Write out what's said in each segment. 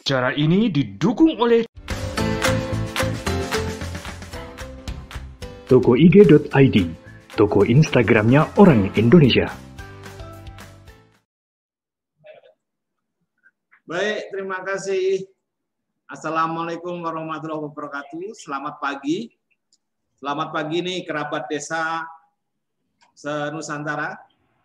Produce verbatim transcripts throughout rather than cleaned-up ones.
Acara ini didukung oleh toko i g dot i d, toko Instagramnya orang Indonesia. Baik, terima kasih. Assalamualaikum warahmatullahi wabarakatuh. Selamat pagi. Selamat pagi nih kerabat desa se-Nusantara.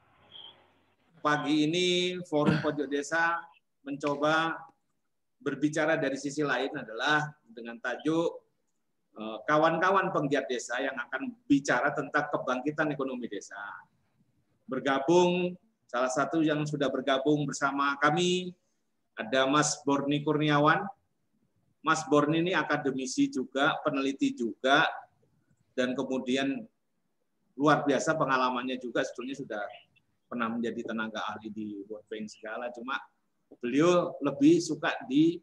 Pagi ini Forum Pojok Desa mencoba berbicara dari sisi lain adalah dengan tajuk kawan-kawan penggiat desa yang akan bicara tentang kebangkitan ekonomi desa. Bergabung, salah satu yang sudah bergabung bersama kami, ada Mas Borni Kurniawan. Mas Borni ini akademisi juga, peneliti juga, dan kemudian luar biasa pengalamannya juga, sebetulnya sudah pernah menjadi tenaga ahli di World Bank segala, cuma beliau lebih suka di,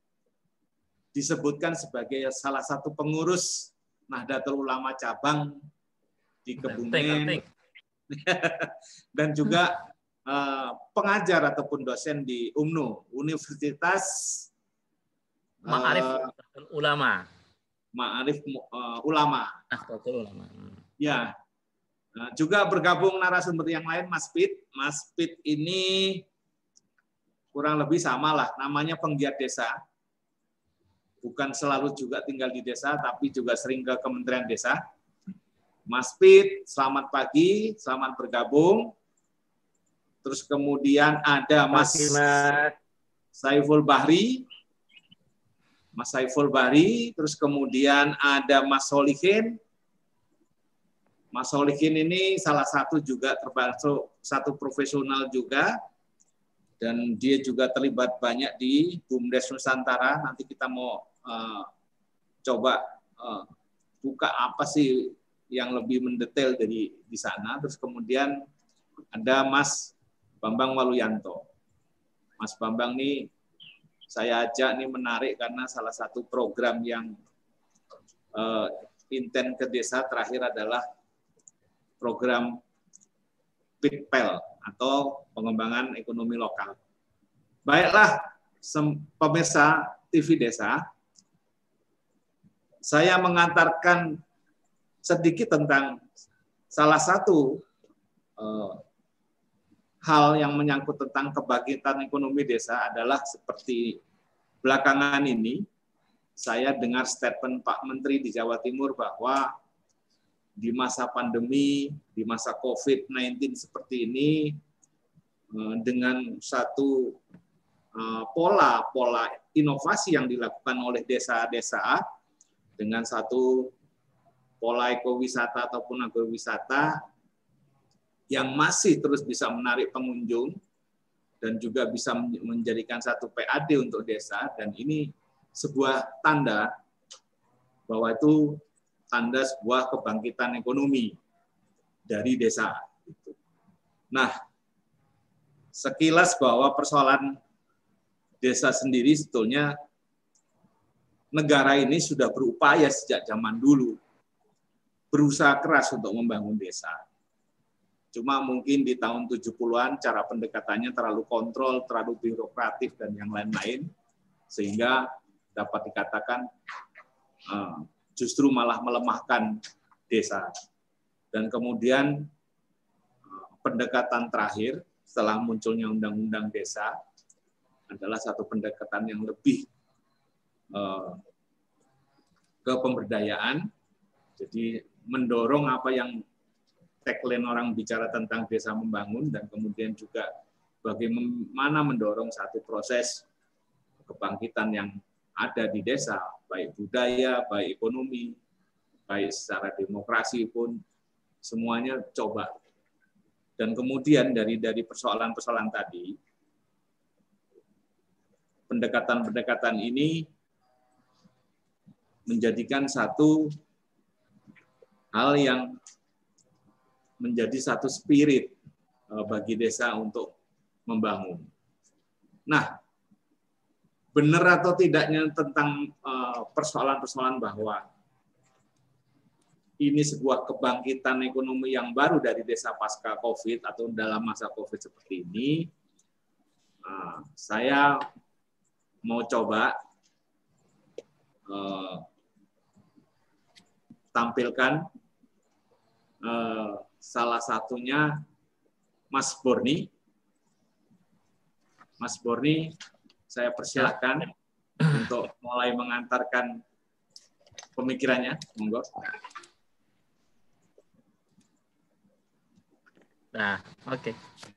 disebutkan sebagai salah satu pengurus Nahdlatul Ulama cabang di Kebumen, dan juga uh, pengajar ataupun dosen di U M N U, Universitas Ma'arif uh, Ulama. Ma'arif uh, Ulama. Nahdlatul Ulama. Ya. Nah, juga bergabung narasumber yang lain, Mas Pit. Mas Pit ini kurang lebih sama lah, namanya penggiat desa. Bukan selalu juga tinggal di desa, tapi juga sering ke Kementerian Desa. Mas Pit, selamat pagi, selamat bergabung. Terus kemudian ada Mas Pagi, Mas. Saiful Bahri. Mas Saiful Bahri, terus kemudian ada Mas Solihin. Mas Solihin ini salah satu juga termasuk satu profesional juga, dan dia juga terlibat banyak di BUMDes Nusantara. Nanti kita mau uh, coba uh, buka apa sih yang lebih mendetail dari di sana. Terus kemudian ada Mas Bambang Waluyanto. Mas Bambang ini saya ajak nih menarik karena salah satu program yang uh, intent ke desa terakhir adalah program P I T P E L atau pengembangan ekonomi lokal. Baiklah, pemirsa T V Desa, saya mengantarkan sedikit tentang salah satu eh, hal yang menyangkut tentang kebangkitan ekonomi desa adalah seperti belakangan ini, saya dengar statement Pak Menteri di Jawa Timur bahwa di masa pandemi, di masa COVID sembilan belas seperti ini, dengan satu pola-pola inovasi yang dilakukan oleh desa-desa, dengan satu pola ekowisata ataupun agrowisata yang masih terus bisa menarik pengunjung dan juga bisa menjadikan satu P A D untuk desa, dan ini sebuah tanda bahwa itu tanda sebuah kebangkitan ekonomi dari desa. Nah, sekilas bahwa persoalan desa sendiri sebetulnya negara ini sudah berupaya sejak zaman dulu, berusaha keras untuk membangun desa. Cuma mungkin di tahun tujuh puluhan cara pendekatannya terlalu kontrol, terlalu birokratif, dan yang lain-lain, sehingga dapat dikatakan uh, justru malah melemahkan desa. Dan kemudian pendekatan terakhir setelah munculnya undang-undang desa adalah satu pendekatan yang lebih eh, ke pemberdayaan. Jadi mendorong apa yang tagline orang bicara tentang desa membangun, dan kemudian juga bagaimana mendorong satu proses kebangkitan yang ada di desa, baik budaya, baik ekonomi, baik secara demokrasi pun, semuanya coba. Dan kemudian dari dari persoalan-persoalan tadi, pendekatan-pendekatan ini menjadikan satu hal yang menjadi satu spirit bagi desa untuk membangun. Nah, benar atau tidaknya tentang persoalan-persoalan bahwa ini sebuah kebangkitan ekonomi yang baru dari desa pasca COVID atau dalam masa COVID seperti ini, saya mau coba eh, tampilkan eh, salah satunya Mas Borni. Mas Borni, saya persilakan untuk mulai mengantarkan pemikirannya. Monggo. Nah, oke. Okay.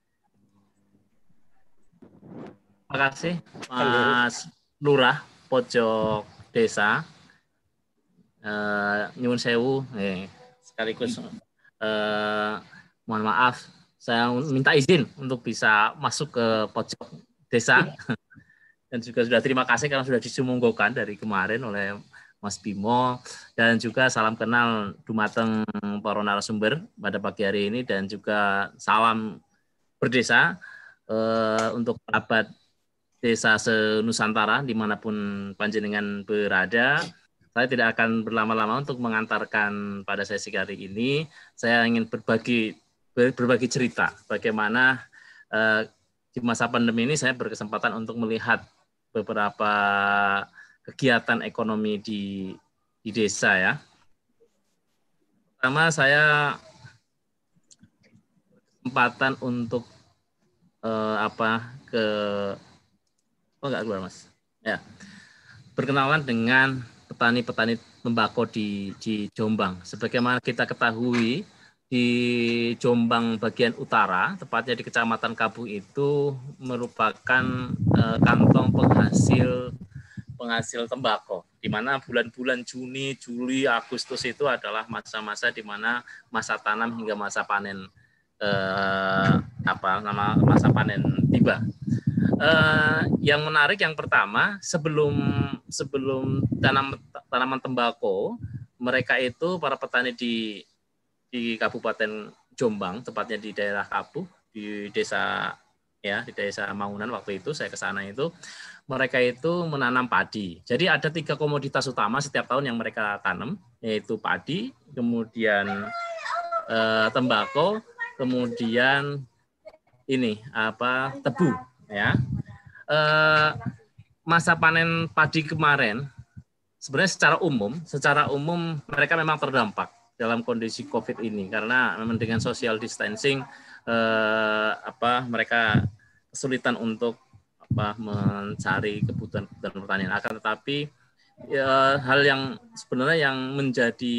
Terima kasih Mas Lurah Pojok Desa. Eh, nyuwun sewu, eh, sekaligus eh, mohon maaf, saya minta izin untuk bisa masuk ke pojok desa. Dan juga sudah terima kasih karena sudah disumunggokan dari kemarin oleh Mas Bimo, dan juga salam kenal dumateng para narasumber pada pagi hari ini, dan juga salam berdesa eh, untuk kerabat desa se-Nusantara dimanapun panjenengan berada. Saya tidak akan berlama-lama untuk mengantarkan pada sesi kali ini. Saya ingin berbagi berbagi cerita bagaimana eh, di masa pandemi ini saya berkesempatan untuk melihat beberapa kegiatan ekonomi di di desa ya. Pertama, saya kesempatan untuk eh, apa ke oh enggak keluar Mas. Ya. Berkenalan dengan petani-petani tembakau di di Jombang. Sebagaimana kita ketahui, di Jombang bagian utara, tepatnya di Kecamatan Kabuh itu merupakan eh, kantong penghasil penghasil tembakau, di mana bulan-bulan Juni, Juli, Agustus itu adalah masa-masa di mana masa tanam hingga masa panen eh, apa nama masa panen tiba. Eh, yang menarik yang pertama, sebelum sebelum tanam tanaman tembakau, mereka itu para petani di di Kabupaten Jombang, tepatnya di daerah Kabuh, di desa ya di desa Mangunan waktu itu saya ke sana itu, mereka itu menanam padi. Jadi ada tiga komoditas utama setiap tahun yang mereka tanam, yaitu padi, kemudian eh, tembakau, kemudian ini apa tebu ya. Eh, masa panen padi kemarin sebenarnya secara umum, secara umum mereka memang terdampak dalam kondisi COVID ini karena memang dengan social distancing eh, apa mereka kesulitan untuk apa mencari kebutuhan-kebutuhan pertanian. Akan tetapi ya, hal yang sebenarnya yang menjadi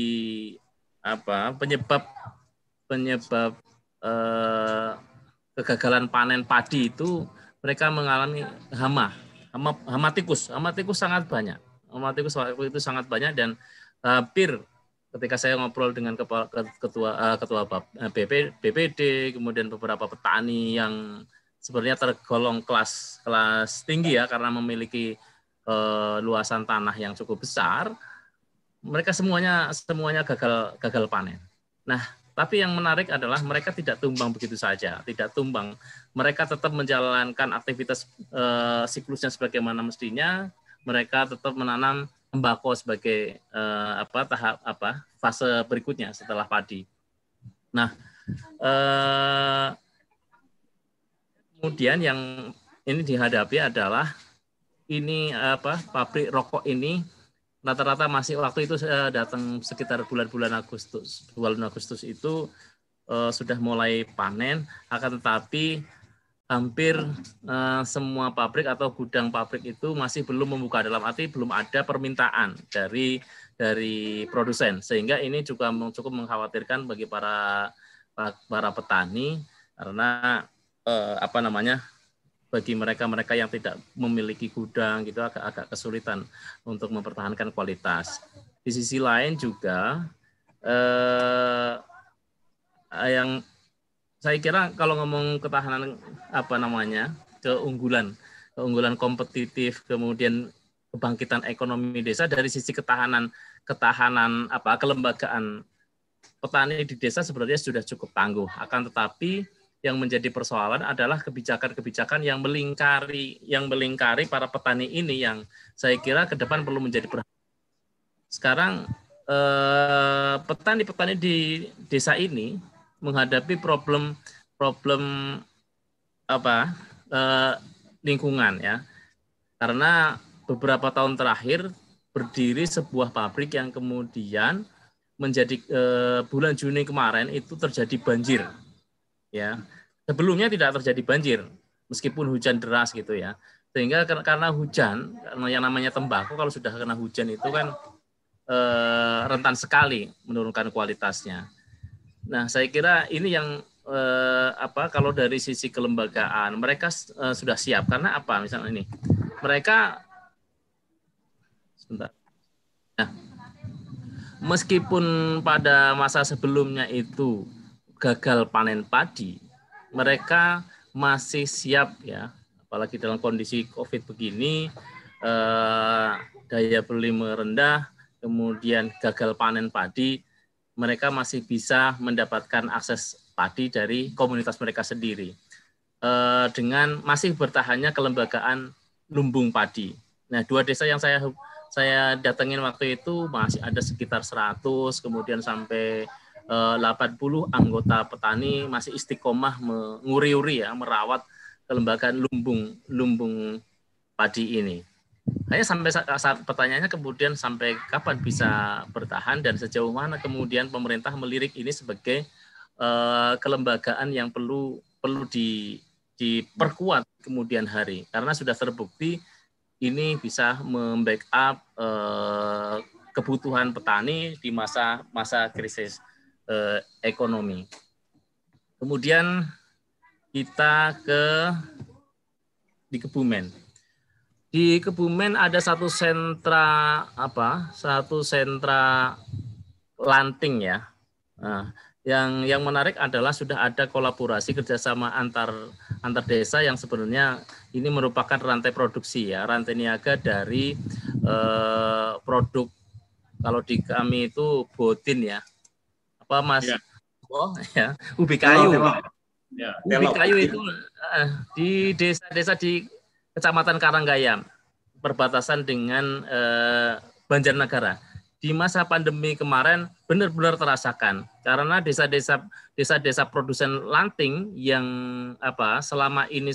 apa penyebab penyebab eh, kegagalan panen padi itu mereka mengalami hama, hama, hama tikus, hama tikus sangat banyak, hama tikus itu sangat banyak dan hampir ketika saya ngobrol dengan kepala, ketua ketua B P D, kemudian beberapa petani yang sebenarnya tergolong kelas kelas tinggi ya karena memiliki eh, luasan tanah yang cukup besar, mereka semuanya semuanya gagal gagal panen. Nah, tapi yang menarik adalah mereka tidak tumbang begitu saja, tidak tumbang. Mereka tetap menjalankan aktivitas eh, siklusnya sebagaimana mestinya. Mereka tetap menanam tembakau sebagai eh, apa tahap apa fase berikutnya setelah padi. Nah, eh, kemudian yang ini dihadapi adalah ini apa pabrik rokok ini rata-rata masih waktu itu saya datang sekitar bulan-bulan Agustus, bulan Agustus itu eh, sudah mulai panen, akan tetapi hampir eh, semua pabrik atau gudang pabrik itu masih belum membuka, dalam arti belum ada permintaan dari dari produsen, sehingga ini juga cukup mengkhawatirkan bagi para para petani karena eh, apa namanya bagi mereka-mereka yang tidak memiliki gudang gitu agak agak kesulitan untuk mempertahankan kualitas. Di sisi lain juga eh, yang saya kira kalau ngomong ketahanan apa namanya keunggulan keunggulan kompetitif kemudian kebangkitan ekonomi desa dari sisi ketahanan ketahanan apa kelembagaan petani di desa sebenarnya sudah cukup tangguh, akan tetapi yang menjadi persoalan adalah kebijakan-kebijakan yang melingkari yang melingkari para petani ini yang saya kira ke depan perlu menjadi perhatian. Sekarang eh, petani-petani di desa ini menghadapi problem problem apa eh, lingkungan ya. Karena beberapa tahun terakhir berdiri sebuah pabrik yang kemudian menjadi eh, bulan Juni kemarin itu terjadi banjir. Ya, sebelumnya tidak terjadi banjir meskipun hujan deras gitu ya. Sehingga karena hujan, karena yang namanya tembakau kalau sudah kena hujan itu kan eh, rentan sekali menurunkan kualitasnya. Nah, saya kira ini yang eh, apa kalau dari sisi kelembagaan mereka eh, sudah siap karena apa? Misalnya ini, mereka sebentar. Nah, meskipun pada masa sebelumnya itu gagal panen padi, mereka masih siap ya, apalagi dalam kondisi COVID begini, eh, daya beli merendah, kemudian gagal panen padi, mereka masih bisa mendapatkan akses padi dari komunitas mereka sendiri eh, dengan masih bertahannya kelembagaan lumbung padi. Nah, dua desa yang saya saya datengin waktu itu masih ada sekitar seratus, kemudian sampai eh, delapan puluh anggota petani masih istiqomah menguri-uri ya, merawat kelembagaan lumbung lumbung padi ini. Hanya sampai saat pertanyaannya kemudian sampai kapan bisa bertahan dan sejauh mana kemudian pemerintah melirik ini sebagai eh, kelembagaan yang perlu perlu di, diperkuat kemudian hari karena sudah terbukti ini bisa membackup eh, kebutuhan petani di masa masa krisis eh, ekonomi. Kemudian kita ke di Kebumen. Di Kebumen ada satu sentra apa? Satu sentra lanting ya. Nah, yang yang menarik adalah sudah ada kolaborasi kerjasama antar antar desa yang sebenarnya ini merupakan rantai produksi ya, rantai niaga dari eh, produk kalau di kami itu botin ya, apa Mas? Ya. Oh ya, ubi kayu. Telok, telok. Ya, ubi telok. Kayu itu eh, di desa-desa di Kecamatan Karanggayam, perbatasan dengan eh, Banjarnegara. Di masa pandemi kemarin benar-benar terasakan karena desa-desa desa-desa produsen lanting yang apa selama ini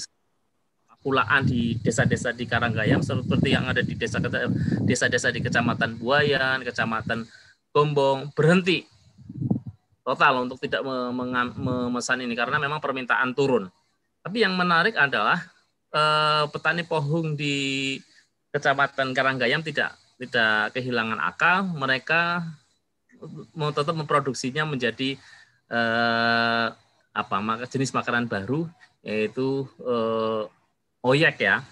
pulaan di desa-desa di Karanggayam seperti yang ada di desa desa-desa di Kecamatan Buayan, Kecamatan Gombong berhenti total untuk tidak memesan ini karena memang permintaan turun. Tapi yang menarik adalah eh, petani pohung di Kecamatan Karanggayam tidak tidak kehilangan akal, mereka mau tetap memproduksinya menjadi eh, apa jenis makanan baru yaitu eh, oyek ya.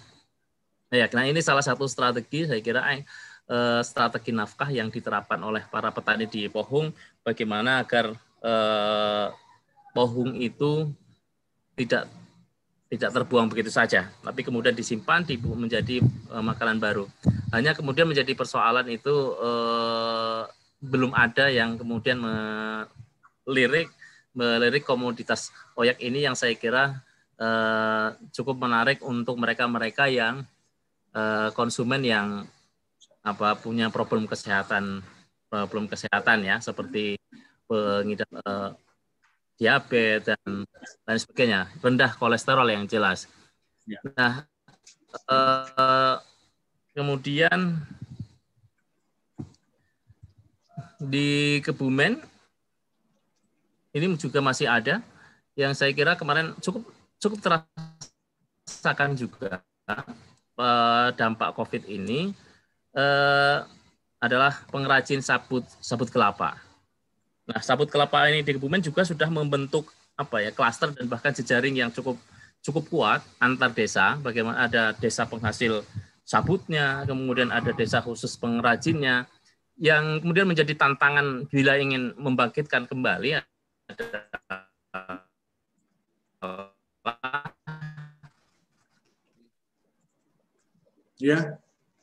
Nah ini salah satu strategi saya kira eh, strategi nafkah yang diterapkan oleh para petani di Pohung bagaimana agar eh, pohung itu tidak tidak terbuang begitu saja, tapi kemudian disimpan menjadi uh, makanan baru. Hanya kemudian menjadi persoalan itu uh, belum ada yang kemudian melirik melirik komoditas oyek ini yang saya kira uh, cukup menarik untuk mereka-mereka yang uh, konsumen yang apa punya problem kesehatan problem kesehatan ya seperti pengidap uh, diabetes dan lain sebagainya, rendah kolesterol yang jelas. Ya. Nah, eh, kemudian di Kebumen ini juga masih ada yang saya kira kemarin cukup cukup terasakan juga eh, dampak COVID ini eh, adalah pengrajin sabut sabut kelapa. Nah, sabut kelapa ini di Kebumen juga sudah membentuk apa ya klaster dan bahkan jejaring yang cukup cukup kuat antar desa. Bagaimana ada desa penghasil sabutnya, kemudian ada desa khusus pengrajinnya, yang kemudian menjadi tantangan bila ingin membangkitkan kembali. Ada ya.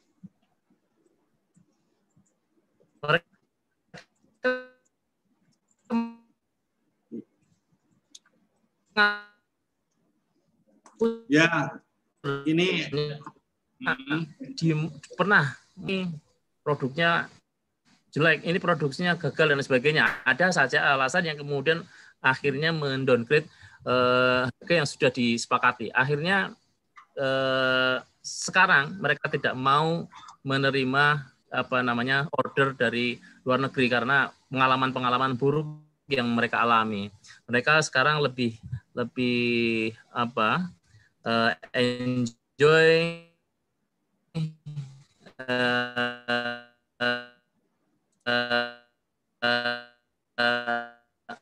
Ya, ini di, pernah ini produknya jelek, ini produksinya gagal dan sebagainya. Ada saja alasan yang kemudian akhirnya mendowngrade eh, harga yang sudah disepakati. Akhirnya eh, sekarang mereka tidak mau menerima apa namanya order dari luar negeri karena pengalaman-pengalaman buruk yang mereka alami. Mereka sekarang lebih lebih apa uh, enjoy uh, uh, uh, uh,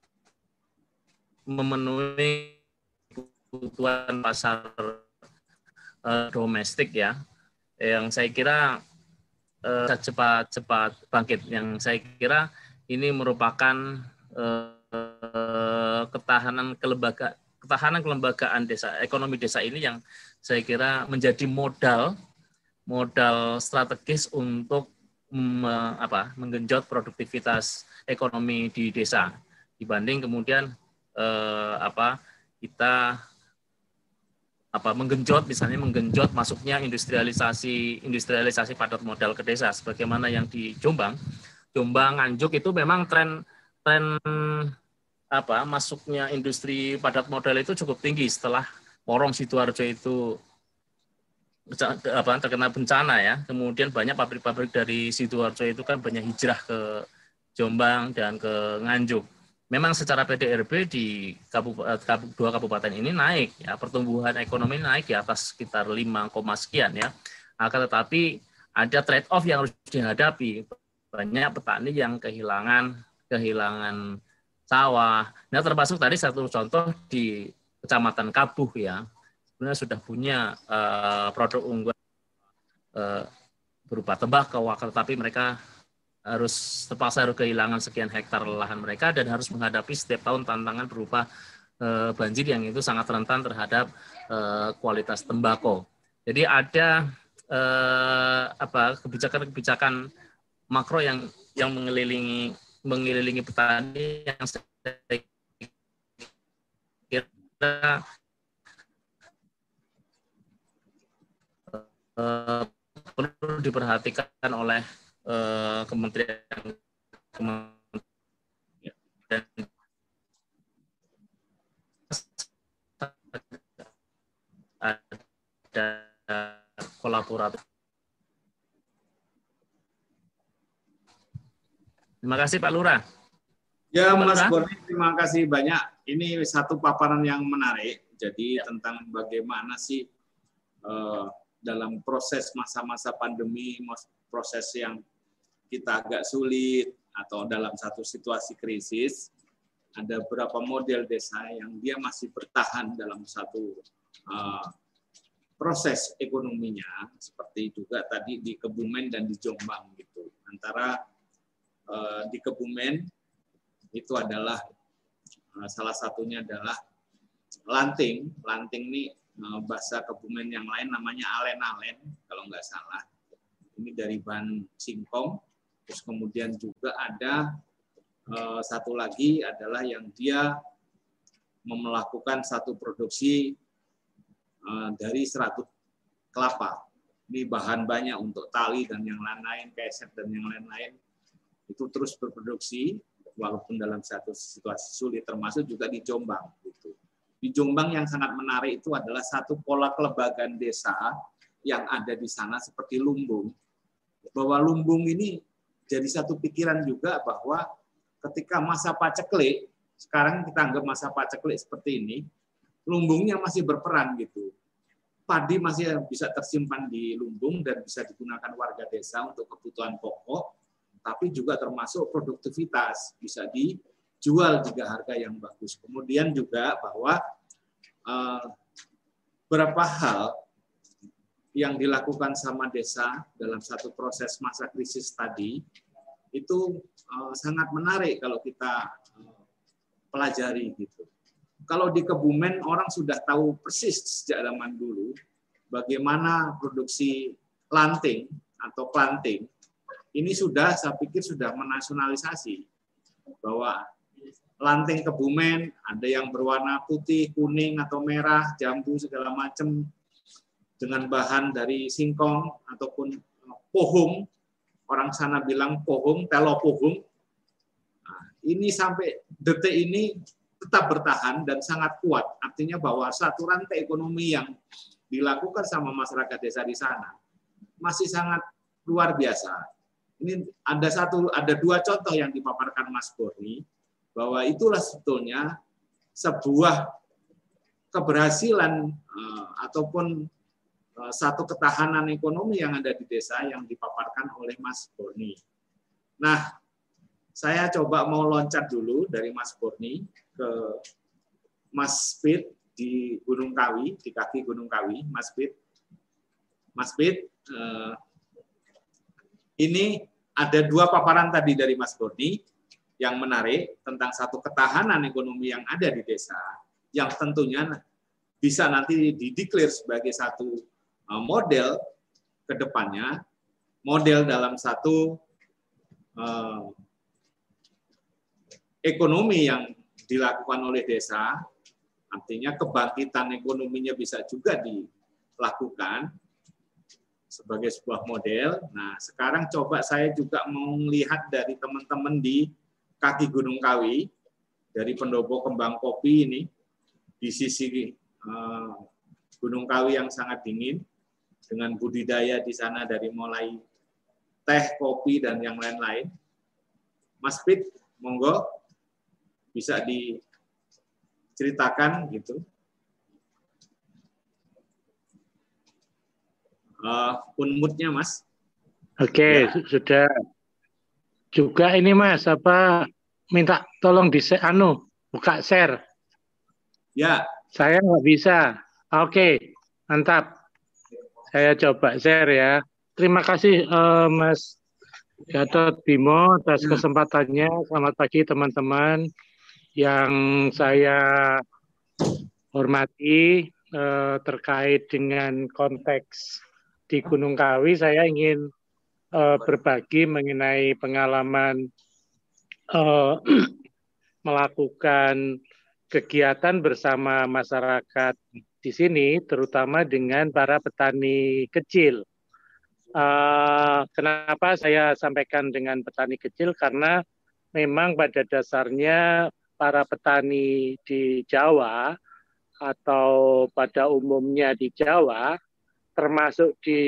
memenuhi kebutuhan pasar uh, domestik ya, yang saya kira cepat-cepat uh, bangkit. Yang saya kira ini merupakan uh, ketahanan kelembaga ketahanan kelembagaan desa, ekonomi desa ini yang saya kira menjadi modal modal strategis untuk me, apa, menggenjot produktivitas ekonomi di desa dibanding kemudian eh, apa kita apa menggenjot misalnya menggenjot masuknya industrialisasi industrialisasi padat modal ke desa sebagaimana yang di Jombang Jombang Nganjuk itu memang tren tren apa masuknya industri padat modal itu cukup tinggi setelah Porong Sidoarjo itu apa terkena bencana ya. Kemudian banyak pabrik-pabrik dari Sidoarjo itu kan banyak hijrah ke Jombang dan ke Nganjuk. Memang secara P D R B di kabupaten, dua kabupaten ini naik ya, pertumbuhan ekonomi naik di atas sekitar lima, sekian ya. Akan tetapi ada trade off yang harus dihadapi. Banyak petani yang kehilangan kehilangan sawah. Nah, termasuk tadi satu contoh di Kecamatan Kabuh ya. Sebenarnya sudah punya uh, produk unggulan uh, berupa tembakau, tetapi mereka harus terpaksa harus kehilangan sekian hektar lahan mereka dan harus menghadapi setiap tahun tantangan berupa uh, banjir yang itu sangat rentan terhadap uh, kualitas tembakau. Jadi ada uh, apa kebijakan-kebijakan makro yang yang mengelilingi mengelilingi petani yang saya kira uh, perlu diperhatikan oleh uh, kementerian kementerian ada kolaboratif. Terima kasih Pak Lurah. Ya Mas Boni, terima kasih banyak. Ini satu paparan yang menarik. Jadi ya. Tentang bagaimana sih uh, dalam proses masa-masa pandemi, proses yang kita agak sulit atau dalam satu situasi krisis, ada beberapa model desa yang dia masih bertahan dalam satu uh, proses ekonominya, seperti juga tadi di Kebumen dan di Jombang gitu. Antara uh, di Kebumen itu adalah uh, salah satunya adalah lanting. Lanting ini uh, bahasa Kebumen yang lain namanya alen-alen kalau nggak salah. Ini dari bahan singkong. Terus kemudian juga ada uh, satu lagi adalah yang dia melakukan satu produksi uh, dari serabut kelapa. Ini bahan banyak untuk tali dan yang lain-lain, keset dan yang lain-lain. Itu terus berproduksi walaupun dalam satu situasi sulit, termasuk juga di Jombang. Gitu. Di Jombang yang sangat menarik itu adalah satu pola kelembagaan desa yang ada di sana seperti lumbung. Bahwa lumbung ini jadi satu pikiran juga bahwa ketika masa paceklik, sekarang kita anggap masa paceklik seperti ini, lumbungnya masih berperan gitu. Padi masih bisa tersimpan di lumbung dan bisa digunakan warga desa untuk kebutuhan pokok, tapi juga termasuk produktivitas, bisa dijual jika harga yang bagus. Kemudian juga bahwa eh, beberapa hal yang dilakukan sama desa dalam satu proses masa krisis tadi itu uh, sangat menarik kalau kita uh, pelajari gitu. Kalau di Kebumen orang sudah tahu persis sejak zaman dulu bagaimana produksi lanting atau planting ini sudah saya pikir sudah menasionalisasi bahwa lanting Kebumen ada yang berwarna putih, kuning atau merah, jambu segala macam dengan bahan dari singkong ataupun pohung, orang sana bilang pohung, telo pohung. Nah, ini sampai detik ini tetap bertahan dan sangat kuat. Artinya bahwa satu rantai ekonomi yang dilakukan sama masyarakat desa di sana masih sangat luar biasa. Ini ada satu, ada dua contoh yang dipaparkan Mas Borni, bahwa itulah sebetulnya sebuah keberhasilan uh, ataupun uh, satu ketahanan ekonomi yang ada di desa yang dipaparkan oleh Mas Borni. Nah, saya coba mau loncat dulu dari Mas Borni ke Mas Pit di Gunung Kawi, di kaki Gunung Kawi, Mas Pit. Mas Pit, uh, ini ada dua paparan tadi dari Mas Borni yang menarik tentang satu ketahanan ekonomi yang ada di desa, yang tentunya bisa nanti dideklar sebagai satu model ke depannya, model dalam satu eh, ekonomi yang dilakukan oleh desa, artinya kebangkitan ekonominya bisa juga dilakukan sebagai sebuah model. Nah, sekarang coba saya juga mau melihat dari teman-teman di kaki Gunung Kawi, dari pendopo kembang kopi ini, di sisi uh, Gunung Kawi yang sangat dingin, dengan budidaya di sana dari mulai teh, kopi, dan yang lain-lain. Mas Pit, monggo, bisa diceritakan gitu. Uh, unmute-nya, Mas. Oke, ya. Sudah. Juga ini, Mas, apa minta tolong di anu buka share. Ya. Saya nggak bisa. Oke, mantap. Saya coba share ya. Terima kasih, uh, Mas Gatot Bimo atas ya. kesempatannya. Selamat pagi, teman-teman yang saya hormati uh, terkait dengan konteks di Gunung Kawi. Saya ingin uh, berbagi mengenai pengalaman uh, melakukan kegiatan bersama masyarakat di sini, terutama dengan para petani kecil. Uh, kenapa saya sampaikan dengan petani kecil? Karena memang pada dasarnya para petani di Jawa atau pada umumnya di Jawa, termasuk di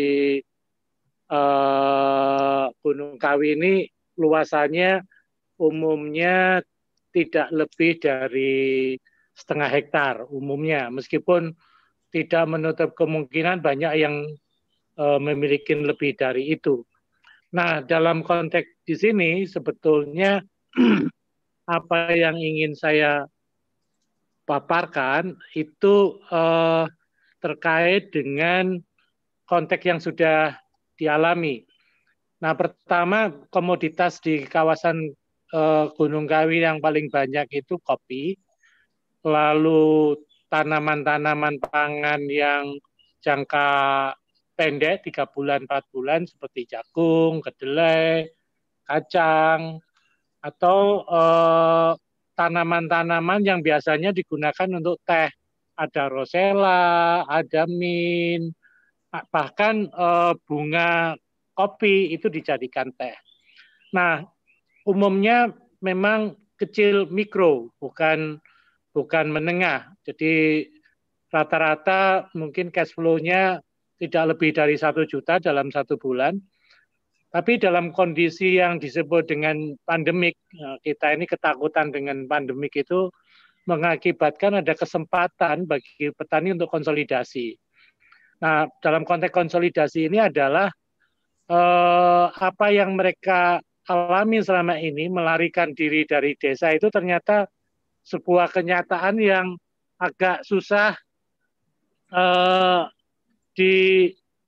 uh, Gunung Kawi ini luasannya umumnya tidak lebih dari setengah hektar umumnya, meskipun tidak menutup kemungkinan banyak yang uh, memiliki lebih dari itu. Nah, dalam konteks di sini sebetulnya apa yang ingin saya paparkan itu uh, terkait dengan konteks yang sudah dialami. Nah, pertama komoditas di kawasan uh, Gunung Kawi yang paling banyak itu kopi, lalu tanaman-tanaman pangan yang jangka pendek tiga bulan empat bulan seperti jagung, kedelai, kacang, atau eh, tanaman-tanaman yang biasanya digunakan untuk teh. Ada rosella, ada mint, bahkan eh, bunga kopi itu dijadikan teh. Nah, umumnya memang kecil mikro, bukan bukan menengah. Jadi rata-rata mungkin cash flow-nya tidak lebih dari satu juta dalam satu bulan. Tapi dalam kondisi yang disebut dengan pandemik, kita ini ketakutan dengan pandemik itu mengakibatkan ada kesempatan bagi petani untuk konsolidasi. Nah, dalam konteks konsolidasi ini adalah eh, apa yang mereka alami selama ini, melarikan diri dari desa itu ternyata sebuah kenyataan yang agak susah eh, di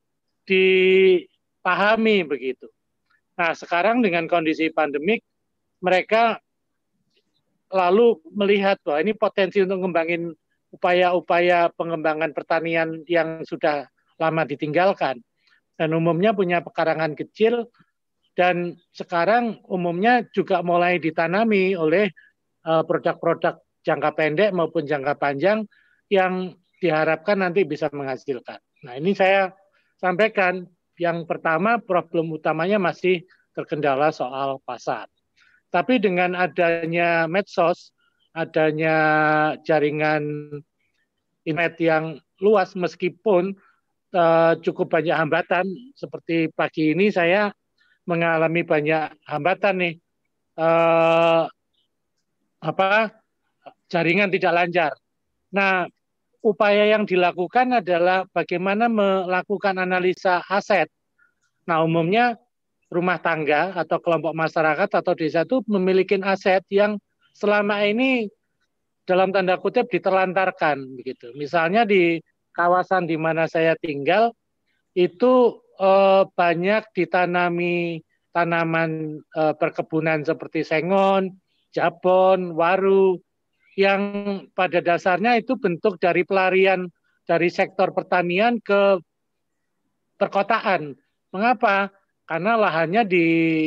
dipahami begitu. Nah, sekarang dengan kondisi pandemik, mereka lalu melihat bahwa ini potensi untuk mengembangin upaya-upaya pengembangan pertanian yang sudah lama ditinggalkan. Dan umumnya punya pekarangan kecil, dan sekarang umumnya juga mulai ditanami oleh uh, produk-produk jangka pendek maupun jangka panjang yang diharapkan nanti bisa menghasilkan. Nah, ini saya sampaikan. Yang pertama, problem utamanya masih terkendala soal pasar. Tapi dengan adanya medsos, adanya jaringan internet yang luas meskipun uh, cukup banyak hambatan. Seperti pagi ini saya mengalami banyak hambatan nih, uh, apa jaringan tidak lancar. Nah, upaya yang dilakukan adalah bagaimana melakukan analisa aset. Nah, umumnya rumah tangga atau kelompok masyarakat atau desa itu memiliki aset yang selama ini dalam tanda kutip diterlantarkan begitu. Misalnya di kawasan di mana saya tinggal itu eh, banyak ditanami tanaman eh, perkebunan seperti sengon, jabon, waru yang pada dasarnya itu bentuk dari pelarian dari sektor pertanian ke perkotaan. Mengapa? Karena lahannya di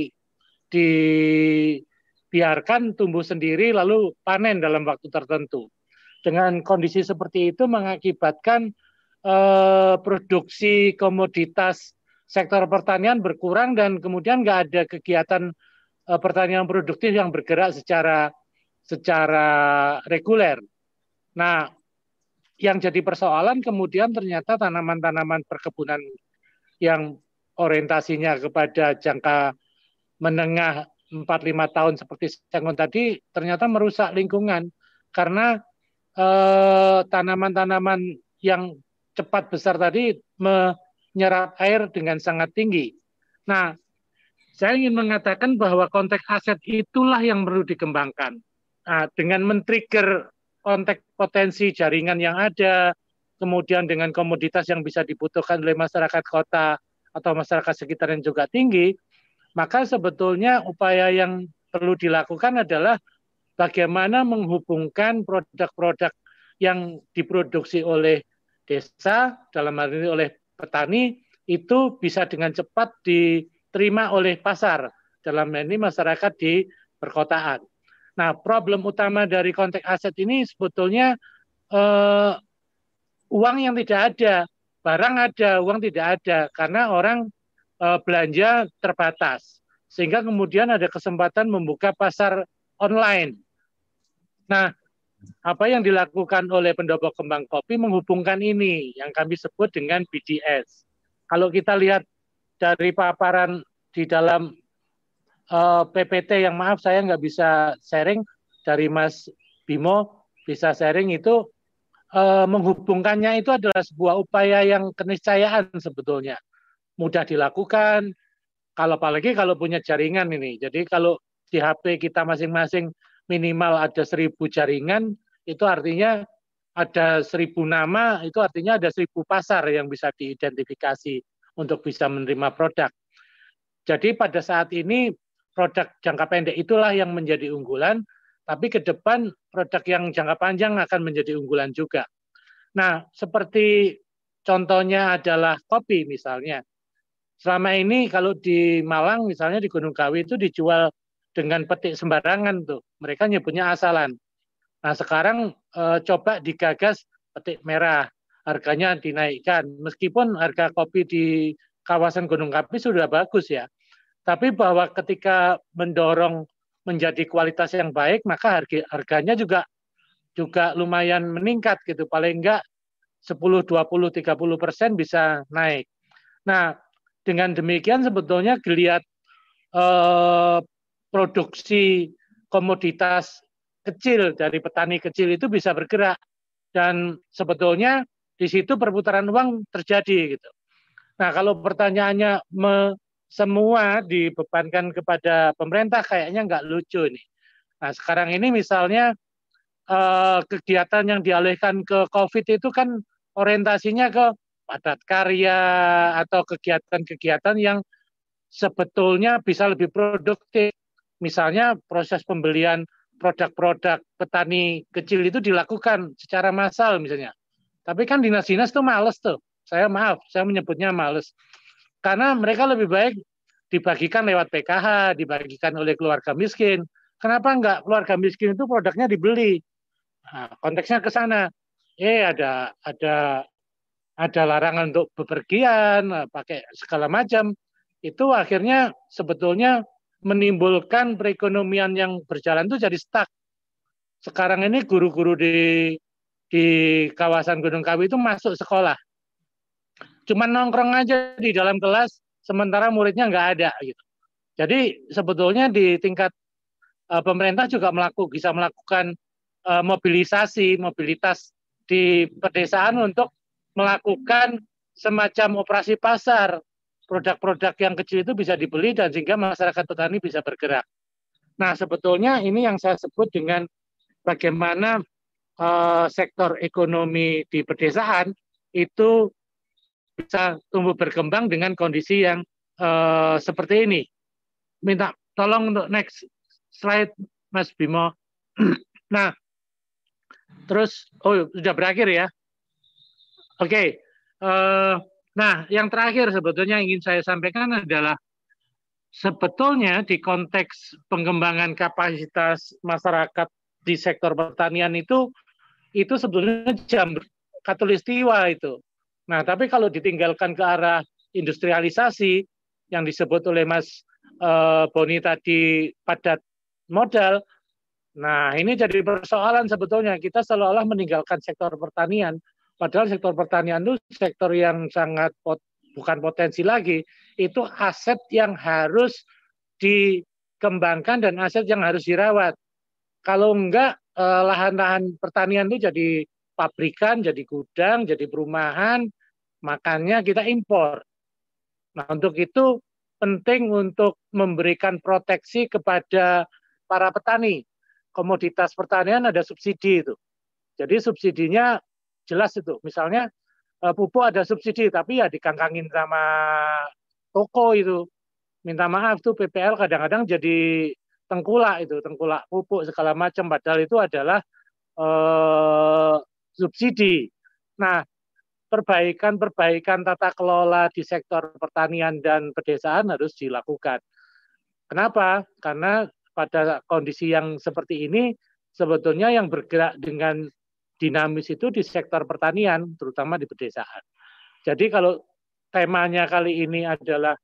dibiarkan tumbuh sendiri lalu panen dalam waktu tertentu. Dengan kondisi seperti itu mengakibatkan eh, produksi komoditas sektor pertanian berkurang dan kemudian nggak ada kegiatan eh, pertanian produktif yang bergerak secara secara reguler. Nah, yang jadi persoalan kemudian ternyata tanaman-tanaman perkebunan yang orientasinya kepada jangka menengah empat lima tahun seperti sengon tadi ternyata merusak lingkungan karena eh, tanaman-tanaman yang cepat besar tadi menyerap air dengan sangat tinggi. Nah, saya ingin mengatakan bahwa konteks aset itulah yang perlu dikembangkan. Nah, dengan men-trigger konteks potensi jaringan yang ada, kemudian dengan komoditas yang bisa dibutuhkan oleh masyarakat kota atau masyarakat sekitar yang juga tinggi, maka sebetulnya upaya yang perlu dilakukan adalah bagaimana menghubungkan produk-produk yang diproduksi oleh desa, dalam hal ini oleh petani, itu bisa dengan cepat diterima oleh pasar, dalam hal ini masyarakat di perkotaan. Nah, problem utama dari konteks aset ini sebetulnya eh, uang yang tidak ada, barang ada, uang tidak ada, karena orang eh, belanja terbatas, sehingga kemudian ada kesempatan membuka pasar online. Nah, apa yang dilakukan oleh pendopo kembang kopi menghubungkan ini, yang kami sebut dengan B D S. Kalau kita lihat dari paparan di dalam Uh, P P T yang maaf saya nggak bisa sharing dari Mas Bimo, bisa sharing itu uh, menghubungkannya itu adalah sebuah upaya yang keniscayaan sebetulnya. Mudah dilakukan, kalau apalagi kalau punya jaringan ini. Jadi kalau di H P kita masing-masing minimal ada seribu jaringan, itu artinya ada seribu nama, itu artinya ada seribu pasar yang bisa diidentifikasi untuk bisa menerima produk. Jadi pada saat ini produk jangka pendek itulah yang menjadi unggulan, tapi ke depan produk yang jangka panjang akan menjadi unggulan juga. Nah, seperti contohnya adalah kopi misalnya. Selama ini kalau di Malang misalnya di Gunung Kawi itu dijual dengan petik sembarangan tuh. Mereka nyebutnya asalan. Nah, sekarang e, coba digagas petik merah. Harganya dinaikkan. Meskipun harga kopi di kawasan Gunung Kawi sudah bagus ya. Tapi bahwa ketika mendorong menjadi kualitas yang baik, maka harga, harganya juga juga lumayan meningkat gitu. Paling enggak sepuluh, dua puluh, tiga puluh persen bisa naik. Nah, dengan demikian sebetulnya geliat eh, produksi komoditas kecil dari petani kecil itu bisa bergerak. Dan sebetulnya di situ perputaran uang terjadi gitu. Nah, kalau pertanyaannya me semua dibebankan kepada pemerintah kayaknya nggak lucu nih. Nah, sekarang ini misalnya eh, kegiatan yang dialihkan ke COVID itu kan orientasinya ke padat karya atau kegiatan-kegiatan yang sebetulnya bisa lebih produktif. Misalnya proses pembelian produk-produk petani kecil itu dilakukan secara massal misalnya. Tapi kan dinas-dinas tuh males tuh. Saya maaf, saya menyebutnya males. Karena mereka lebih baik dibagikan lewat P K H, dibagikan oleh keluarga miskin. Kenapa enggak keluarga miskin itu produknya dibeli? Nah, konteksnya ke sana. Eh ada ada ada larangan untuk bepergian, pakai segala macam. Itu akhirnya sebetulnya menimbulkan perekonomian yang berjalan itu jadi stuck. Sekarang ini guru-guru di di kawasan Gunung Kawi itu masuk sekolah. Cuma nongkrong aja di dalam kelas, sementara muridnya nggak ada gitu. Jadi sebetulnya di tingkat uh, pemerintah juga melakukan bisa melakukan uh, mobilisasi, mobilitas di pedesaan untuk melakukan semacam operasi pasar. Produk-produk yang kecil itu bisa dibeli dan sehingga masyarakat petani bisa bergerak. Nah, sebetulnya ini yang saya sebut dengan bagaimana uh, sektor ekonomi di pedesaan itu bisa tumbuh berkembang dengan kondisi yang uh, seperti ini. Minta tolong untuk next slide, Mas Bimo. Nah, terus, oh sudah berakhir ya. Oke, okay. uh, nah yang terakhir sebetulnya ingin saya sampaikan adalah sebetulnya di konteks pengembangan kapasitas masyarakat di sektor pertanian itu, itu sebetulnya jam khatulistiwa itu. Nah, tapi kalau ditinggalkan ke arah industrialisasi yang disebut oleh Mas uh, Boni tadi padat modal, nah ini jadi persoalan sebetulnya kita seolah-olah meninggalkan sektor pertanian. Padahal sektor pertanian itu sektor yang sangat pot, bukan potensi lagi, itu aset yang harus dikembangkan dan aset yang harus dirawat. Kalau enggak, eh, lahan-lahan pertanian itu jadi pabrikan, jadi gudang, jadi perumahan, makanya kita impor. Nah, untuk itu penting untuk memberikan proteksi kepada para petani. Komoditas pertanian ada subsidi itu. Jadi subsidinya jelas itu, misalnya pupuk ada subsidi, tapi ya dikangkangin sama toko itu. Minta maaf tuh P P L kadang-kadang jadi tengkulak itu, tengkulak pupuk segala macam, padahal itu adalah eh, subsidi. Nah, perbaikan-perbaikan tata kelola di sektor pertanian dan pedesaan harus dilakukan. Kenapa? Karena pada kondisi yang seperti ini, sebetulnya yang bergerak dengan dinamis itu di sektor pertanian, terutama di pedesaan. Jadi kalau temanya kali ini adalah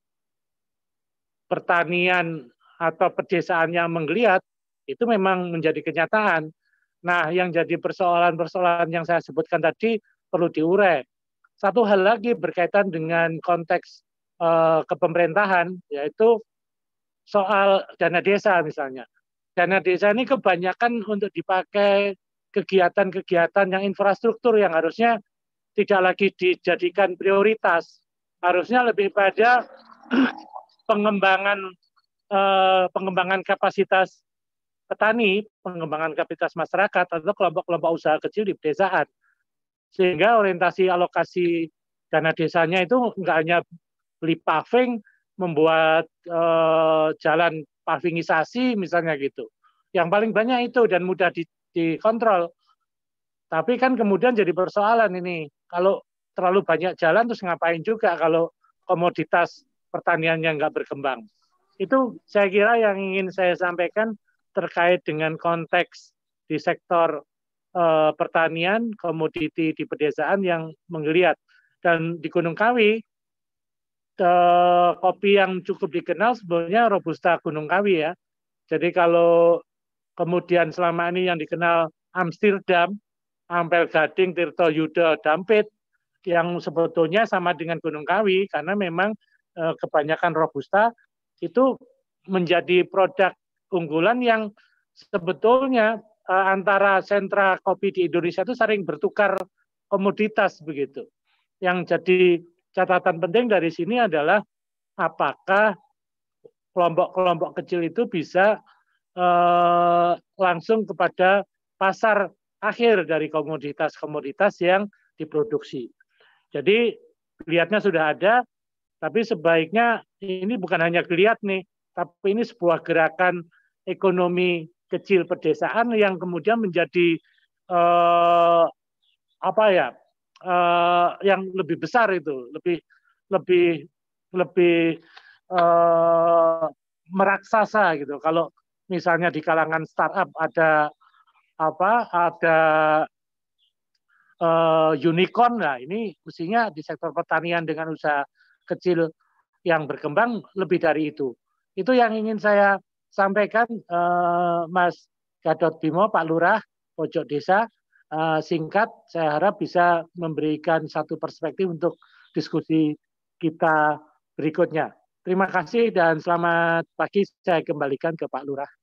pertanian atau pedesaan yang menggeliat, itu memang menjadi kenyataan. Nah, yang jadi persoalan-persoalan yang saya sebutkan tadi perlu diurai. Satu hal lagi berkaitan dengan konteks eh, kepemerintahan, yaitu soal dana desa misalnya. Dana desa ini kebanyakan untuk dipakai kegiatan-kegiatan yang infrastruktur yang harusnya tidak lagi dijadikan prioritas, harusnya lebih pada pengembangan eh, pengembangan kapasitas petani, pengembangan kapasitas masyarakat atau kelompok-kelompok usaha kecil di pedesaan, sehingga orientasi alokasi dana desanya itu enggak hanya beli paving, membuat eh, jalan pavingisasi misalnya gitu, yang paling banyak itu dan mudah di dikontrol. Tapi kan kemudian jadi persoalan ini, kalau terlalu banyak jalan terus ngapain juga kalau komoditas pertaniannya nggak berkembang. Itu saya kira yang ingin saya sampaikan terkait dengan konteks di sektor eh, pertanian, komoditi di pedesaan yang menggeliat. Dan di Gunung Kawi, eh, kopi yang cukup dikenal sebenarnya Robusta Gunung Kawi ya. Jadi kalau kemudian selama ini yang dikenal Amsterdam, Ampel Gading, Tirto Yuda, Dampit, yang sebetulnya sama dengan Gunung Kawi, karena memang eh, kebanyakan Robusta itu menjadi produk unggulan yang sebetulnya eh, antara sentra kopi di Indonesia itu sering bertukar komoditas begitu. Yang jadi catatan penting dari sini adalah apakah kelompok-kelompok kecil itu bisa Eh, langsung kepada pasar akhir dari komoditas-komoditas yang diproduksi. Jadi geliatnya sudah ada, tapi sebaiknya ini bukan hanya geliat nih, tapi ini sebuah gerakan ekonomi kecil pedesaan yang kemudian menjadi eh, apa ya, eh, yang lebih besar itu, lebih lebih lebih eh, meraksasa gitu. Kalau misalnya di kalangan startup ada apa ada uh, unicorn, nah ini mestinya di sektor pertanian dengan usaha kecil yang berkembang lebih dari itu. Itu yang ingin saya sampaikan, uh, Mas Gadot Bimo, Pak Lurah, Pojok Desa. uh, singkat, saya harap bisa memberikan satu perspektif untuk diskusi kita berikutnya. Terima kasih dan selamat pagi. Saya kembalikan ke Pak Lurah.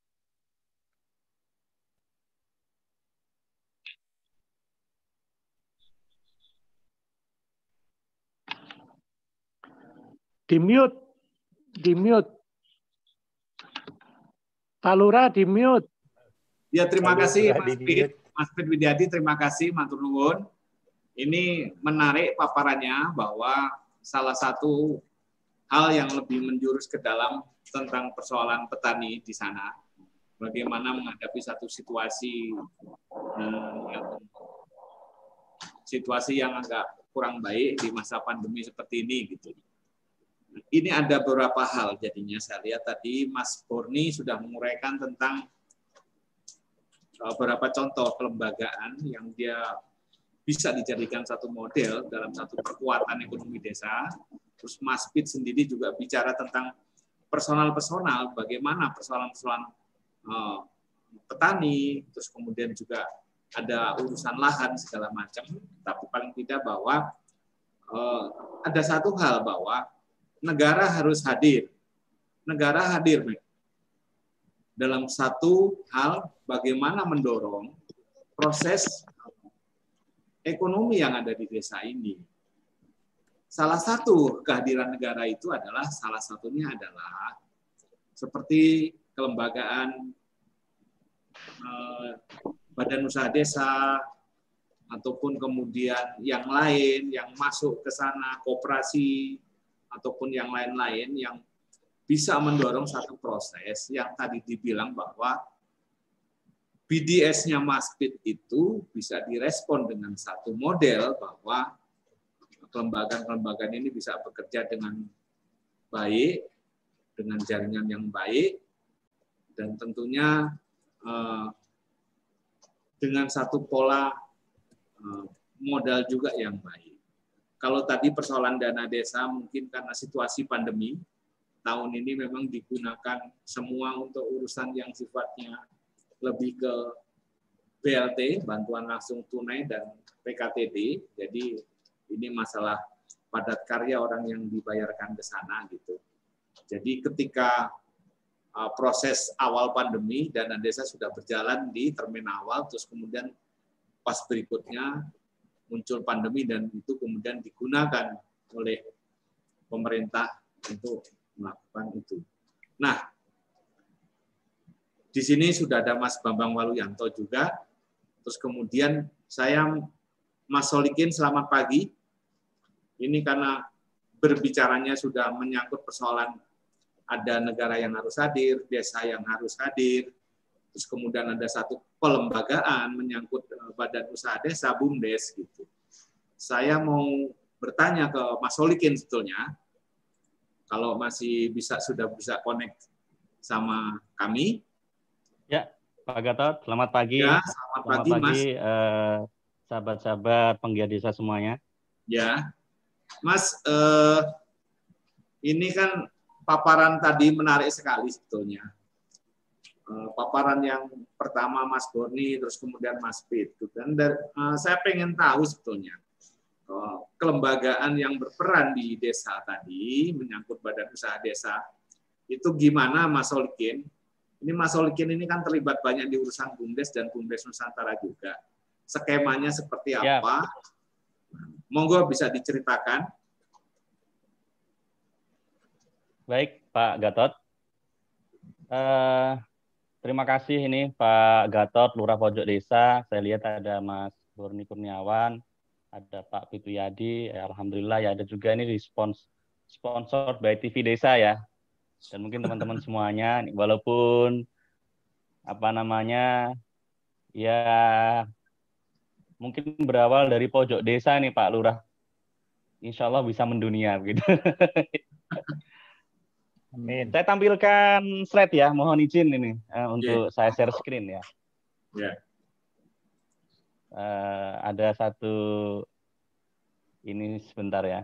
Di mute, di mute. Pak Lurah di mute. Ya, terima kasih Mas Pit, Mas Pit Widyadi, terima kasih matur nuwun. Ini menarik paparannya bahwa salah satu hal yang lebih menjurus ke dalam tentang persoalan petani di sana, bagaimana menghadapi satu situasi hmm, yang, situasi yang agak kurang baik di masa pandemi seperti ini gitu. Ini ada beberapa hal jadinya saya lihat tadi Mas Borni sudah menguraikan tentang beberapa contoh kelembagaan yang dia bisa dijadikan satu model dalam satu perkuatan ekonomi desa. Terus Mas Pit sendiri juga bicara tentang personal-personal, bagaimana persoalan-persoalan uh, petani, terus kemudian juga ada urusan lahan segala macam. Tapi paling tidak bahwa uh, ada satu hal bahwa negara harus hadir. Negara hadir nih, dalam satu hal bagaimana mendorong proses ekonomi yang ada di desa ini. Salah satu kehadiran negara itu adalah, salah satunya adalah seperti kelembagaan eh, badan usaha desa, ataupun kemudian yang lain yang masuk ke sana, koperasi, ataupun yang lain-lain yang bisa mendorong satu proses yang tadi dibilang bahwa B D S-nya Mas Pit itu bisa direspon dengan satu model bahwa kelembagaan-kelembagaan ini bisa bekerja dengan baik, dengan jaringan yang baik, dan tentunya eh, dengan satu pola eh, modal juga yang baik. Kalau tadi persoalan dana desa mungkin karena situasi pandemi, tahun ini memang digunakan semua untuk urusan yang sifatnya lebih ke B L T, bantuan langsung tunai, dan P K T D. Jadi ini masalah padat karya orang yang dibayarkan ke sana gitu. Jadi ketika uh, proses awal pandemi, dana desa sudah berjalan di termin awal, terus kemudian pas berikutnya muncul pandemi dan itu kemudian digunakan oleh pemerintah untuk melakukan itu. Nah, di sini sudah ada Mas Bambang Waluyanto juga. Terus kemudian saya Mas Solikin, selamat pagi. Ini karena berbicaranya sudah menyangkut persoalan ada negara yang harus hadir, desa yang harus hadir, terus kemudian ada satu pelembagaan menyangkut badan usaha desa, BUMDes gitu. Saya mau bertanya ke Mas Solikin sebetulnya, kalau masih bisa sudah bisa connect sama kami. Ya, Pak Gatot, selamat pagi. Ya, selamat, selamat pagi, pagi Mas. Eh, sahabat-sahabat penggiat desa semuanya. Ya, Mas, eh, ini kan paparan tadi menarik sekali sebetulnya. Eh, paparan yang pertama Mas Borni, terus kemudian Mas Pit. Dan dari, eh, saya pengen tahu sebetulnya eh, kelembagaan yang berperan di desa tadi, menyangkut badan usaha desa, itu gimana Mas Solikin? Ini Mas Solikin ini kan terlibat banyak di urusan BUMDes dan BUMDes Nusantara juga. Skemanya seperti apa? Ya. Monggo bisa diceritakan. Baik, Pak Gatot. Uh, terima kasih ini Pak Gatot, Lurah Pojok Desa. Saya lihat ada Mas Borni Kurniawan, ada Pak Pit Widyadi. Ya, alhamdulillah ya ada juga ini di sponsor by T V Desa ya. Dan mungkin teman-teman semuanya, walaupun apa namanya ya mungkin berawal dari pojok desa nih Pak Lurah, insya Allah bisa mendunia gitu. Amin. Saya tampilkan slide ya, mohon izin ini uh, untuk yeah. saya share screen ya. Yeah. Uh, ada satu ini sebentar ya.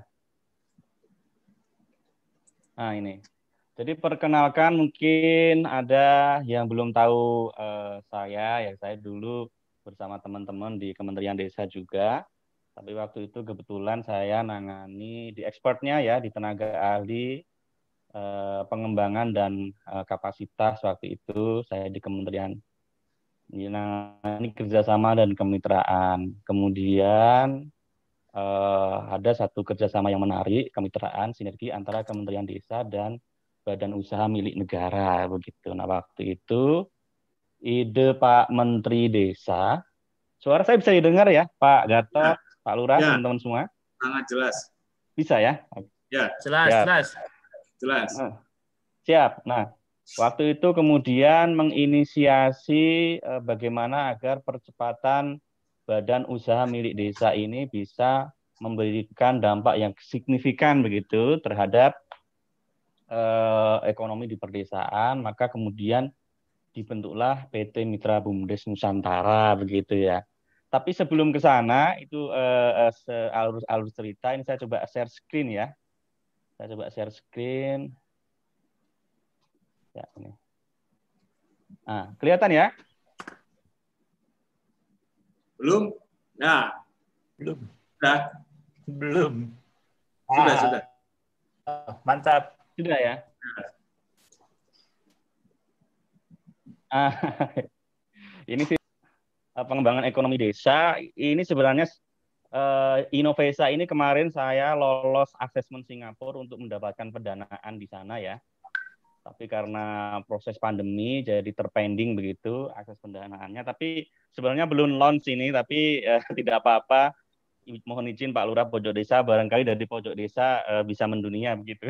Nah ini. Jadi perkenalkan mungkin ada yang belum tahu uh, saya, ya saya dulu bersama teman-teman di Kementerian Desa juga. Tapi waktu itu kebetulan saya nangani di ekspornya ya, di tenaga ahli, eh, pengembangan dan eh, kapasitas waktu itu saya di Kementerian. Nah, ini kerjasama dan kemitraan. Kemudian eh, ada satu kerjasama yang menarik, kemitraan, sinergi antara Kementerian Desa dan Badan Usaha Milik Negara begitu. Nah, waktu itu ide Pak Menteri Desa, suara saya bisa didengar ya, Pak Gatot, Ya, Pak Lurah, ya, teman-teman semua? sangat jelas. Bisa ya? Ya, Jelas, Siap. jelas. jelas. Nah, siap. Nah, waktu itu kemudian menginisiasi eh, bagaimana agar percepatan badan usaha milik desa ini bisa memberikan dampak yang signifikan begitu terhadap eh, ekonomi di perdesaan, maka kemudian dibentuklah P T Mitra BUMDes Nusantara begitu ya. Tapi sebelum ke sana itu eh, eh, alur-alur cerita ini saya coba share screen ya. Saya coba share screen. Ya, ini. Nah, kelihatan ya? Belum? Nah, Belum. sudah, Belum. sudah, Ah, sudah. Mantap. Sudah ya? Ah, ini sih eh, pengembangan ekonomi desa. Ini sebenarnya eh, Innovesa ini kemarin saya lolos asesmen Singapura untuk mendapatkan pendanaan di sana ya. Tapi karena proses pandemi jadi terpending begitu akses pendanaannya. Tapi sebenarnya belum launch ini, tapi eh, tidak apa-apa. Mohon izin Pak Lurah Pojok Desa, barangkali dari Pojok Desa eh, bisa mendunia begitu.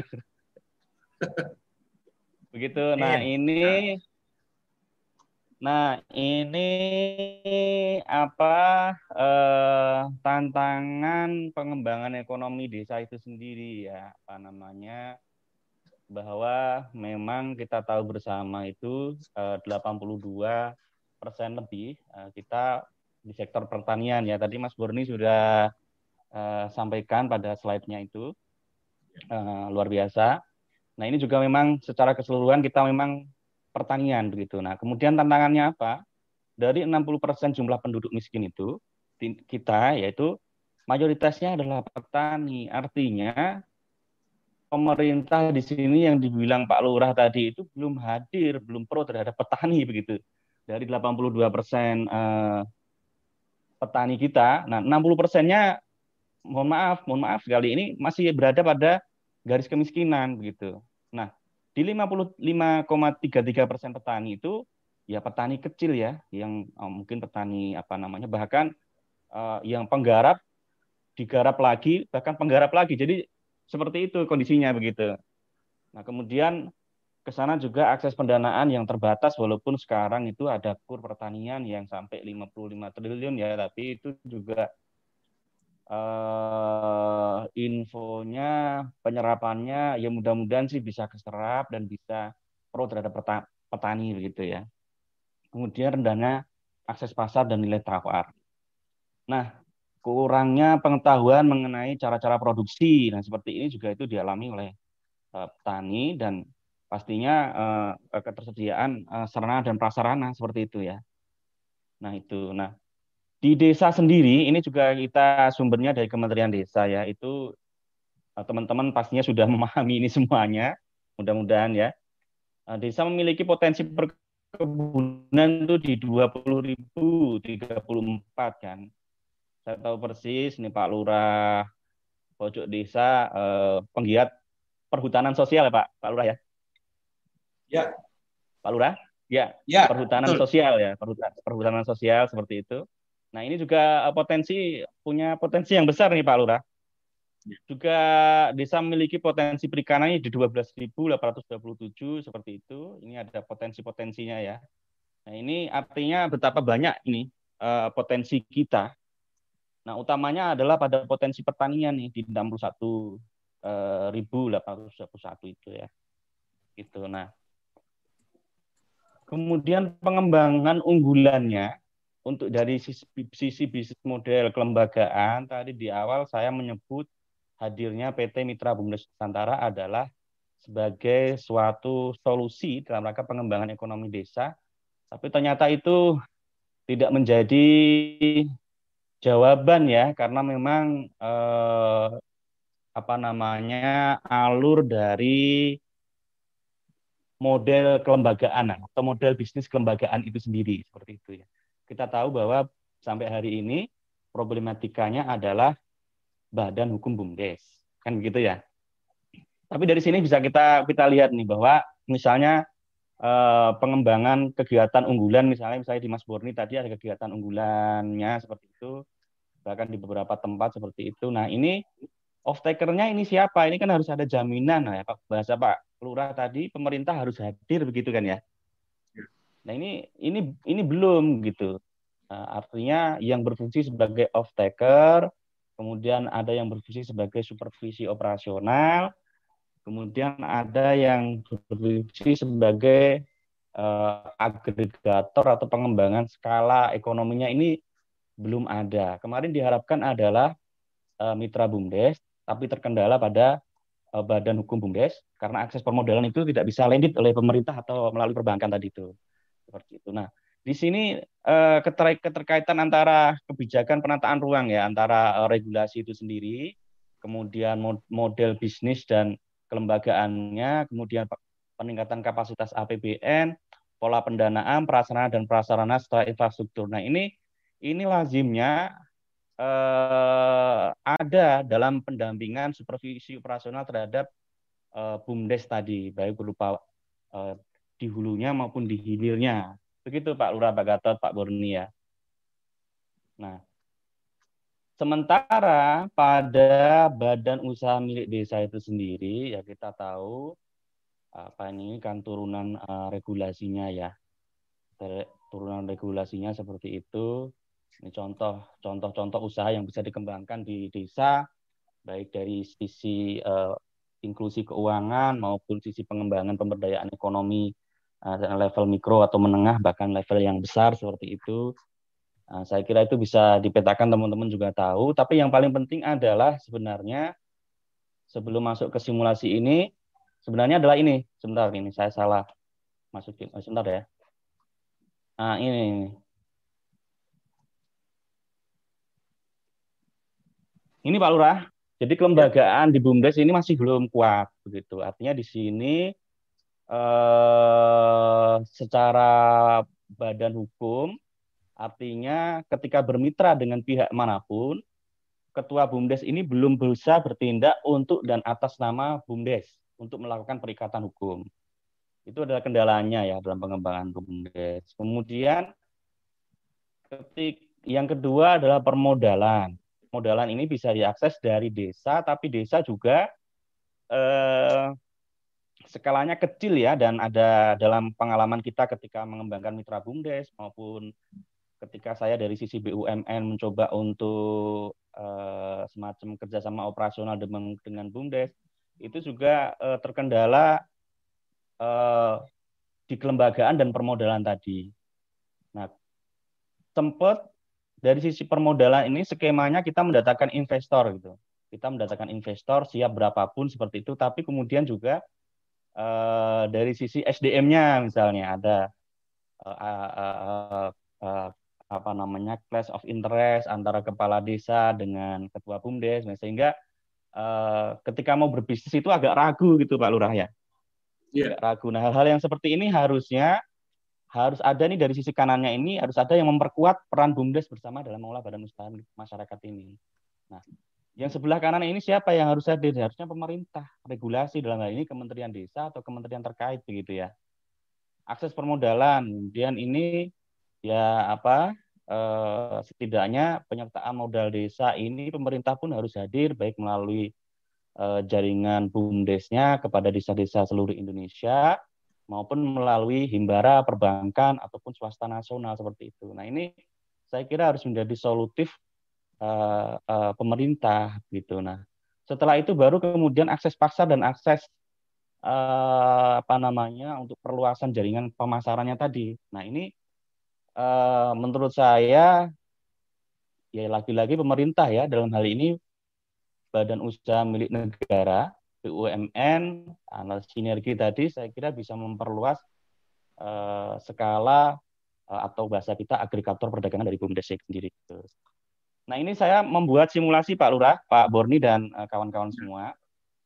Begitu. Nah ini, nah ini apa eh, tantangan pengembangan ekonomi desa itu sendiri ya, apa namanya? Bahwa memang kita tahu bersama itu eh, delapan puluh dua persen lebih eh, kita di sektor pertanian ya. Tadi Mas Borni sudah eh, sampaikan pada slide-nya itu eh, luar biasa. Nah ini juga memang secara keseluruhan kita memang pertanian begitu. Nah kemudian tantangannya apa? Dari enam puluh persen jumlah penduduk miskin itu kita yaitu mayoritasnya adalah petani. Artinya pemerintah di sini yang dibilang Pak Lurah tadi itu belum hadir, belum pro terhadap petani begitu. Dari delapan puluh dua persen eh, petani kita, nah enam puluh persennya mohon maaf, mohon maaf sekali ini masih berada pada garis kemiskinan begitu. Nah, di lima puluh lima koma tiga tiga persen petani itu ya petani kecil ya, yang eh, mungkin petani apa namanya bahkan eh, yang penggarap digarap lagi, bahkan penggarap lagi. Jadi seperti itu kondisinya begitu. Nah, kemudian ke sana juga akses pendanaan yang terbatas walaupun sekarang itu ada kur pertanian yang sampai lima puluh lima triliun ya, tapi itu juga eh, infonya, penyerapannya ya mudah-mudahan sih bisa keserap dan bisa pro terhadap petani begitu ya. Kemudian rendahnya akses pasar dan nilai tawar. Nah, kurangnya pengetahuan mengenai cara-cara produksi. Nah, seperti ini juga itu dialami oleh uh, petani dan pastinya uh, ketersediaan uh, sarana dan prasarana seperti itu ya. Nah, itu. Nah, di desa sendiri ini juga kita sumbernya dari Kementerian Desa ya. Itu uh, teman-teman pastinya sudah memahami ini semuanya. Mudah-mudahan ya. Uh, desa memiliki potensi perkebunan itu di dua puluh ribu tiga puluh empat kan. Saya tahu persis ini Pak Lurah Pojok Desa eh, penggiat perhutanan sosial ya Pak, Pak Lurah ya. Ya. Pak Lurah, ya. Ya. Perhutanan Betul. sosial ya, perhutanan, perhutanan sosial seperti itu. Nah ini juga potensi punya potensi yang besar nih Pak Lurah. Juga desa memiliki potensi perikanannya di dua belas ribu delapan ratus dua puluh tujuh seperti itu. Ini ada potensi-potensinya ya. Nah ini artinya betapa banyak ini uh, potensi kita. Nah, utamanya adalah pada potensi pertanian nih di enam puluh satu ribu delapan ratus dua puluh satu itu ya. Gitu. Nah, kemudian pengembangan unggulannya untuk dari sisi, sisi bisnis model kelembagaan tadi di awal saya menyebut hadirnya P T Mitra BUMDes Nusantara adalah sebagai suatu solusi dalam rangka pengembangan ekonomi desa. Tapi ternyata itu tidak menjadi jawaban ya, karena memang eh, apa namanya alur dari model kelembagaan atau model bisnis kelembagaan itu sendiri seperti itu ya. Kita tahu bahwa sampai hari ini problematikanya adalah badan hukum BUMDes, kan begitu ya. Tapi dari sini bisa kita kita lihat nih bahwa misalnya eh, pengembangan kegiatan unggulan misalnya misalnya di Mas Borni tadi ada kegiatan unggulannya seperti itu, bahkan di beberapa tempat seperti itu. Nah, ini off-taker-nya ini siapa? Ini kan harus ada jaminan. Nah, ya, Pak, bahasa Pak Lurah tadi, pemerintah harus hadir begitu kan ya. Nah, ini ini ini belum gitu. Nah, artinya yang berfungsi sebagai off-taker, kemudian ada yang berfungsi sebagai supervisi operasional, kemudian ada yang berfungsi sebagai uh, agregator atau pengembangan skala ekonominya ini belum ada. Kemarin diharapkan adalah uh, mitra BUMDes, tapi terkendala pada uh, badan hukum BUMDes karena akses permodalan itu tidak bisa landed oleh pemerintah atau melalui perbankan tadi itu. Seperti itu. Nah, di sini uh, keter keterkaitan antara kebijakan penataan ruang ya, antara uh, regulasi itu sendiri, kemudian mod model bisnis dan kelembagaannya, kemudian peningkatan kapasitas A P B N, pola pendanaan, prasarana dan prasarana serta infrastruktur. Nah, ini ini lazimnya eh, ada dalam pendampingan supervisi operasional terhadap eh, BUMDes tadi, baik berupa eh, di hulunya maupun di hilirnya. Begitu Pak Lurah, Pak Gatot, Pak Borni ya. Nah, sementara pada badan usaha milik desa itu sendiri, ya kita tahu apa ini kan turunan uh, regulasinya ya, turunan regulasinya seperti itu. Ini contoh, contoh-contoh usaha yang bisa dikembangkan di desa, baik dari sisi uh, inklusi keuangan maupun sisi pengembangan pemberdayaan ekonomi uh, level mikro atau menengah, bahkan level yang besar seperti itu. Nah, saya kira itu bisa dipetakan, teman-teman juga tahu. Tapi yang paling penting adalah sebenarnya sebelum masuk ke simulasi ini, sebenarnya adalah ini. Sebentar, ini saya salah masukin. Oh, sebentar ya. Nah, ini. Ini Pak Lurah. Jadi kelembagaan di BUMDes ini masih belum kuat begitu. Artinya di sini eh, secara badan hukum, artinya ketika bermitra dengan pihak manapun, Ketua BUMDes ini belum bisa bertindak untuk dan atas nama BUMDes untuk melakukan perikatan hukum. Itu adalah kendalanya ya dalam pengembangan BUMDes. Kemudian ketik, yang kedua adalah permodalan. Permodalan ini bisa diakses dari desa, tapi desa juga eh, skalanya kecil ya, dan ada dalam pengalaman kita ketika mengembangkan mitra BUMDes maupun ketika saya dari sisi B U M N mencoba untuk uh, semacam kerjasama operasional dengan, dengan BUMDes, itu juga uh, terkendala uh, di kelembagaan dan permodalan tadi. Nah, sempat dari sisi permodalan ini skemanya kita mendatangkan investor gitu. Kita mendatangkan investor siap berapapun seperti itu, tapi kemudian juga uh, dari sisi S D M-nya misalnya ada uh, uh, uh, uh, apa namanya clash of interest antara kepala desa dengan ketua BUMDes, nah, sehingga uh, ketika mau berbisnis itu agak ragu gitu Pak Lurah ya, yeah. Agak ragu. Nah, hal-hal yang seperti ini harusnya harus ada nih dari sisi kanannya ini, harus ada yang memperkuat peran BUMDes bersama dalam mengolah badan usaha masyarakat ini. Nah, yang sebelah kanan ini siapa yang harus hadir? Harusnya pemerintah, regulasi dalam hal ini Kementerian Desa atau kementerian terkait begitu ya. Akses permodalan, kemudian ini ya apa eh, setidaknya penyertaan modal desa ini pemerintah pun harus hadir baik melalui eh, jaringan BUMDesnya kepada desa-desa seluruh Indonesia maupun melalui himbara perbankan ataupun swasta nasional seperti itu. Nah, ini saya kira harus menjadi solutif eh, eh, pemerintah gitu. Nah, setelah itu baru kemudian akses pasar dan akses eh, apa namanya untuk perluasan jaringan pemasarannya tadi. Nah, ini Uh, menurut saya ya lagi-lagi pemerintah ya dalam hal ini badan usaha milik negara B U M N, analisis sinergi tadi saya kira bisa memperluas uh, skala atau bahasa kita agregator perdagangan dari BUMDes sendiri. Nah, ini saya membuat simulasi Pak Lurah, Pak Borni, dan kawan-kawan semua.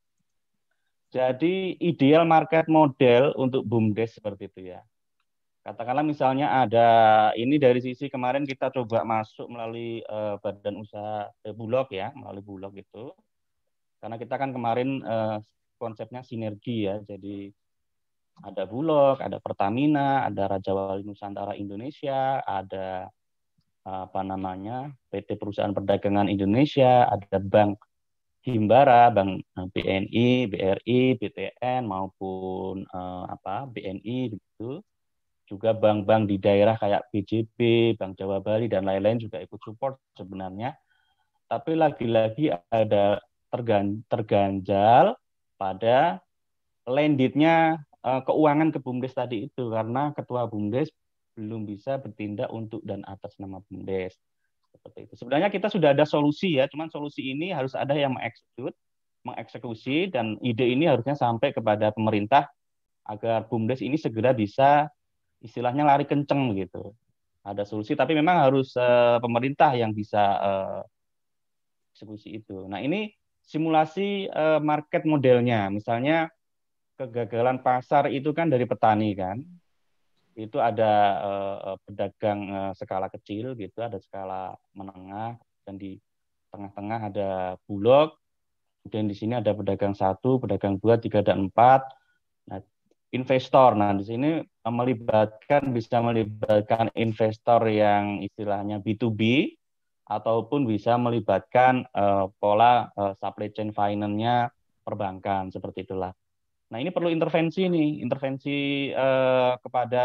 Jadi ideal market model untuk BUMDes seperti itu ya. Katakanlah misalnya ada, ini dari sisi kemarin kita coba masuk melalui uh, badan usaha eh, Bulog ya, melalui Bulog itu. Karena kita kan kemarin uh, konsepnya sinergi ya, jadi ada Bulog, ada Pertamina, ada Raja Wali Nusantara Indonesia, ada apa namanya P T Perusahaan Perdagangan Indonesia, ada Bank Himbara, Bank B N I, B R I, B T N maupun eh, apa B N I begitu. Juga bank-bank di daerah kayak B J B, Bank Jawa Bali dan lain-lain juga ikut support sebenarnya. Tapi lagi-lagi ada tergan, terganjal pada landednya uh, keuangan ke BUMDes tadi itu, karena ketua BUMDes belum bisa bertindak untuk dan atas nama BUMDes. Seperti itu. Sebenarnya kita sudah ada solusi ya, cuman solusi ini harus ada yang mengeksekut, mengeksekusi, dan ide ini harusnya sampai kepada pemerintah agar BUMDes ini segera bisa istilahnya lari kenceng gitu. Ada solusi, tapi memang harus uh, pemerintah yang bisa uh, eksekusi itu. Nah, ini simulasi uh, market modelnya, misalnya kegagalan pasar itu kan dari petani kan, itu ada uh, pedagang uh, skala kecil gitu, ada skala menengah, dan di tengah-tengah ada Bulog, kemudian di sini ada pedagang satu, pedagang dua, tiga dan empat, nah investor. Nah di sini uh, melibatkan bisa melibatkan investor yang istilahnya B to B ataupun bisa melibatkan uh, pola uh, supply chain finance-nya perbankan seperti itulah. Nah, ini perlu intervensi nih, intervensi eh, kepada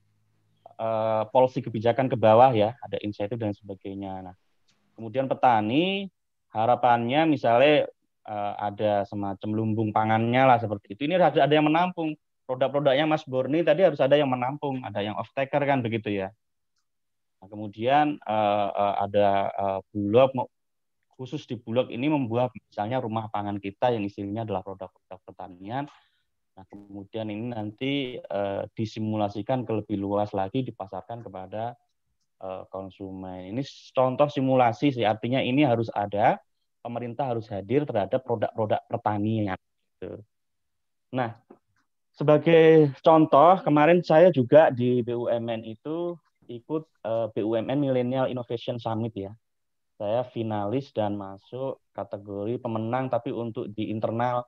eh, polisi kebijakan ke bawah ya, ada insentif dan sebagainya. Nah, kemudian petani harapannya misalnya eh, ada semacam lumbung pangannya lah seperti itu. Ini harus ada yang menampung produk-produknya Mas Borni tadi, harus ada yang menampung, ada yang off taker kan begitu ya. Nah, kemudian eh, eh, ada eh, Bulog, khusus di Bulog ini membuat misalnya rumah pangan kita yang isinya adalah produk-produk pertanian. Nah, kemudian ini nanti uh, disimulasikan ke lebih luas lagi, dipasarkan kepada uh, konsumen. Ini contoh simulasi sih, artinya ini harus ada, pemerintah harus hadir terhadap produk-produk pertanian. Gitu. Nah, sebagai contoh, kemarin saya juga di B U M N itu ikut uh, B U M N Millennial Innovation Summit ya. Saya finalis dan masuk kategori pemenang, tapi untuk di internal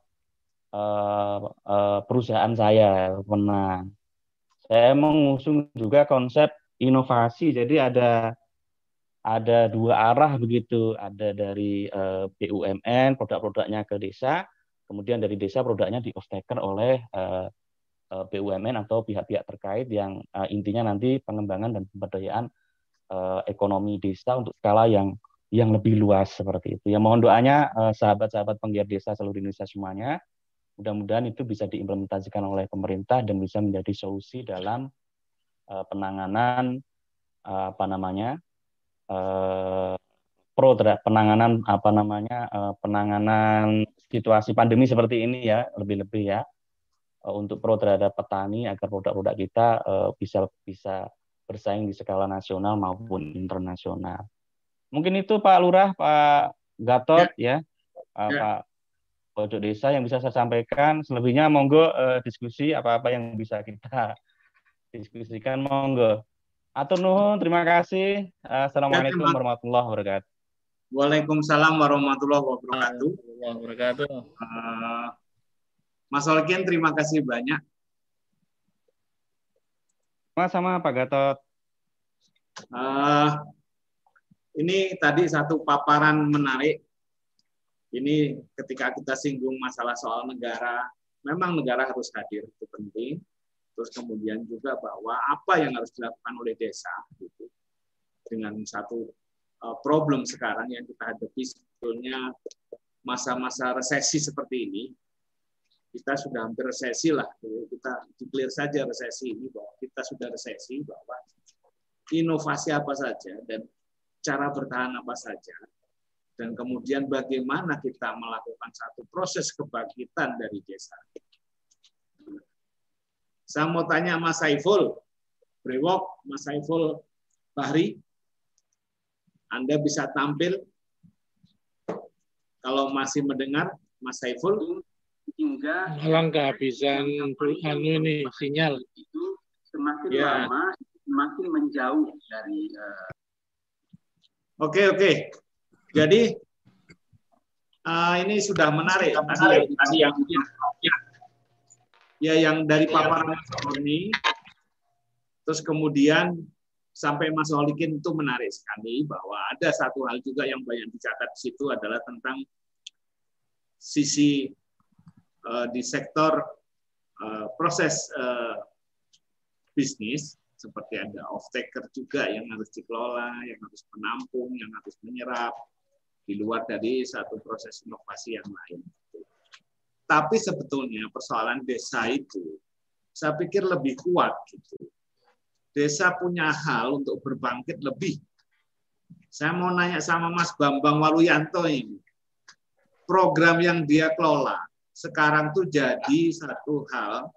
Uh, uh, perusahaan saya menang. Saya mengusung juga konsep inovasi. Jadi ada ada dua arah begitu. Ada dari uh, B U M N produk-produknya ke desa, kemudian dari desa produknya di off taker oleh uh, uh, B U M N atau pihak-pihak terkait yang uh, intinya nanti pengembangan dan pemberdayaan uh, ekonomi desa untuk skala yang yang lebih luas seperti itu. Ya mohon doanya uh, sahabat-sahabat penggiat desa seluruh Indonesia semuanya. Mudah-mudahan itu bisa diimplementasikan oleh pemerintah dan bisa menjadi solusi dalam uh, penanganan uh, apa namanya uh, pro terhadap penanganan apa namanya uh, penanganan situasi pandemi seperti ini ya, lebih-lebih ya uh, untuk pro terhadap petani agar produk-produk kita uh, bisa bisa bersaing di skala nasional maupun internasional. Mungkin itu Pak Lurah, Pak Gatot ya, ya. Uh, ya. Pak Pojok Desa yang bisa saya sampaikan. Selebihnya monggo eh, diskusi apa-apa yang bisa kita diskusikan, monggo. Atur nuhun, terima kasih. Assalamualaikum ya, warahmatullahi wabarakatuh. Waalaikumsalam warahmatullahi wabarakatuh. wabarakatuh. Uh, Mas Olkin, terima kasih banyak. Sama-sama Pak Gatot. Uh, ini tadi satu paparan menarik. Ini ketika kita singgung masalah soal negara, memang negara harus hadir, itu penting. Terus kemudian juga bahwa apa yang harus dilakukan oleh desa, gitu, dengan satu uh, problem sekarang yang kita hadapi sebetulnya masa-masa resesi seperti ini, kita sudah hampir resesi lah, kita declare saja resesi ini bahwa kita sudah resesi, bahwa inovasi apa saja dan cara bertahan apa saja. Dan kemudian bagaimana kita melakukan satu proses kebangkitan dari desa. Saya mau tanya Mas Saiful, Brewok, Mas Saiful Bahri, Anda bisa tampil kalau masih mendengar, Mas Saiful. Hingga malah kehabisan anu ini sinyal. itu semakin Ya. lama semakin menjauh dari uh... Oke, oke. Jadi uh, ini sudah menarik. Tadi yang, tadi yang ya, ya yang dari paparan Mas Borni, terus kemudian sampai Mas Holikin itu menarik sekali bahwa ada satu hal juga yang banyak dicatat di situ adalah tentang sisi uh, di sektor uh, proses uh, bisnis, seperti ada off-taker juga yang harus dikelola, yang harus menampung, yang harus menyerap, di luar dari satu proses inovasi yang lain. Tapi sebetulnya persoalan desa itu, saya pikir lebih kuat. Gitu. Desa punya hal untuk berbangkit lebih. Saya mau nanya sama Mas Bambang Waluyanto ini, program yang dia kelola, sekarang tuh jadi satu hal,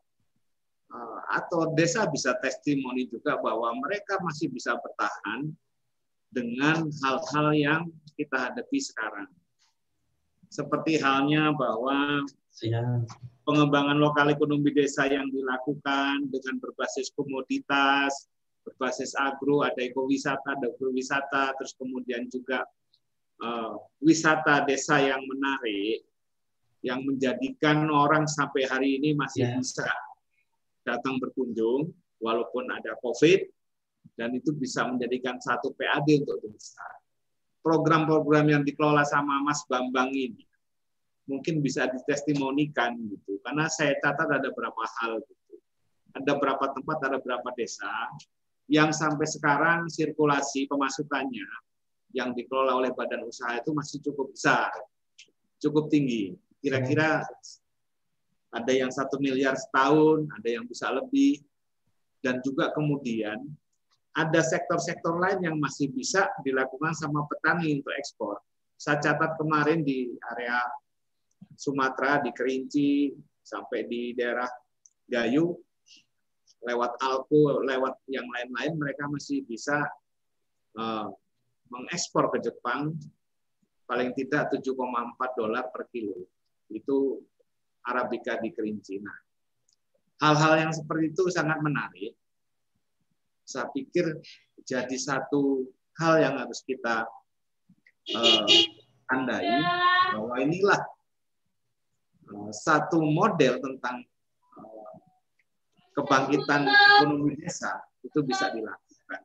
atau desa bisa testimoni juga bahwa mereka masih bisa bertahan dengan hal-hal yang kita hadapi sekarang. Seperti halnya bahwa pengembangan lokal ekonomi desa yang dilakukan dengan berbasis komoditas, berbasis agro, ada ekowisata, ada agrowisata, terus kemudian juga uh, wisata desa yang menarik, yang menjadikan orang sampai hari ini masih yeah. bisa datang berkunjung, walaupun ada COVID, dan itu bisa menjadikan satu P A D untuk desa. Program-program yang dikelola sama Mas Bambang ini mungkin bisa ditestimonikan gitu, karena saya catat ada beberapa hal gitu. Ada berapa tempat, ada berapa desa yang sampai sekarang sirkulasi pemasukannya yang dikelola oleh badan usaha itu masih cukup besar, cukup tinggi. Kira-kira ada yang satu miliar setahun, ada yang bisa lebih, dan juga kemudian ada sektor-sektor lain yang masih bisa dilakukan sama petani untuk ekspor. Saya catat kemarin di area Sumatera, di Kerinci, sampai di daerah Gayo, lewat Alko, lewat yang lain-lain, mereka masih bisa uh, mengekspor ke Jepang paling tidak tujuh koma empat dolar per kilo. Itu Arabica di Kerinci. Nah, hal-hal yang seperti itu sangat menarik. Saya pikir jadi satu hal yang harus kita uh, tandai bahwa inilah uh, satu model tentang uh, kebangkitan ekonomi desa itu bisa dilakukan.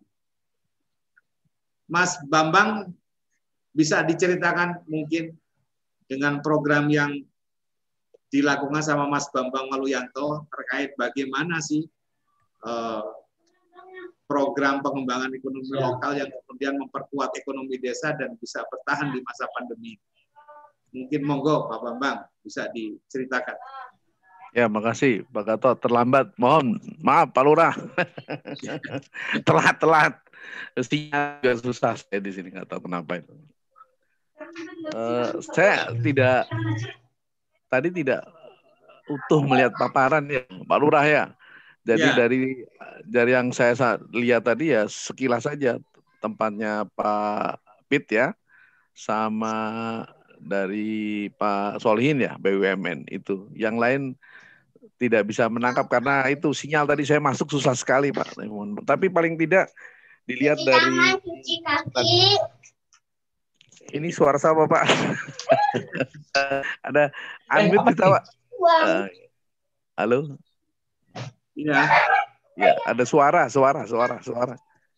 Mas Bambang bisa diceritakan mungkin dengan program yang dilakukan sama Mas Bambang Waluyanto terkait bagaimana sih uh, program pengembangan ekonomi ya. lokal yang kemudian memperkuat ekonomi desa dan bisa bertahan di masa pandemi. Mungkin monggo Pak Bambang bisa diceritakan. Ya, makasih Pak Gatot. Terlambat, mohon maaf Pak Lurah. Telat-telat. Sinyal juga susah saya di sini, nggak tahu kenapa itu. Uh, saya tidak tadi tidak utuh melihat paparan ya Pak Lurah ya. Jadi ya. dari dari yang saya lihat tadi ya sekilas saja tempatnya Pak Pit ya, sama dari Pak Solihin ya B U M N itu. Yang lain tidak bisa menangkap karena itu sinyal tadi saya masuk susah sekali Pak. Tapi paling tidak dilihat cuci dari tangan, cuci kaki. Ini suara siapa Pak? Ada unmute kita Pak. Uh, halo. Iya. Ya, ada suara, suara, suara, suara.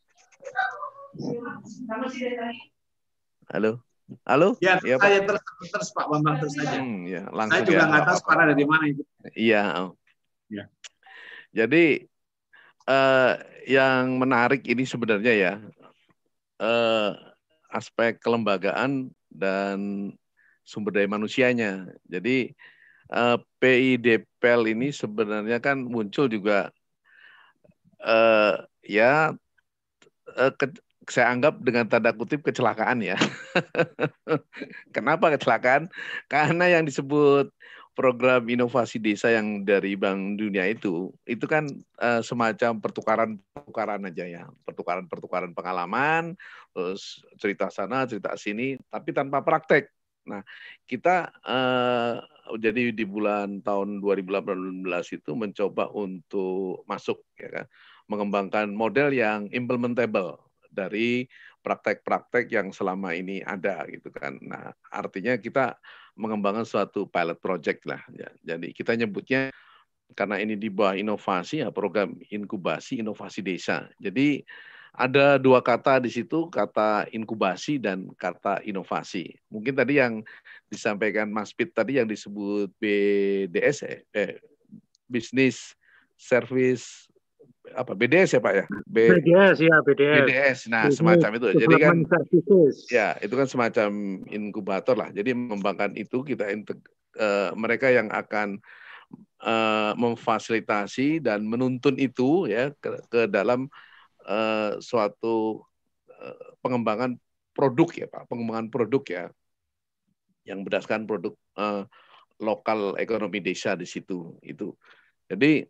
Halo. Halo? Ya, ya saya terus, terus Pak Bambang terus saja. Hmm, ya, langsung saya juga ya, nggak tahu suara dari mana itu. Iya. Ya. Jadi eh, yang menarik ini sebenarnya ya eh, aspek kelembagaan dan sumber daya manusianya. Jadi eh, P I D P E L ini sebenarnya kan muncul juga eh, ya eh, ke, saya anggap dengan tanda kutip kecelakaan ya. Kenapa kecelakaan? Karena yang disebut program inovasi desa yang dari Bank Dunia itu, itu kan uh, semacam pertukaran-pertukaran aja ya, pertukaran-pertukaran pengalaman, terus cerita sana, cerita sini, tapi tanpa praktek. Nah, kita uh, jadi di bulan tahun dua ribu delapan belas itu mencoba untuk masuk, ya kan, mengembangkan model yang implementable dari praktek-praktek yang selama ini ada gitu kan. Nah, artinya kita mengembangkan suatu pilot project lah. Ya. Jadi kita nyebutnya karena ini di bawah inovasi ya program inkubasi inovasi desa. Jadi ada dua kata di situ, kata inkubasi dan kata inovasi. Mungkin tadi yang disampaikan Mas Pit tadi yang disebut B D S eh, eh Business Service apa B D S ya Pak ya? B D S ya B D S. B D S. Nah, semacam itu. Jadi kan ya, itu kan semacam inkubator lah. Jadi mengembangkan itu kita uh, mereka yang akan uh, memfasilitasi dan menuntun itu ya ke, ke dalam uh, suatu uh, pengembangan produk ya Pak, pengembangan produk ya yang berdasarkan produk uh, lokal ekonomi desa di situ itu. Jadi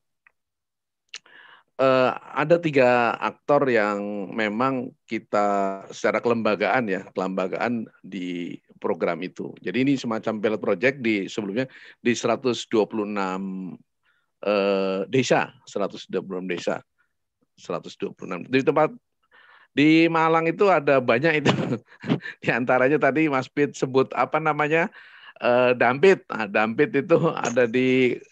Uh, ada tiga aktor yang memang kita secara kelembagaan ya, kelembagaan di program itu. Jadi ini semacam pilot project di sebelumnya di seratus dua puluh enam uh, desa, seratus dua puluh enam desa, seratus dua puluh enam. Di tempat di Malang itu ada banyak itu. Di antaranya tadi Mas Pit sebut apa namanya uh, Dampit. Nah, Dampit itu ada di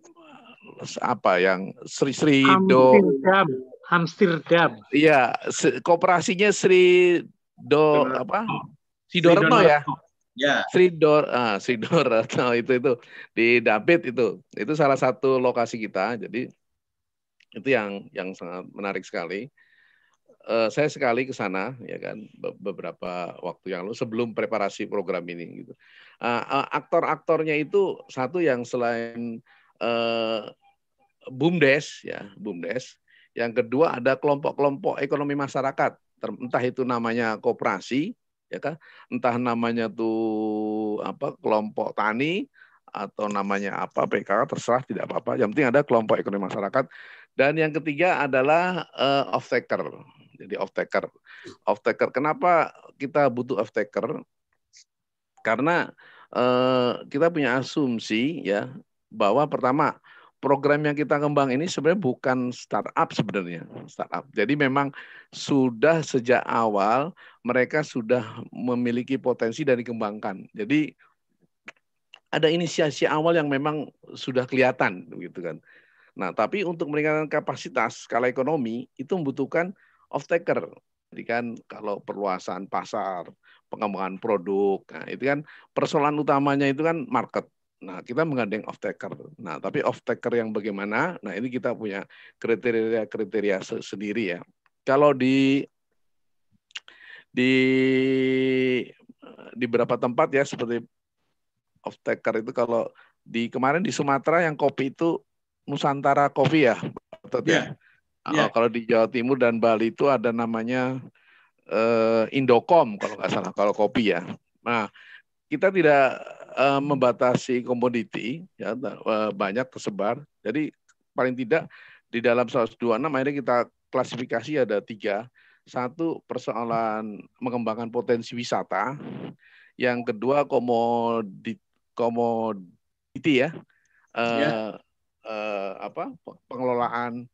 apa yang Sri Sri Do Amsterdam, Amsterdam. Iya, kooperasinya Sri Do apa? Sidorno ya. Ya. Sri Dor ah Sri Dorno itu itu di Dampit itu. Itu salah satu lokasi kita. Jadi itu yang yang sangat menarik sekali. Uh, saya sekali ke sana ya kan beberapa waktu yang lalu sebelum preparasi program ini gitu. Uh, uh, aktor-aktornya itu satu yang selain uh, BUMDes ya, BUMDes. Yang kedua ada kelompok-kelompok ekonomi masyarakat, entah itu namanya koperasi, ya kan, entah namanya tuh apa kelompok tani atau namanya apa P K K terserah tidak apa-apa. Yang penting ada kelompok ekonomi masyarakat. Dan yang ketiga adalah uh, off-taker. Jadi off-taker. Off-taker. Kenapa kita butuh off-taker? Karena uh, kita punya asumsi ya bahwa pertama program yang kita kembang ini sebenarnya bukan startup sebenarnya, startup. Jadi memang sudah sejak awal mereka sudah memiliki potensi dan dikembangkan. Jadi ada inisiasi awal yang memang sudah kelihatan, gitu kan. Nah, tapi untuk meningkatkan kapasitas skala ekonomi itu membutuhkan off-taker. Jadi kan kalau perluasan pasar, pengembangan produk, nah itu kan persoalan utamanya itu kan market. Nah, kita menggandeng off-taker. Nah, tapi off-taker yang bagaimana? Nah, ini kita punya kriteria-kriteria sendiri ya. Kalau di di di beberapa tempat ya seperti off-taker itu kalau di kemarin di Sumatera yang kopi itu Nusantara Kopi ya. Yeah. Yeah. Kalau di Jawa Timur dan Bali itu ada namanya uh, Indocom kalau nggak salah kalau kopi ya. Nah, kita tidak uh, membatasi komoditi, ya, uh, banyak tersebar. Jadi paling tidak di dalam seratus dua puluh enam akhirnya kita klasifikasi ada tiga. Satu persoalan mengembangkan potensi wisata. Yang kedua komoditi, komoditi ya, uh, ya. Uh, apa pengelolaan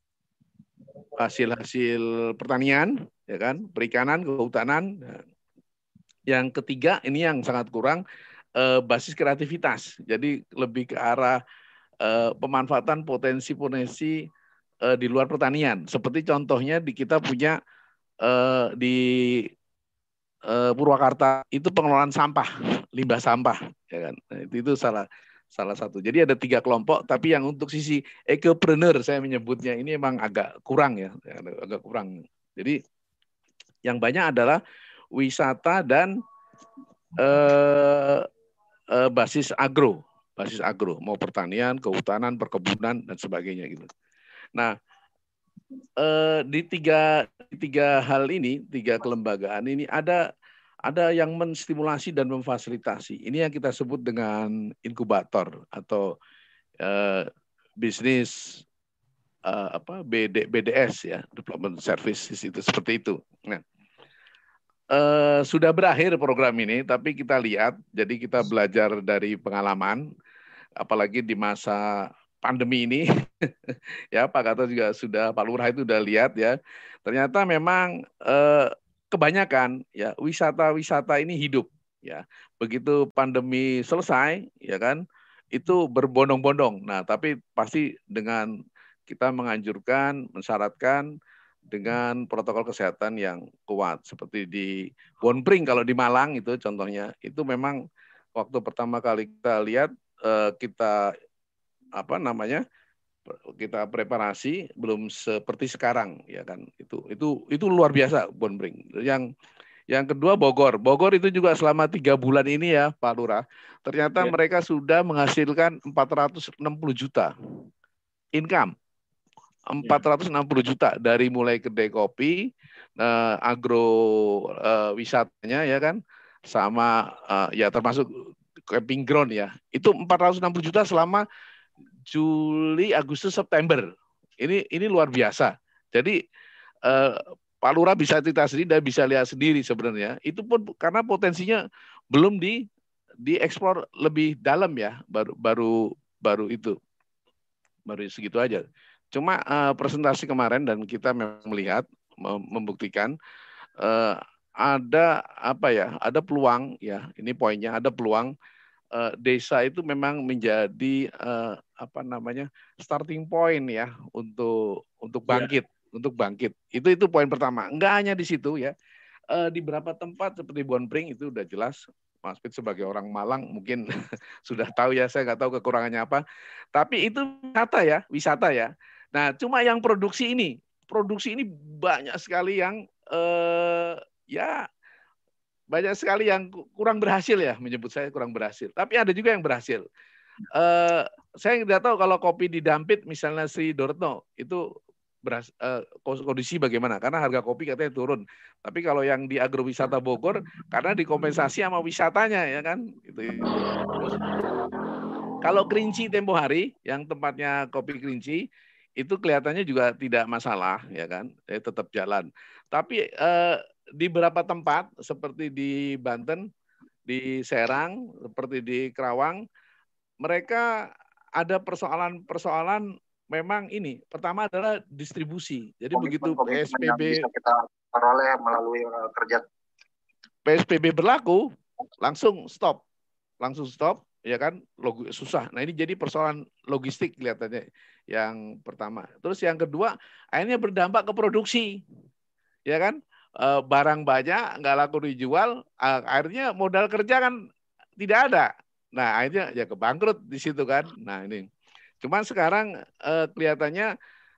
hasil-hasil pertanian, ya kan, perikanan, kehutanan. Yang ketiga ini yang sangat kurang eh, basis kreativitas. Jadi lebih ke arah eh, pemanfaatan potensi-potensi eh, di luar pertanian. Seperti contohnya di kita punya eh, di eh, Purwakarta itu pengelolaan sampah, limbah sampah, ya kan. Nah, itu itu salah salah satu. Jadi ada tiga kelompok, tapi yang untuk sisi ekopreneur saya menyebutnya ini emang agak kurang ya, agak kurang. Jadi yang banyak adalah wisata dan eh, eh, basis agro, basis agro, mau pertanian, kehutanan, perkebunan dan sebagainya gitu. Nah, eh, di tiga di tiga hal ini, tiga kelembagaan ini ada ada yang menstimulasi dan memfasilitasi. Ini yang kita sebut dengan inkubator atau uh, bisnis uh, apa B D, B D S ya, development services itu seperti itu. Nah, uh, sudah berakhir program ini, tapi kita lihat, jadi kita belajar dari pengalaman, apalagi di masa pandemi ini, ya Pak Gatot juga sudah, Pak Lurah itu sudah lihat ya, ternyata memang uh, kebanyakan ya wisata-wisata ini hidup ya. Begitu pandemi selesai ya kan, itu berbondong-bondong. Nah, tapi pasti dengan kita menganjurkan, mensyaratkan dengan protokol kesehatan yang kuat seperti di Bonpring kalau di Malang itu contohnya, itu memang waktu pertama kali kita lihat eh, kita apa namanya? kita preparasi belum seperti sekarang ya kan, itu itu itu luar biasa Bonpring. Yang yang kedua Bogor, Bogor itu juga selama tiga bulan ini ya Pak Lurah, ternyata ya. Mereka sudah menghasilkan empat ratus enam puluh juta income, empat ratus enam puluh juta dari mulai kedai kopi, eh, agro eh, wisatanya ya kan, sama eh, ya termasuk camping ground ya, itu empat ratus enam puluh juta selama Juli, Agustus, September. Ini ini luar biasa. Jadi eh, Pak Lurah bisa cerita sendiri dan bisa lihat sendiri sebenarnya. Itu pun karena potensinya belum di dieksplor lebih dalam ya, baru baru baru itu. Baru segitu aja. Cuma eh, presentasi kemarin dan kita melihat membuktikan eh, ada apa ya? Ada peluang ya. Ini poinnya, ada peluang Uh, desa itu memang menjadi uh, apa namanya starting point ya untuk untuk bangkit, yeah. untuk bangkit. Itu itu poin pertama. Enggak hanya di situ ya. Uh, di beberapa tempat seperti Bonpring itu udah jelas. Mas Pit sebagai orang Malang mungkin sudah tahu ya. Saya nggak tahu kekurangannya apa. Tapi itu wisata ya, wisata ya. Nah, cuma yang produksi ini, produksi ini banyak sekali yang uh, ya. Banyak sekali yang kurang berhasil ya, menyebut saya kurang berhasil. Tapi ada juga yang berhasil. Uh, saya tidak tahu kalau kopi di Dampit, misalnya Sri Dortno, itu beras, uh, kondisi bagaimana? Karena harga kopi katanya turun. Tapi kalau yang di agrowisata Bogor, karena dikompensasi sama wisatanya, ya kan? Itu. Terus, kalau Kerinci tempo hari, yang tempatnya kopi Kerinci, itu kelihatannya juga tidak masalah, ya kan? Eh, tetap jalan. Tapi uh, di beberapa tempat seperti di Banten, di Serang, seperti di Kerawang, mereka ada persoalan-persoalan memang ini. Pertama adalah distribusi. Jadi komitmen, begitu P S B B bisa kita peroleh melalui kerja P S B B berlaku, langsung stop. Langsung stop, ya kan? Log, susah. Nah, ini jadi persoalan logistik kelihatannya yang pertama. Terus yang kedua, akhirnya berdampak ke produksi. Ya kan? Barang banyak, nggak laku dijual, akhirnya modal kerja kan tidak ada. Nah, akhirnya ya kebangkrut di situ kan. Nah, ini. Cuman sekarang eh, kelihatannya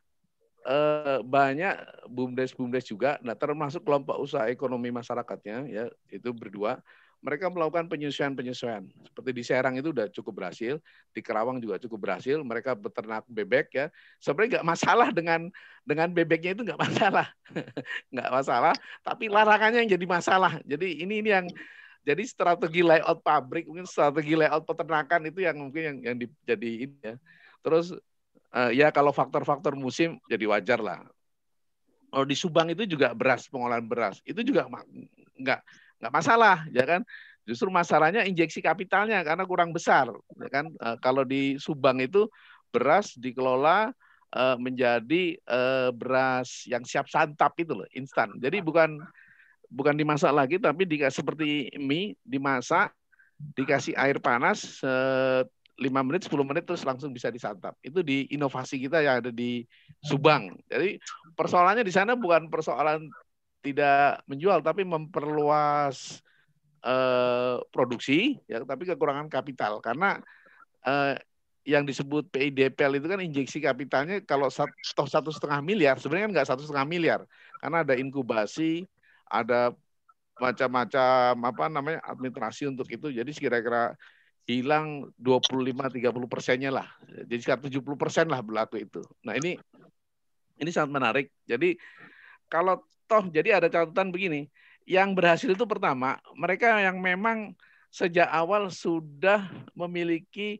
eh, banyak bumdes-bumdes juga, nah termasuk kelompok usaha ekonomi masyarakatnya, ya itu berdua, mereka melakukan penyesuaian-penyesuaian. Seperti di Serang itu udah cukup berhasil, di Kerawang juga cukup berhasil, mereka beternak bebek ya. Sebenarnya nggak masalah dengan dengan bebeknya itu nggak masalah, nggak masalah. Tapi larangannya yang jadi masalah. Jadi ini ini yang jadi strategi layout pabrik, mungkin strategi layout peternakan itu yang mungkin yang yang di, jadi ini ya. Terus uh, ya kalau faktor-faktor musim jadi wajar lah. Kalau di Subang itu juga beras, pengolahan beras itu juga nggak nggak masalah, ya kan? Justru masalahnya injeksi kapitalnya karena kurang besar, ya kan? E, kalau di Subang itu beras dikelola e, menjadi e, beras yang siap santap itu loh, instan. Jadi bukan bukan dimasak lagi, tapi di, seperti mie dimasak, dikasih air panas e, lima menit, sepuluh menit terus langsung bisa disantap. Itu di inovasi kita yang ada di Subang. Jadi persoalannya di sana bukan persoalan tidak menjual, tapi memperluas eh, produksi, ya, tapi kekurangan kapital. Karena eh, yang disebut P I D P L itu kan injeksi kapitalnya kalau satu satu setengah miliar, sebenarnya kan nggak satu setengah miliar, karena ada inkubasi, ada macam-macam apa namanya administrasi untuk itu. Jadi kira-kira hilang dua puluh lima sampai tiga puluh persennya lah. Jadi sekitar tujuh puluh persen lah berlaku itu. Nah ini ini sangat menarik. Jadi kalau toh jadi ada catatan begini, yang berhasil itu pertama, mereka yang memang sejak awal sudah memiliki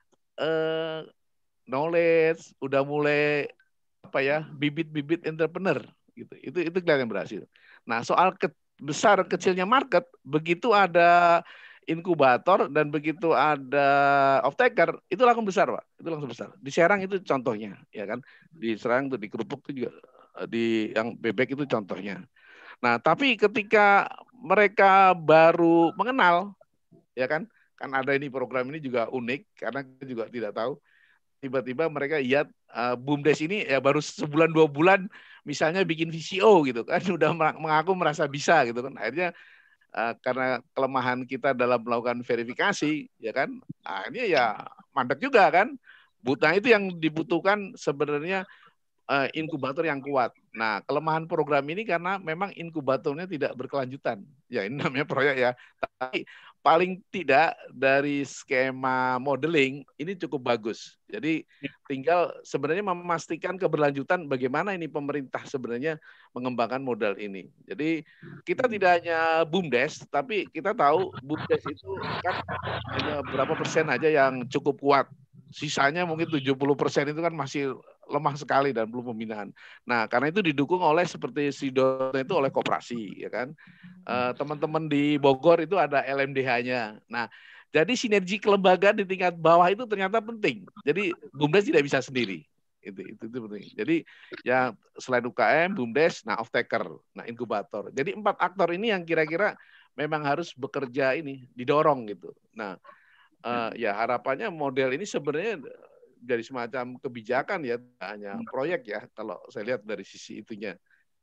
eh, knowledge, udah mulai apa ya, bibit-bibit entrepreneur gitu. Itu itu kelihatan berhasil. Nah, soal ke, besar kecilnya market, begitu ada inkubator dan begitu ada off taker, itu langsung besar, Pak. Itu langsung besar. Di Serang itu contohnya, ya kan? Di Serang tuh di Kerupuk itu juga, di yang bebek itu contohnya. Nah, tapi ketika mereka baru mengenal, ya kan? Kan ada ini program ini juga unik karena kita juga tidak tahu. Tiba-tiba mereka lihat uh, BUMDes ini ya baru sebulan dua bulan misalnya bikin V C O gitu kan, udah mengaku merasa bisa gitu kan. Akhirnya uh, karena kelemahan kita dalam melakukan verifikasi, ya kan, akhirnya ya mandek juga kan. Buta itu yang dibutuhkan sebenarnya uh, inkubator yang kuat. Nah, kelemahan program ini karena memang inkubatornya tidak berkelanjutan. Ya ini namanya proyek ya. Tapi paling tidak dari skema modeling ini cukup bagus. Jadi tinggal sebenarnya memastikan keberlanjutan bagaimana ini pemerintah sebenarnya mengembangkan modal ini. Jadi kita tidak hanya BUMDes, tapi kita tahu BUMDes itu kan hanya berapa persen aja yang cukup kuat. Sisanya mungkin tujuh puluh persen itu kan masih lemah sekali dan belum pembinaan. Nah, karena itu didukung oleh seperti Sido itu oleh koperasi, ya kan. Uh, teman-teman di Bogor itu ada L M D H-nya. Nah, jadi sinergi kelembagaan di tingkat bawah itu ternyata penting. Jadi BUMDes tidak bisa sendiri. Itu itu, itu penting. Jadi ya selain U K M, BUMDes, nah off taker, nah inkubator. Jadi empat aktor ini yang kira-kira memang harus bekerja ini didorong gitu. Nah, uh, ya harapannya model ini sebenarnya dari semacam kebijakan ya, hanya proyek ya kalau saya lihat dari sisi itunya.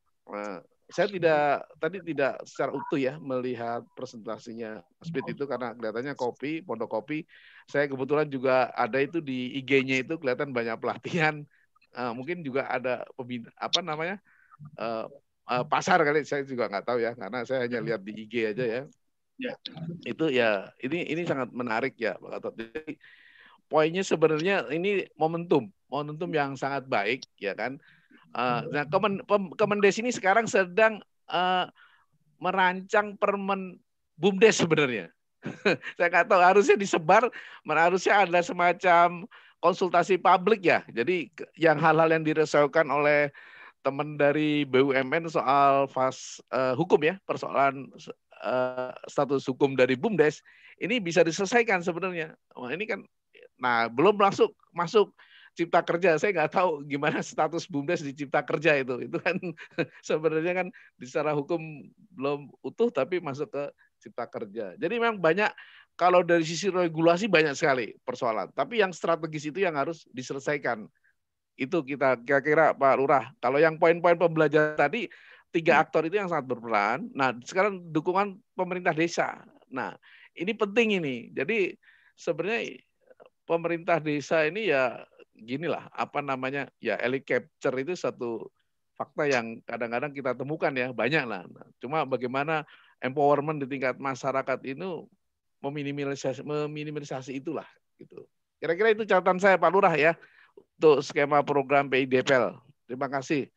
Uh, saya tidak tadi tidak secara utuh ya melihat presentasinya Speed itu karena kelihatannya kopi, pondok kopi. Saya kebetulan juga ada itu di I G-nya itu kelihatan banyak pelatihan. Uh, mungkin juga ada pembina, apa namanya uh, uh, pasar kali, saya juga nggak tahu ya karena saya hanya lihat di I G aja ya. Ya. Itu ya ini ini sangat menarik ya Pak Gatot. Jadi poinnya sebenarnya ini momentum, momentum yang sangat baik, ya kan. Uh, nah, Kemen, Kemendes ini sekarang sedang uh, merancang permen BUMDes sebenarnya. Saya nggak tahu, harusnya disebar, harusnya ada semacam konsultasi publik ya. Jadi yang hal-hal yang diresaukan oleh teman dari B U M N soal fas, uh, hukum ya, persoalan uh, status hukum dari BUMDes ini bisa diselesaikan sebenarnya. Wah, ini kan. Nah, belum masuk masuk cipta kerja. Saya nggak tahu gimana status BUMDes di cipta kerja itu. Itu kan sebenarnya kan secara hukum belum utuh tapi masuk ke cipta kerja. Jadi memang banyak, kalau dari sisi regulasi banyak sekali persoalan. Tapi yang strategis itu yang harus diselesaikan. Itu kita kira-kira Pak Lurah. Kalau yang poin-poin pembelajaran tadi, tiga aktor itu yang sangat berperan. Nah, sekarang dukungan pemerintah desa. Nah, ini penting ini. Jadi sebenarnya pemerintah desa ini ya ginilah, apa namanya, ya early capture itu satu fakta yang kadang-kadang kita temukan ya, banyak lah. Nah, cuma bagaimana empowerment di tingkat masyarakat itu meminimalisasi, meminimalisasi itulah gitu. Kira-kira itu catatan saya Pak Lurah ya untuk skema program P I D P L. Terima kasih.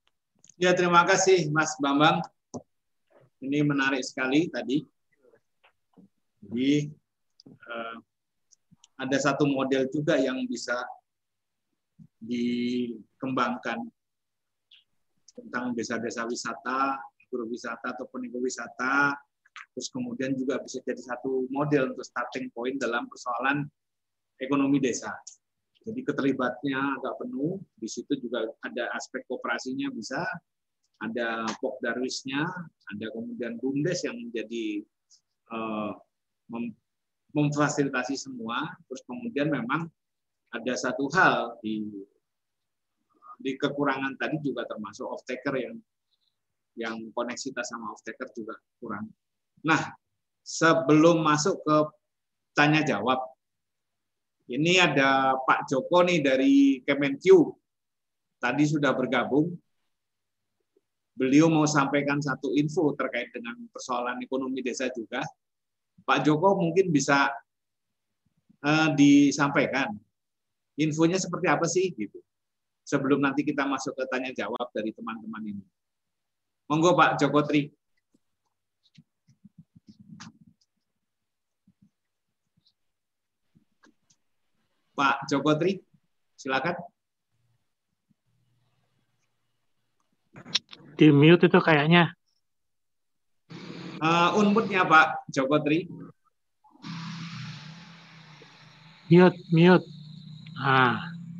Ya, terima kasih Mas Bambang. Ini menarik sekali tadi. Jadi eh, ada satu model juga yang bisa dikembangkan tentang desa-desa wisata, agrowisata ataupun ekowisata, terus kemudian juga bisa jadi satu model untuk starting point dalam persoalan ekonomi desa. Jadi keterlibatnya agak penuh, di situ juga ada aspek kooperasinya bisa, ada Pokdarwisnya, ada kemudian BUMDes yang menjadi uh, mem memfasilitasi semua, terus kemudian memang ada satu hal di di kekurangan tadi juga termasuk off taker yang yang koneksitas sama off taker juga kurang. Nah, sebelum masuk ke tanya jawab, ini ada Pak Joko nih dari Kemenkyu, tadi sudah bergabung. Beliau mau sampaikan satu info terkait dengan persoalan ekonomi desa juga. Pak Joko mungkin bisa uh, disampaikan infonya seperti apa sih gitu. Sebelum nanti kita masuk ke tanya jawab dari teman-teman ini. Monggo Pak Joko Tri. Pak Joko Tri, silakan. Di mute itu kayaknya. Uh, unmute-nya Pak Joko Tri. Mute, mute. Ah.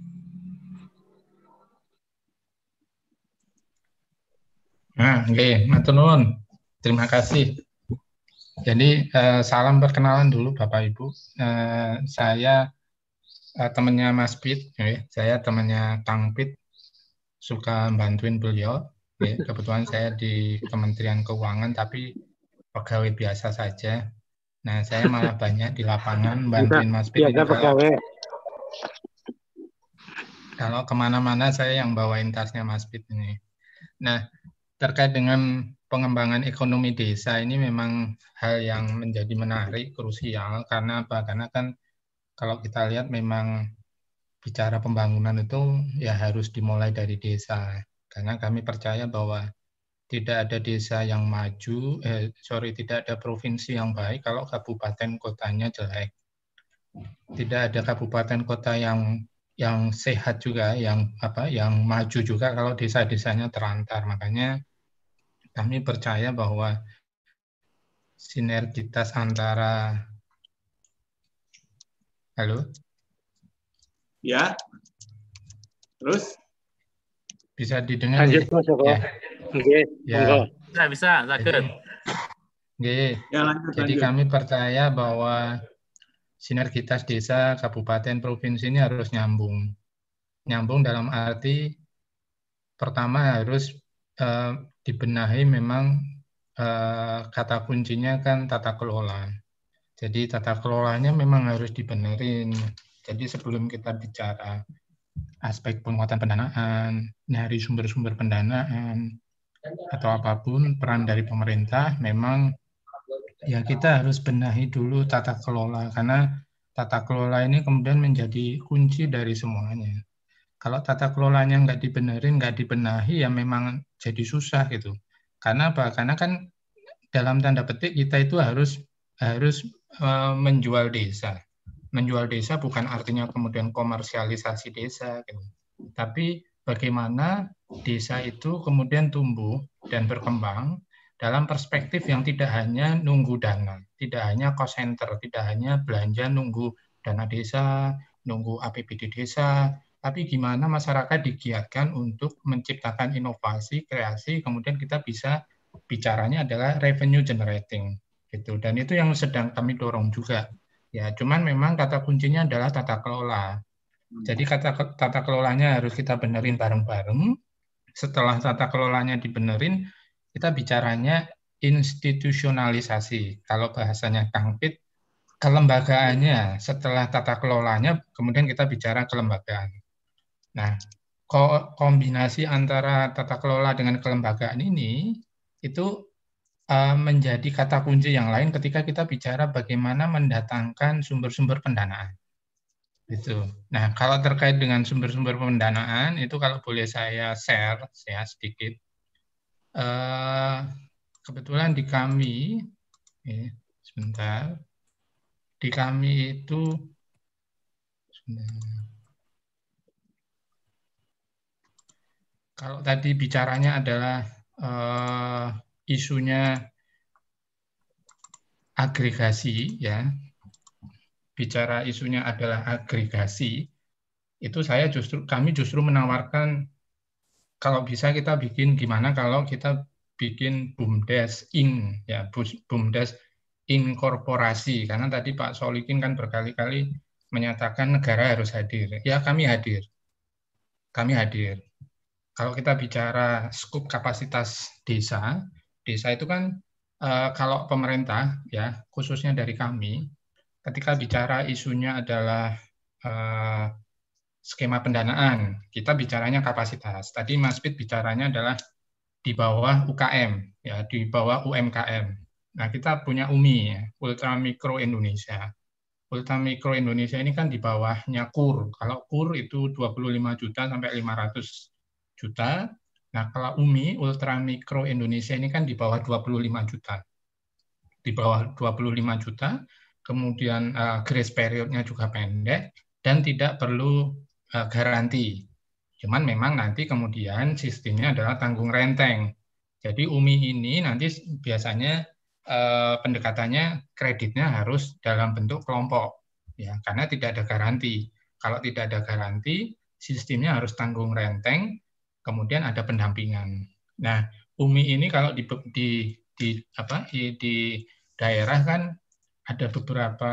Nah, oke, okay. Matur nuwun. Terima kasih. Jadi eh, salam perkenalan dulu Bapak Ibu. Eh, saya eh, temannya Mas Pit, ya. Saya temannya Kang Pit, suka bantuin beliau. Ya. Kebetulan saya di Kementerian Keuangan, tapi pegawai biasa saja. Nah, saya malah banyak di lapangan bantuin Mas Pit. Biasa pegawai. Kalau kemana-mana saya yang bawain tasnya Mas Pit ini. Nah, terkait dengan pengembangan ekonomi desa ini memang hal yang menjadi menarik, krusial, karena apa? Karena kan kalau kita lihat memang bicara pembangunan itu ya harus dimulai dari desa. Karena kami percaya bahwa tidak ada desa yang maju, eh, sorry, tidak ada provinsi yang baik kalau kabupaten kotanya jelek. Tidak ada kabupaten kota yang yang sehat juga, yang apa, yang maju juga kalau desa-desanya terlantar. Makanya kami percaya bahwa sinergitas antara, halo, ya, terus bisa didengar? Lanjut Mas Joko. Ya. Oke, Ya. Bisa, bisa, Zaken. Jadi, ya, lanjut, jadi lanjut. kami percaya bahwa sinergitas desa, kabupaten, provinsi ini harus nyambung. Nyambung dalam arti pertama harus eh, dibenahi memang eh, kata kuncinya kan tata kelola. Jadi tata kelolanya memang harus dibenerin. Jadi sebelum kita bicara aspek penguatan pendanaan, nyari sumber-sumber pendanaan, atau apapun peran dari pemerintah, memang ya kita harus benahi dulu tata kelola, karena tata kelola ini kemudian menjadi kunci dari semuanya. Kalau tata kelolanya nggak dibenerin, nggak dibenahi, ya memang jadi susah gitu. Karena apa? Karena kan dalam tanda petik kita itu harus harus uh, menjual desa. Menjual desa bukan artinya kemudian komersialisasi desa, gitu. Tapi bagaimana desa itu kemudian tumbuh dan berkembang dalam perspektif yang tidak hanya nunggu dana, tidak hanya cost center, tidak hanya belanja nunggu dana desa, nunggu A P B D desa, tapi gimana masyarakat digiatkan untuk menciptakan inovasi, kreasi, kemudian kita bisa bicaranya adalah revenue generating, gitu. Dan itu yang sedang kami dorong juga. Ya, cuman memang kata kuncinya adalah tata kelola. Jadi kata tata kelolanya harus kita benerin bareng-bareng. Setelah tata kelolanya dibenerin, kita bicaranya institusionalisasi. Kalau bahasanya Kang Pit, kelembagaannya. Setelah tata kelolanya, kemudian kita bicara kelembagaan. Nah, ko kombinasi antara tata kelola dengan kelembagaan ini itu uh, menjadi kata kunci yang lain ketika kita bicara bagaimana mendatangkan sumber-sumber pendanaan. Gitu. Nah, kalau terkait dengan sumber-sumber pendanaan itu kalau boleh saya share ya sedikit. Uh, kebetulan di kami, eh, sebentar, di kami itu sebentar. Kalau tadi bicaranya adalah uh, isunya agregasi, ya, bicara isunya adalah agregasi, itu saya justru kami justru menawarkan kalau bisa kita bikin gimana kalau kita bikin BUMDes in, ya, BUMDes inkorporasi, karena tadi Pak Solikin kan berkali-kali menyatakan negara harus hadir, ya kami hadir, kami hadir. Kalau kita bicara skup kapasitas desa, desa itu kan eh, kalau pemerintah, ya khususnya dari kami, ketika bicara isunya adalah eh, skema pendanaan, kita bicaranya kapasitas. Tadi Mas Pit bicaranya adalah di bawah U K M, ya di bawah U M K M. Nah kita punya U M I, ya, Ultra Mikro Indonesia. Ultra Mikro Indonesia ini kan di bawahnya K U R. Kalau K U R itu dua puluh lima juta sampai lima ratus juta. Nah, kalau U M I, Ultra Mikro Indonesia ini kan di bawah dua puluh lima juta. Di bawah dua puluh lima juta, kemudian uh, grace period-nya juga pendek, dan tidak perlu uh, garansi. Cuman memang nanti kemudian sistemnya adalah tanggung renteng. Jadi U M I ini nanti biasanya uh, pendekatannya kreditnya harus dalam bentuk kelompok, ya, karena tidak ada garansi. Kalau tidak ada garansi, sistemnya harus tanggung renteng, kemudian ada pendampingan. Nah, U M I ini kalau di, di, di apa di, di daerah kan ada beberapa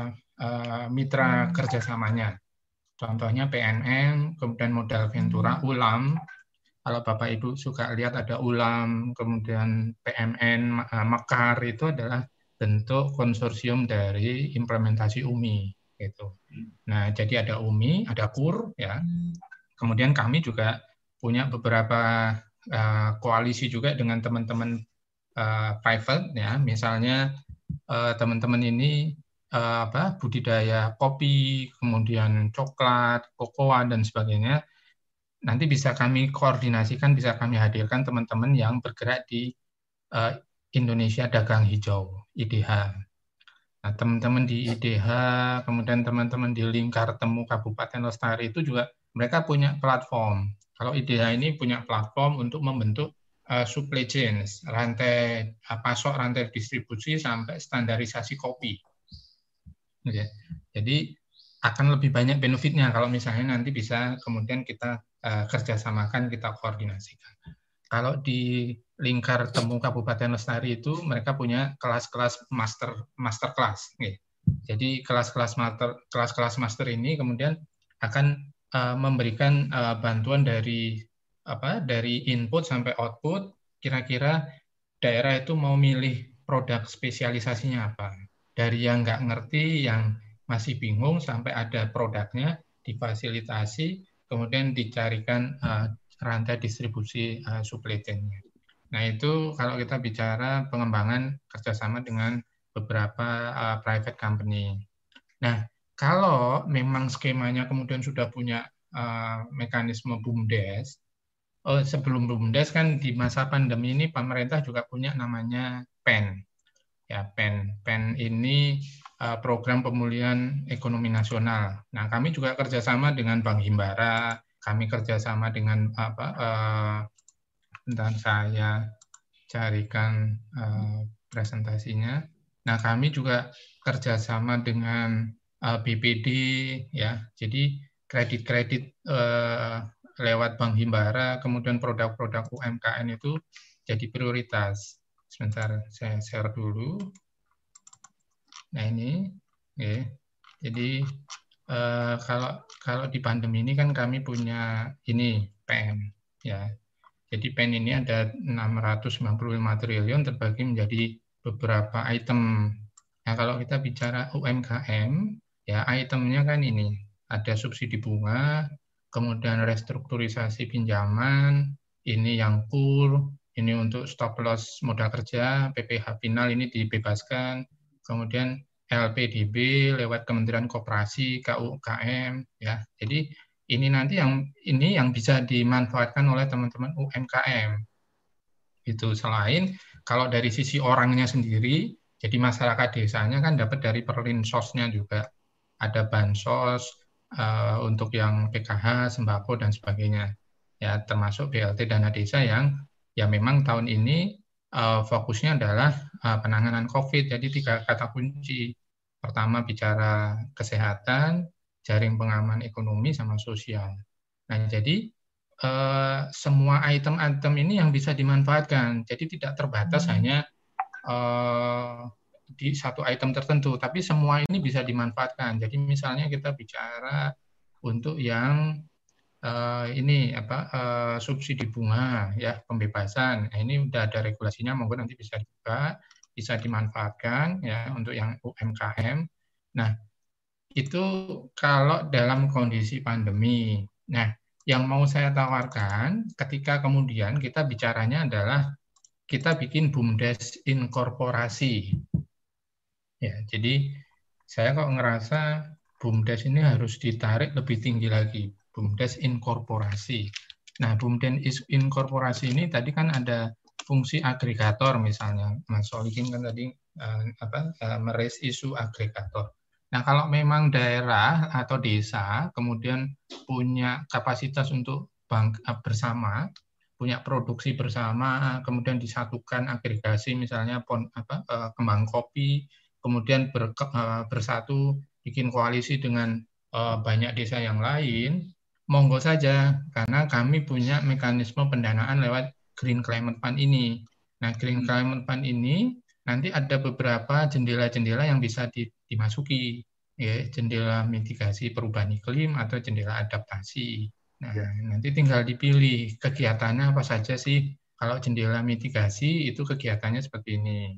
uh, mitra kerjasamanya. Contohnya P N N, kemudian Modal Ventura, U L A M. Kalau Bapak Ibu suka lihat ada U L A M, kemudian P M N, uh, Mekar, itu adalah bentuk konsorsium dari implementasi U M I. Gitu. Nah, jadi ada U M I, ada K U R, ya. Kemudian kami juga punya beberapa uh, koalisi juga dengan teman-teman uh, private, ya. Misalnya teman-teman uh, ini uh, apa budidaya kopi, kemudian coklat, kokoa dan sebagainya. Nanti bisa kami koordinasikan, bisa kami hadirkan teman-teman yang bergerak di uh, Indonesia Dagang Hijau, I D H. Nah, teman-teman di I D H, kemudian teman-teman di Lingkar Temu Kabupaten Lestari itu juga mereka punya platform. Kalau I D H ini punya platform untuk membentuk Uh, supply chain, rantai uh, pasok, rantai distribusi sampai standarisasi kopi. Okay. Jadi akan lebih banyak benefitnya kalau misalnya nanti bisa kemudian kita uh, kerjasamakan, kita koordinasikan. Kalau di Lingkar Temu Kabupaten Lestari itu mereka punya kelas-kelas master master class. Okay. Jadi kelas-kelas master kelas-kelas master ini kemudian akan uh, memberikan uh, bantuan dari apa dari input sampai output, kira-kira daerah itu mau milih produk spesialisasinya apa. Dari yang nggak ngerti, yang masih bingung, sampai ada produknya, difasilitasi, kemudian dicarikan uh, rantai distribusi uh, supply chain-nya. Nah, itu kalau kita bicara pengembangan kerjasama dengan beberapa uh, private company. Nah, kalau memang skemanya kemudian sudah punya uh, mekanisme BUMDes, oh, sebelum BUMDes kan di masa pandemi ini pemerintah juga punya namanya P E N. Ya, P E N. P E N ini uh, program pemulihan ekonomi nasional. Nah, kami juga kerjasama dengan Bank Himbara, kami kerjasama dengan apa? Uh, bentar saya carikan uh, presentasinya. Nah, kami juga kerjasama dengan uh, B P D, ya. Jadi kredit-kredit uh, lewat Bank Himbara, kemudian produk-produk U M K M itu jadi prioritas. Sebentar, saya share dulu. Nah ini, ya. Jadi eh, kalau kalau di pandemi ini kan kami punya ini P E N, ya. Jadi P E N ini ada enam ratus sembilan puluh lima triliun terbagi menjadi beberapa item. Nah kalau kita bicara U M K M, ya itemnya kan ini ada subsidi bunga, kemudian restrukturisasi pinjaman, ini yang K U R, ini untuk stop loss modal kerja, P P H final ini dibebaskan, kemudian L P D B lewat Kementerian Koperasi, K U K M, ya. Jadi ini nanti yang ini yang bisa dimanfaatkan oleh teman-teman U M K M. Itu selain kalau dari sisi orangnya sendiri, jadi masyarakat desanya kan dapat dari perlinsosnya juga, ada bansos, Uh, untuk yang P K H, sembako, dan sebagainya. Ya, termasuk B L T dana desa yang ya memang tahun ini uh, fokusnya adalah uh, penanganan COVID. Jadi tiga kata kunci. Pertama bicara kesehatan, jaring pengaman ekonomi, sama sosial. Nah, jadi uh, semua item-item ini yang bisa dimanfaatkan. Jadi tidak terbatas hmm. hanya uh, di satu item tertentu, tapi semua ini bisa dimanfaatkan. Jadi misalnya kita bicara untuk yang uh, ini apa uh, subsidi bunga, ya pembebasan. Nah, ini udah ada regulasinya, monggo nanti bisa dibuka, bisa dimanfaatkan ya untuk yang U M K M. Nah, itu kalau dalam kondisi pandemi. Nah, yang mau saya tawarkan ketika kemudian kita bicaranya adalah kita bikin BUMDes inkorporasi. Ya, jadi saya kok ngerasa BUMDes ini harus ditarik lebih tinggi lagi, BUMDes inkorporasi. Nah, BUMDes inkorporasi ini tadi kan ada fungsi agregator misalnya, Mas Solikin kan tadi uh, apa uh, meraise isu agregator. Nah, kalau memang daerah atau desa kemudian punya kapasitas untuk bank bersama, punya produksi bersama, kemudian disatukan agregasi misalnya pon, apa, kembang kopi, kemudian ber, bersatu bikin koalisi dengan banyak desa yang lain, monggo saja, karena kami punya mekanisme pendanaan lewat Green Climate Fund ini. Nah, Green Climate Fund ini nanti ada beberapa jendela-jendela yang bisa dimasuki, ya, jendela mitigasi perubahan iklim atau jendela adaptasi. Nah, ya. Nanti tinggal dipilih kegiatannya apa saja sih. Kalau jendela mitigasi itu kegiatannya seperti ini.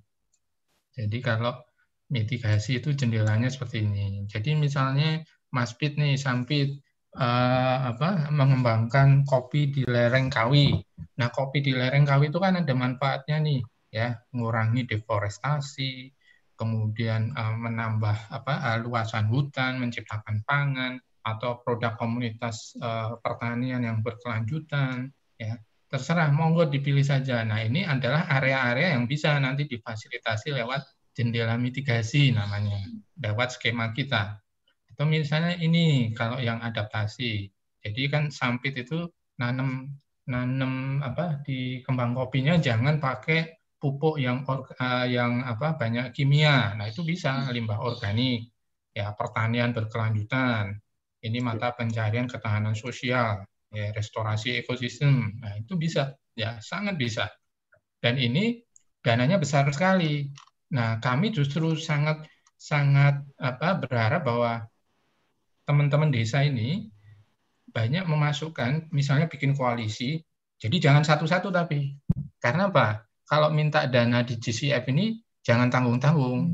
Jadi kalau mitigasi itu jendelanya seperti ini. Jadi misalnya Mas Pit nih, Sampit, Uh, apa, mengembangkan kopi di lereng Kawi. Nah, kopi di lereng Kawi itu kan ada manfaatnya nih, ya, mengurangi deforestasi, kemudian uh, menambah apa uh, luasan hutan, menciptakan pangan atau produk komunitas uh, pertanian yang berkelanjutan, ya. Terserah, monggo dipilih saja. Nah, ini adalah area-area yang bisa nanti difasilitasi lewat jendela mitigasi namanya, lewat skema kita. Atau misalnya ini kalau yang adaptasi, jadi kan Sampit itu nanam nanam apa di kembang kopinya jangan pakai pupuk yang uh, yang apa banyak kimia. Nah, itu bisa limbah organik, ya, pertanian berkelanjutan. Ini mata pencarian ketahanan sosial, ya, restorasi ekosistem. Nah, itu bisa, ya, sangat bisa. Dan ini dananya besar sekali. Nah, kami justru sangat sangat apa berharap bahwa teman-teman desa ini banyak memasukkan, misalnya bikin koalisi, jadi jangan satu-satu tapi. Karena apa? Kalau minta dana di G C F ini, jangan tanggung-tanggung.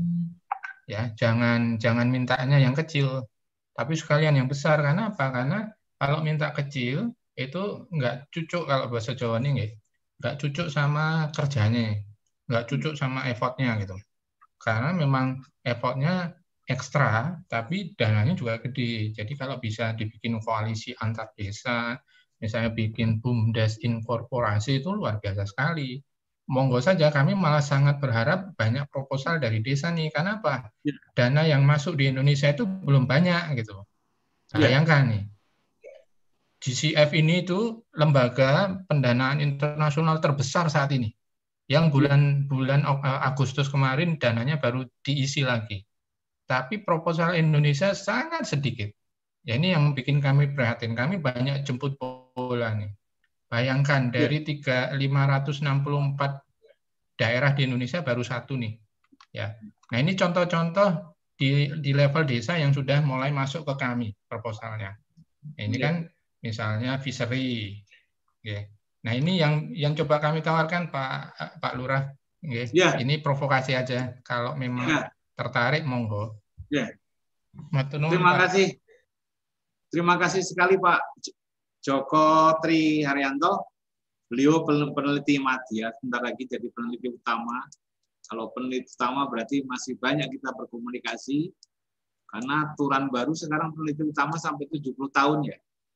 Ya, jangan jangan mintanya yang kecil, tapi sekalian yang besar. Karena apa? Karena kalau minta kecil, itu nggak cucuk kalau bahasa Jawa ini, nggak cucuk sama kerjanya, nggak cucuk sama effortnya gitu. Karena memang effortnya ekstra, tapi dananya juga gede. Jadi kalau bisa dibikin koalisi antar desa, misalnya bikin BUMDes inkorporasi, itu luar biasa sekali. Monggo saja, kami malah sangat berharap banyak proposal dari desa nih. Karena apa? Dana yang masuk di Indonesia itu belum banyak gitu. Bayangkan nih, G C F ini itu lembaga pendanaan internasional terbesar saat ini. Yang bulan bulan Agustus kemarin dananya baru diisi lagi. Tapi proposal Indonesia sangat sedikit. Ya, ini yang bikin kami prihatin. Kami banyak jemput bola nih. Bayangkan dari tiga ribu lima ratus enam puluh empat daerah di Indonesia baru satu nih. Ya. Nah, ini contoh-contoh di di level desa yang sudah mulai masuk ke kami proposalnya. Nah, ini kan misalnya fishery. Ya. Nah, ini yang yang coba kami tawarkan Pak Pak Lurah. Okay. Ya. Ini provokasi aja. Kalau memang ya. tertarik, monggo. Ya. Terima Pak. kasih. Terima kasih sekali Pak Joko Tri Haryanto. Beliau peneliti Madya, sebentar lagi jadi peneliti utama. Kalau peneliti utama berarti masih banyak kita berkomunikasi. Karena aturan baru sekarang peneliti utama sampai tujuh puluh tahun ya.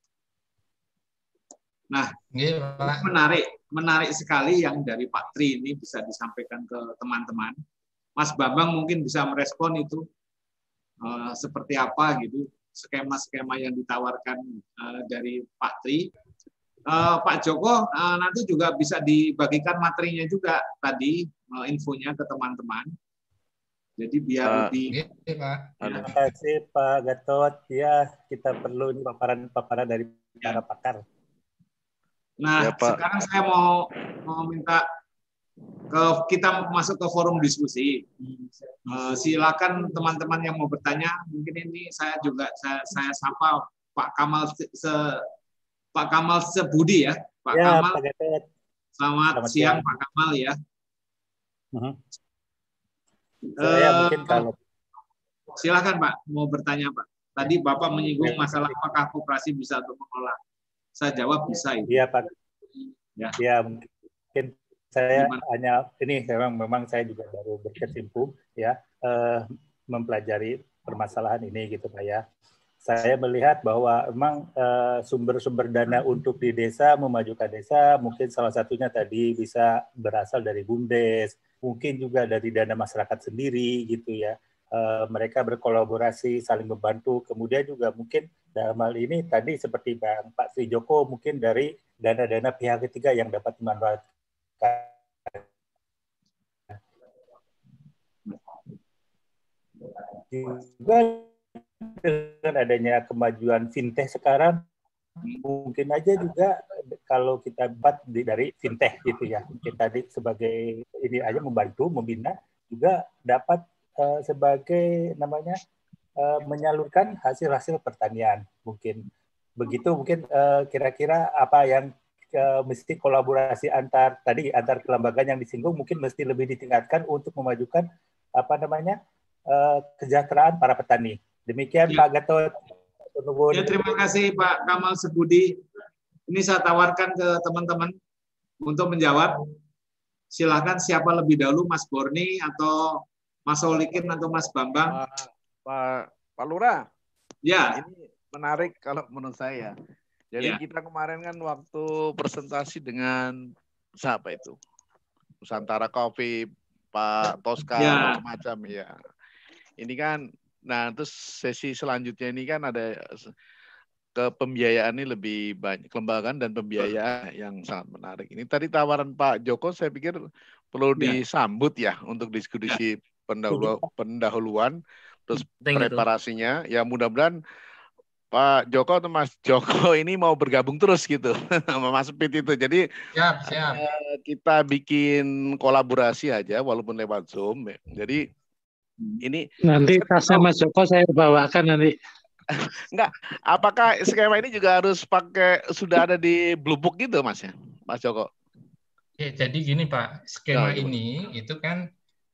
Nah, ya, menarik, menarik sekali yang dari Pak Tri ini bisa disampaikan ke teman-teman. Mas Bambang mungkin bisa merespon itu uh, seperti apa gitu skema-skema yang ditawarkan uh, dari Pak Tri. Uh, Pak Joko uh, nanti juga bisa dibagikan materinya juga tadi uh, infonya ke teman-teman. Jadi biar uh, lebih. Ya, Pak. Terima kasih Pak Gatot. Ya, kita perlu paparan-paparan dari para pakar. Nah, ya, sekarang saya mau mau minta ke kita masuk ke forum diskusi. Uh, silakan teman-teman yang mau bertanya. Mungkin ini saya juga saya, saya sapa Pak Kamal se, Pak Kamal Sebudi ya, Pak ya, Kamal. Pak Selamat, Selamat siang, siang Pak Kamal ya. Uh-huh. Saya uh, mungkin kalau silakan Pak mau bertanya Pak. Tadi Bapak menyinggung masalah apakah koperasi bisa untuk mengelola. Saya jawab bisa. Iya Pak. Ya, ya mungkin saya Gimana? hanya ini memang memang saya juga baru berkecimpung ya eh, mempelajari permasalahan ini gitu Pak ya. Saya melihat bahwa memang eh, sumber-sumber dana untuk di desa memajukan desa mungkin salah satunya tadi bisa berasal dari BUMDes, mungkin juga dari dana masyarakat sendiri gitu ya. uh, mereka berkolaborasi, saling membantu. Kemudian juga mungkin dalam hal ini tadi seperti Bang Pak Sri Joko, mungkin dari dana-dana pihak ketiga yang dapat dimanfaatkan. Juga dengan adanya kemajuan fintech sekarang, mungkin aja juga kalau kita buat dari fintech gitu ya, mungkin tadi sebagai ini aja membantu, membina, juga dapat uh, sebagai namanya uh, menyalurkan hasil-hasil pertanian. Mungkin begitu, mungkin uh, kira-kira apa yang uh, mesti kolaborasi antar tadi antar kelembagaan yang disinggung mungkin mesti lebih ditingkatkan untuk memajukan apa namanya uh, kesejahteraan para petani. Demikian ya. Pak Gatot. Ya, terima kasih Pak Kamal Sebudi. Ini saya tawarkan ke teman-teman untuk menjawab. Silakan siapa lebih dahulu, Mas Borni atau Mas Solikin atau Mas Bambang? Pak, Pak, Pak Lurah. Ya. Ini menarik kalau menurut saya. Jadi ya. Kita kemarin kan waktu presentasi dengan siapa itu? Nusantara Coffee, Pak Tosca, ya. Macam ya. Ini kan. Nah, terus sesi selanjutnya ini kan ada ke pembiayaan ini lebih banyak, kelembagaan dan pembiayaan yang sangat menarik. Ini tadi tawaran Pak Joko saya pikir perlu ya. Disambut ya untuk diskusi ya. pendahulu, pendahuluan, terus Thank preparasinya. You. Ya mudah-mudahan Pak Joko atau Mas Joko ini mau bergabung terus gitu sama Mas Pit itu. Jadi siap, siap. Kita bikin kolaborasi aja walaupun lewat Zoom. Ya. Jadi ini nanti tasnya Mas Joko saya bawakan nanti. Enggak, apakah skema ini juga harus pakai sudah ada di Blue Book gitu Mas ya, Mas Joko? Ya, jadi gini Pak, skema nah, ini itu kan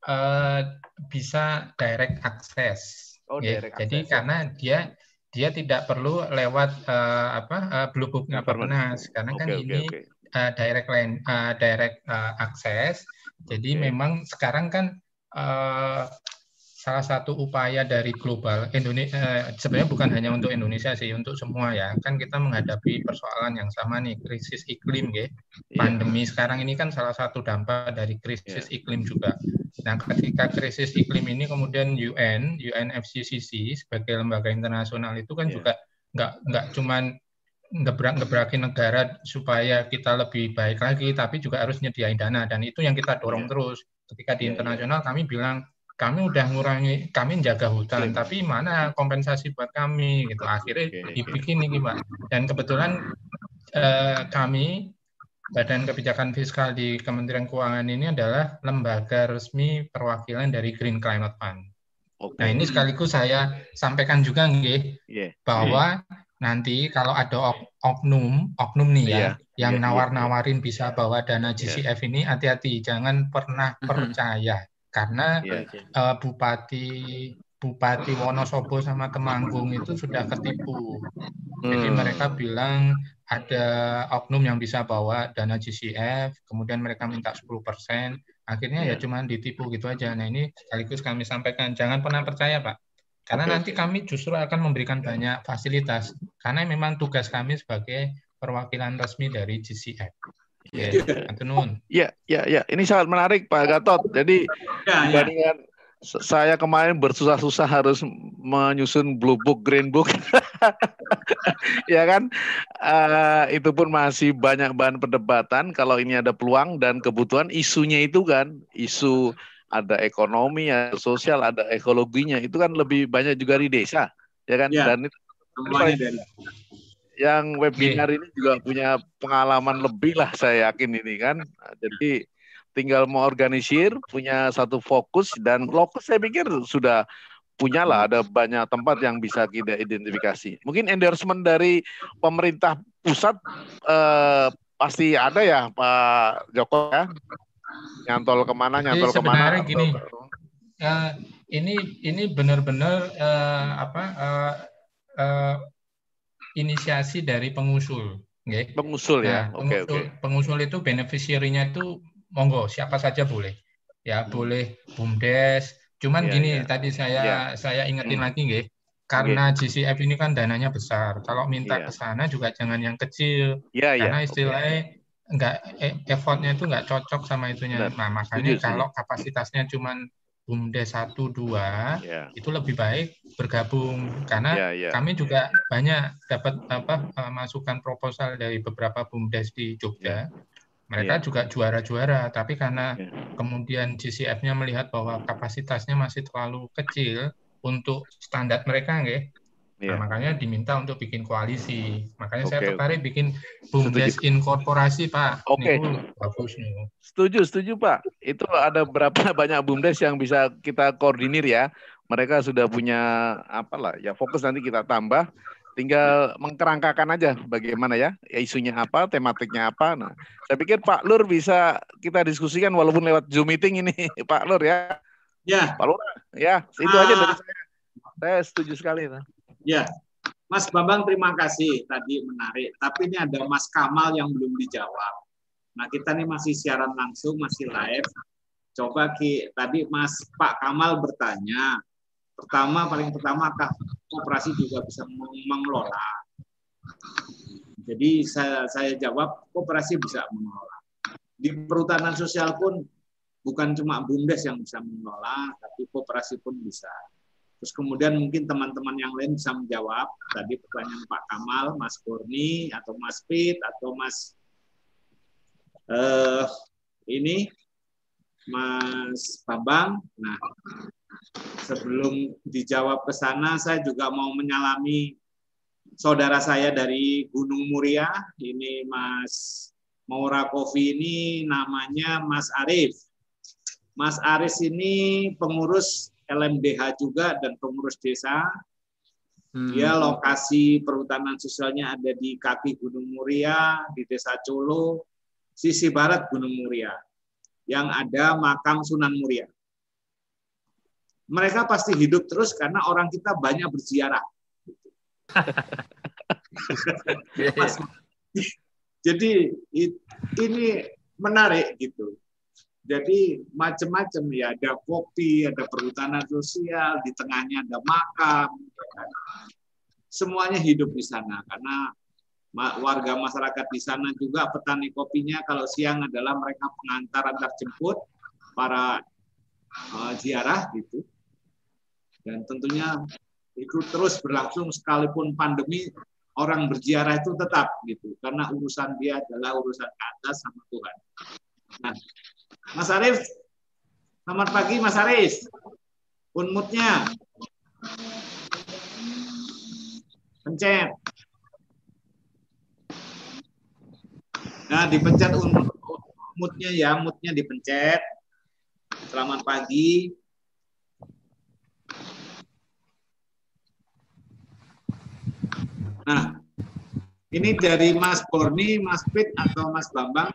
uh, bisa direct access. Oh, ya, direct jadi access, karena ya. dia dia tidak perlu lewat uh, apa uh, Blue Book-nya Bappenas karena okay, kan okay, ini okay. Uh, direct line uh, direct uh, access. Jadi okay. memang sekarang kan uh, salah satu upaya dari global Indonesia eh, sebenarnya bukan hanya untuk Indonesia sih, untuk semua ya. Kan kita menghadapi persoalan yang sama nih, krisis iklim ya. Pandemi yeah. sekarang ini kan salah satu dampak dari krisis yeah. iklim juga. Nah, ketika krisis iklim ini kemudian U N, U N F C C C sebagai lembaga internasional itu kan yeah. juga nggak nggak cuman ngebrak-ngebrakin negara supaya kita lebih baik lagi, tapi juga harus nyediain dana, dan itu yang kita dorong yeah. terus. Ketika di yeah, internasional yeah. kami bilang kami udah ngurangi, kami jaga hutan, okay. tapi mana kompensasi buat kami gitu. Akhirnya okay. dibikin ini Pak. Dan kebetulan eh, kami Badan Kebijakan Fiskal di Kementerian Keuangan ini adalah lembaga resmi perwakilan dari Green Climate Fund. Okay. Nah ini sekaligus saya sampaikan juga nggih yeah. bahwa yeah. nanti kalau ada ok oknum, oknum nih ya, yeah. yang yeah. nawar-nawarin yeah. bisa bawa dana G C F yeah. ini, hati-hati, jangan pernah percaya. Karena yeah. uh, Bupati Bupati Wonosobo sama Temanggung itu sudah ketipu. Jadi hmm. mereka bilang ada oknum yang bisa bawa dana G C F, kemudian mereka minta sepuluh persen, akhirnya yeah. ya cuma ditipu gitu aja. Nah ini sekaligus kami sampaikan, jangan pernah percaya Pak. Karena okay. nanti kami justru akan memberikan banyak fasilitas. Karena memang tugas kami sebagai perwakilan resmi dari G C F. Ya, ya, ya, ya. Ini sangat menarik Pak Gatot. Jadi ya, dibandingkan ya. saya kemarin bersusah-susah harus menyusun Blue Book, Green Book, ya kan? Uh, itu pun masih banyak bahan perdebatan. Kalau ini ada peluang dan kebutuhan, isunya itu kan, isu ada ekonomi, ada sosial, ada ekologinya, itu kan lebih banyak juga di desa, ya kan? Ya. Dan itu yang webinar okay. ini juga punya pengalaman lebih lah saya yakin ini kan. Jadi tinggal mau organisir, punya satu fokus dan lokus saya pikir sudah punya lah, ada banyak tempat yang bisa kita identifikasi. Mungkin endorsement dari pemerintah pusat eh, pasti ada ya Pak Joko ya. Nyantol kemana, nyantol Jadi kemana. Sebenarnya gini, uh, ini ini benar-benar uh, apa uh, uh, inisiasi dari pengusul, okay? Pengusul ya, nah, pengusul, okay, okay. pengusul itu beneficiary-nya itu monggo siapa saja boleh, ya hmm. boleh BUMDes. Cuman yeah, gini yeah. tadi saya yeah. saya ingetin hmm. lagi, nggih, karena okay. G C F ini kan dananya besar. Kalau minta yeah. ke sana juga jangan yang kecil, yeah, karena yeah. istilahnya okay. nggak effortnya itu nggak cocok sama itunya. Nah, nah makanya Setuju, kalau kapasitasnya cuman BUMDes satu dua yeah. itu lebih baik bergabung karena yeah, yeah. kami juga banyak dapat apa masukan proposal dari beberapa BUMDes di Jogja. Yeah. Mereka yeah. juga juara-juara, tapi karena yeah. kemudian G C F-nya melihat bahwa kapasitasnya masih terlalu kecil untuk standar mereka, nggih. Yeah. Nah, makanya diminta untuk bikin koalisi. Makanya okay. saya tertarik bikin BUMDes inkorporasi, Pak. Oke. Okay. Bagus nih. Setuju, setuju, Pak. Itu ada berapa banyak BUMDes yang bisa kita koordinir ya. Mereka sudah punya apalah ya fokus, nanti kita tambah. Tinggal mengkerangkakan aja bagaimana ya, ya isunya apa, tematiknya apa. Nah, saya pikir Pak Lur bisa kita diskusikan walaupun lewat Zoom meeting ini, Pak Lur ya. Ya. Pak Lur, ya itu uh, aja dari saya. Saya setuju sekali. Nah. Ya, Mas Bambang terima kasih, tadi menarik. Tapi ini ada Mas Kamal yang belum dijawab. Nah, kita nih masih siaran langsung, masih live. Coba Ki, tadi Mas Pak Kamal bertanya, pertama, paling pertama, koperasi juga bisa mengelola. Jadi saya, saya jawab, koperasi bisa mengelola. Di perhutanan sosial pun bukan cuma BUMDes yang bisa mengelola, tapi koperasi pun bisa. Terus kemudian mungkin teman-teman yang lain bisa menjawab tadi pertanyaan Pak Kamal, Mas Kurni, atau Mas Pit, atau Mas eh, ini Mas Bambang. Nah, sebelum dijawab ke sana, saya juga mau menyalami saudara saya dari Gunung Muria. Ini Mas Maura Kofi, ini namanya Mas Arif. Mas Arif ini pengurus L M D H juga dan pengurus desa. Hmm. Dia lokasi perhutanan sosialnya ada di kaki Gunung Muria, di Desa Colo, sisi barat Gunung Muria, yang ada makam Sunan Muria. Mereka pasti hidup terus karena orang kita banyak berziarah. Mas, jadi ini menarik gitu. Jadi macam-macam ya, ada kopi, ada perhutanan sosial, di tengahnya ada makam. Semuanya hidup di sana karena warga masyarakat di sana juga petani kopinya kalau siang adalah mereka pengantar antar jemput para uh, ziarah gitu. Dan tentunya itu terus berlangsung sekalipun pandemi, orang berziarah itu tetap gitu karena urusan dia adalah urusan ke atas sama Tuhan. Nah, Mas Arif, selamat pagi Mas Arif. Unmute-nya. Pencet. Nah, dipencet unmute-nya ya, mute-nya dipencet. Selamat pagi. Nah, ini dari Mas Borni, Mas Pit, atau Mas Bambang.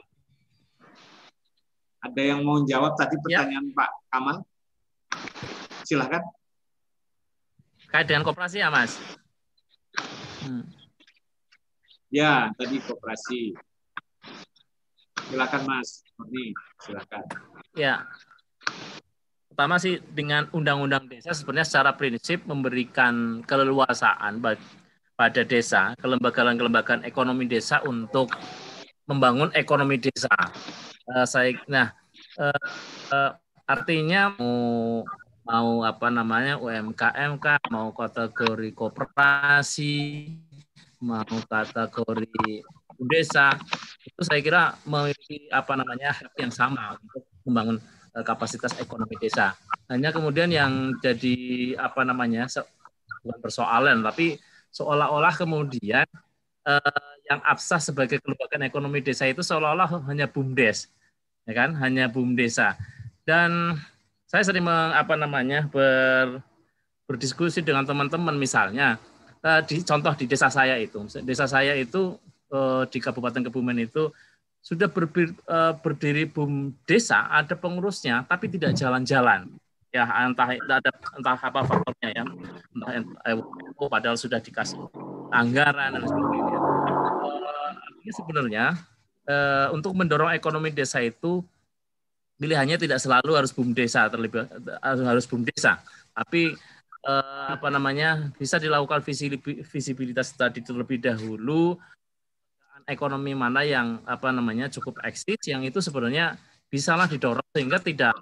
Ada yang mau jawab tadi pertanyaan ya. Pak Kamal? Silahkan. Kait dengan koperasi ya, Mas? Hmm. Ya, tadi koperasi. Silakan Mas. Ini silakan. Ya. Pertama sih dengan undang-undang desa sebenarnya secara prinsip memberikan keleluasaan pada desa, kelembagaan-kelembagaan ekonomi desa untuk membangun ekonomi desa. Uh, saya, nah, uh, uh, artinya mau mau apa namanya U M K M kah, mau kategori koperasi, mau kategori desa, itu saya kira memiliki apa namanya hak yang sama untuk membangun uh, kapasitas ekonomi desa. Hanya kemudian yang jadi apa namanya bukan persoalan, tapi seolah-olah kemudian uh, yang absah sebagai kelembagaan ekonomi desa itu seolah-olah hanya BUMDes, ya kan, hanya BUMDesa. Dan saya sering meng, apa namanya ber, berdiskusi dengan teman-teman, misalnya uh, di contoh di desa saya itu, desa saya itu uh, di Kabupaten Kebumen itu sudah ber, uh, berdiri BUMDesa, ada pengurusnya, tapi tidak jalan-jalan. Ya entah ada entah apa faktornya ya, entah oh, padahal sudah dikasih anggaran dan sebagainya. Uh, artinya sebenarnya uh, untuk mendorong ekonomi desa itu pilihannya tidak selalu harus BUMDesa terlebih harus BUMDesa, tapi uh, apa namanya bisa dilakukan visibilitas tadi terlebih dahulu, ekonomi mana yang apa namanya cukup eksis, yang itu sebenarnya bisalah didorong sehingga tidak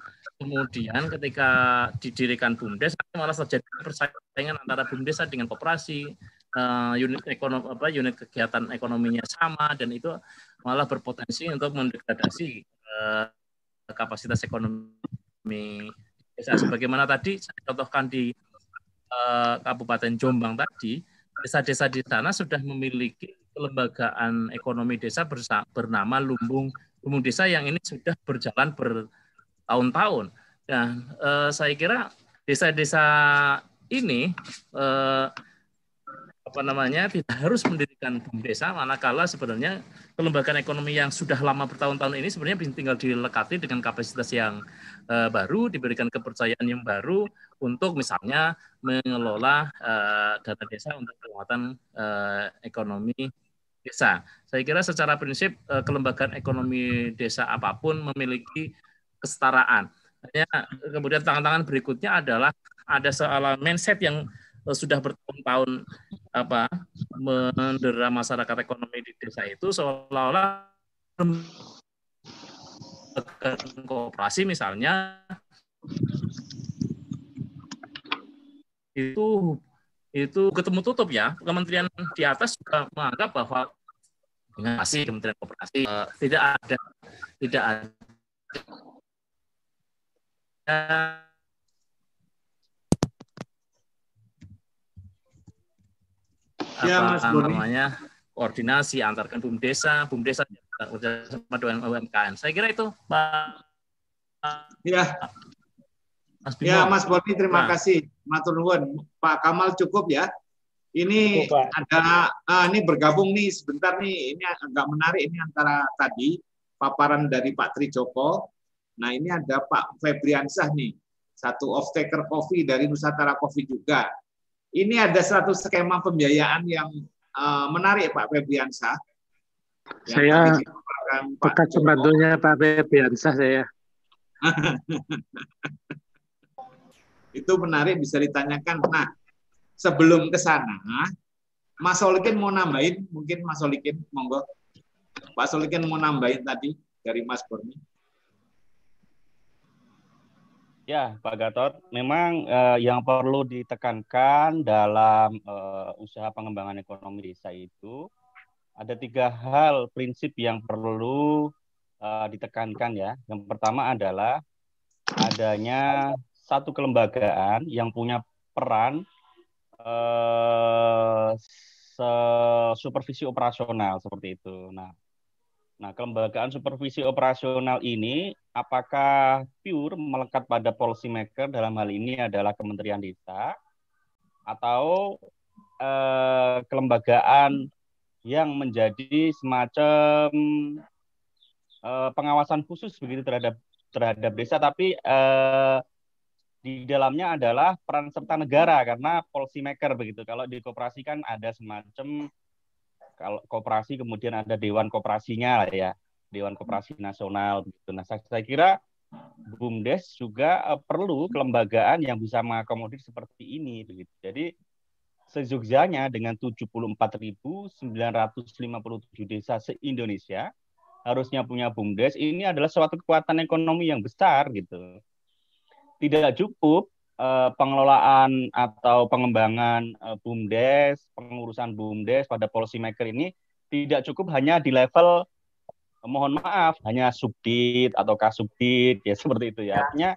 kemudian ketika didirikan BUMDes malah terjadi persaingan antara BUMDes dengan koperasi, uh, unit ekonomi apa unit kegiatan ekonominya sama, dan itu malah berpotensi untuk mendegradasi uh, kapasitas ekonomi desa. Sebagaimana tadi saya contohkan di uh, Kabupaten Jombang tadi, desa-desa di sana sudah memiliki kelembagaan ekonomi desa bersa- bernama Lumbung Lumbung Desa yang ini sudah berjalan bertahun-tahun. Nah, eh, saya kira desa-desa ini eh, apa namanya tidak harus mendirikan desa, manakala sebenarnya kelembagaan ekonomi yang sudah lama bertahun-tahun ini sebenarnya tinggal dilekati dengan kapasitas yang eh, baru, diberikan kepercayaan yang baru untuk misalnya mengelola eh, dana desa untuk penguatan eh, ekonomi desa. Saya kira secara prinsip eh, kelembagaan ekonomi desa apapun memiliki kesetaraan. Hanya kemudian tantangan berikutnya adalah ada soal mindset yang eh, sudah bertahun-tahun apa mendera masyarakat ekonomi di desa itu, seolah-olah koperasi misalnya itu itu ketemu tutup ya. Kementerian di atas juga menganggap bahwa dengan masih Kementerian Koperasi uh, tidak ada tidak ada ya, apa Mas Boni. namanya koordinasi antarkan BUMDesa, BUMDesa bersama dengan U M K M. Saya kira itu Pak. Ya. Mas Bimo. Ya, Mas Boni, terima Nah. kasih. Matur nuwun. Pak Kamal cukup ya. Ini Cukup, Pak. ada ah, ini bergabung nih sebentar nih. Ini agak menarik ini antara tadi paparan dari Pak Trijoko. Nah, ini ada Pak Febriansah nih, satu off-taker coffee dari Nusantara Coffee juga. Ini ada satu skema pembiayaan yang uh, menarik Pak Febriansah. Saya bekas pembantunya Pak Febriansah saya. Itu menarik, bisa ditanyakan. Nah, sebelum ke sana, Mas Solikin mau nambahin, mungkin Mas Solikin, monggo. Pak Solikin mau nambahin tadi dari Mas Borni. Ya, Pak Gatot, memang eh, yang perlu ditekankan dalam eh, usaha pengembangan ekonomi desa itu ada tiga hal prinsip yang perlu eh, ditekankan ya. Yang pertama adalah adanya satu kelembagaan yang punya peran eh, supervisi operasional seperti itu. Nah, nah, kelembagaan supervisi operasional ini apakah pure melekat pada policy maker, dalam hal ini adalah Kementerian Desa, atau eh, kelembagaan yang menjadi semacam eh, pengawasan khusus begitu terhadap terhadap desa, tapi eh, di dalamnya adalah peran serta negara karena policy maker begitu. Kalau di koperasi kan ada semacam, kalau koperasi kemudian ada dewan koperasinya lah ya, dewan koperasi nasional begitu. Nah, saya, saya kira BUMDes juga uh, perlu kelembagaan yang bisa mengakomodir seperti ini begitu. Jadi sejogjanya dengan tujuh puluh empat ribu sembilan ratus lima puluh tujuh desa se-Indonesia harusnya punya BUMDes. Ini adalah suatu kekuatan ekonomi yang besar gitu. Tidak cukup eh, pengelolaan atau pengembangan eh, BUMDes, pengurusan BUMDes pada policy maker ini tidak cukup hanya di level eh, mohon maaf hanya subdit atau kasubdit ya seperti itu ya. Artinya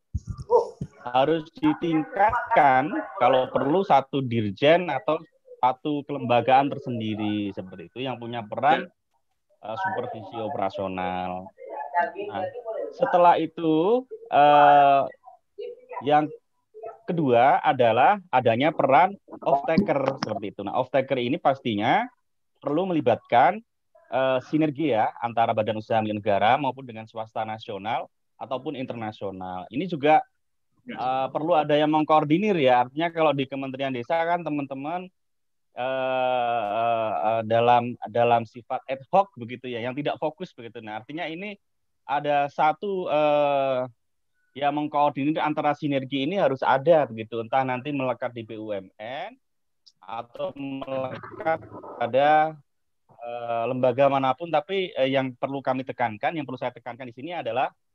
harus ditingkatkan kalau perlu satu dirjen atau satu kelembagaan tersendiri seperti itu yang punya peran eh, supervisi operasional. Nah, setelah itu eh, yang kedua adalah adanya peran off-taker seperti itu. Nah, off-taker ini pastinya perlu melibatkan uh, sinergi ya antara badan usaha milik negara maupun dengan swasta nasional ataupun internasional. Ini juga uh, perlu ada yang mengkoordinir ya. Artinya kalau di Kementerian Desa kan teman-teman uh, uh, dalam dalam sifat ad hoc begitu ya, yang tidak fokus begitu. Nah, artinya ini ada satu uh, ya mengkoordinir antara sinergi ini harus ada begitu, entah nanti melekat di B U M N atau melekat pada uh, lembaga manapun, tapi uh, yang perlu kami tekankan, yang perlu saya tekankan di sini adalah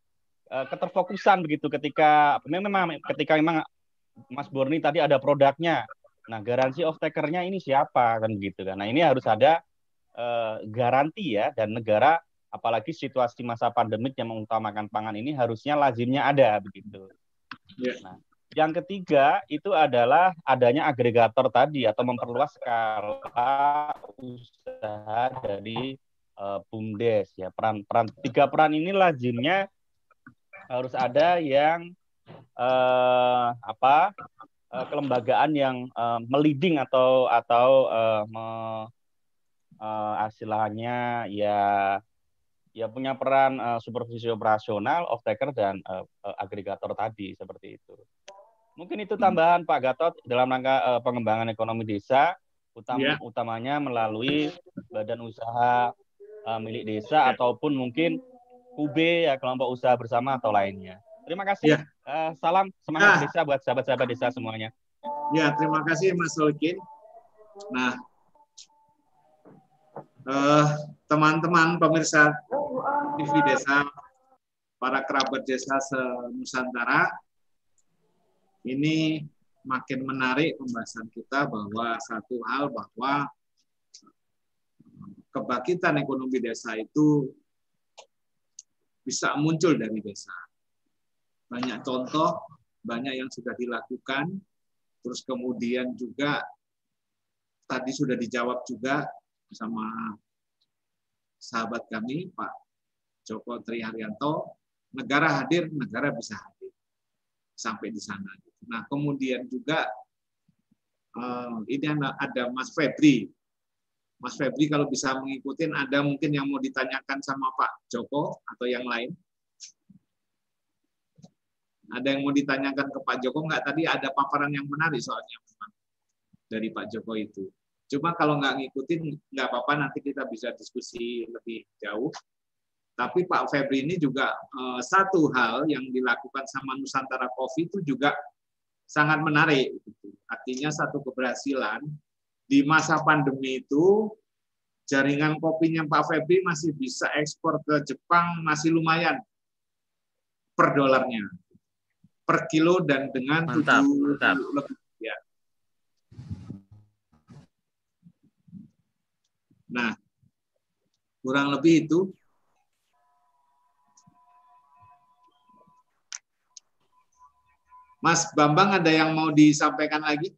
uh, keterfokusan begitu ketika memang ketika memang Mas Borni tadi ada produknya. Nah, garansi off takernya ini siapa kan begitu kan. Nah, ini harus ada uh, garansi ya, dan negara apalagi situasi masa pandemik yang mengutamakan pangan ini harusnya lazimnya ada begitu. Yeah. Nah, yang ketiga itu adalah adanya agregator tadi atau memperluas skala usaha dari uh, BUMDes ya. Peran-peran tiga peran ini lazimnya harus ada yang uh, apa uh, kelembagaan yang uh, meliding atau atau uh, me, uh, istilahnya ya ya punya peran uh, supervisi operasional, off-taker dan uh, uh, agregator tadi seperti itu. Mungkin itu tambahan Pak Gatot dalam rangka uh, pengembangan ekonomi desa, utam yeah. utamanya melalui badan usaha uh, milik desa yeah. ataupun mungkin U B ya, kelompok usaha bersama atau lainnya. Terima kasih. Yeah. Uh, salam semangat yeah. desa buat sahabat-sahabat desa semuanya. Ya, terima kasih Mas Solikin. Nah, uh, teman-teman pemirsa T V Desa, para kerabat desa se-Nusantara, ini makin menarik pembahasan kita bahwa satu hal bahwa kebangkitan ekonomi desa itu bisa muncul dari desa. Banyak contoh, banyak yang sudah dilakukan, terus kemudian juga tadi sudah dijawab juga bersama sahabat kami, Pak Joko Triharyanto, negara hadir, negara bisa hadir. Sampai di sana. Nah, kemudian juga uh, ini ada Mas Febri. Mas Febri kalau bisa mengikuti, ada mungkin yang mau ditanyakan sama Pak Joko atau yang lain? Ada yang mau ditanyakan ke Pak Joko nggak? Tadi ada paparan yang menarik soalnya dari Pak Joko itu. Cuma kalau nggak ngikutin, nggak apa-apa, nanti kita bisa diskusi lebih jauh. Tapi Pak Febri ini juga eh, satu hal yang dilakukan sama Nusantara Coffee itu juga sangat menarik. Gitu. Artinya satu keberhasilan di masa pandemi itu jaringan kopinya Pak Febri masih bisa ekspor ke Jepang masih lumayan per dolarnya, per kilo dan dengan mantap, tujuh mantap. Lebih. Ya. Nah, kurang lebih itu. Mas Bambang, ada yang mau disampaikan lagi?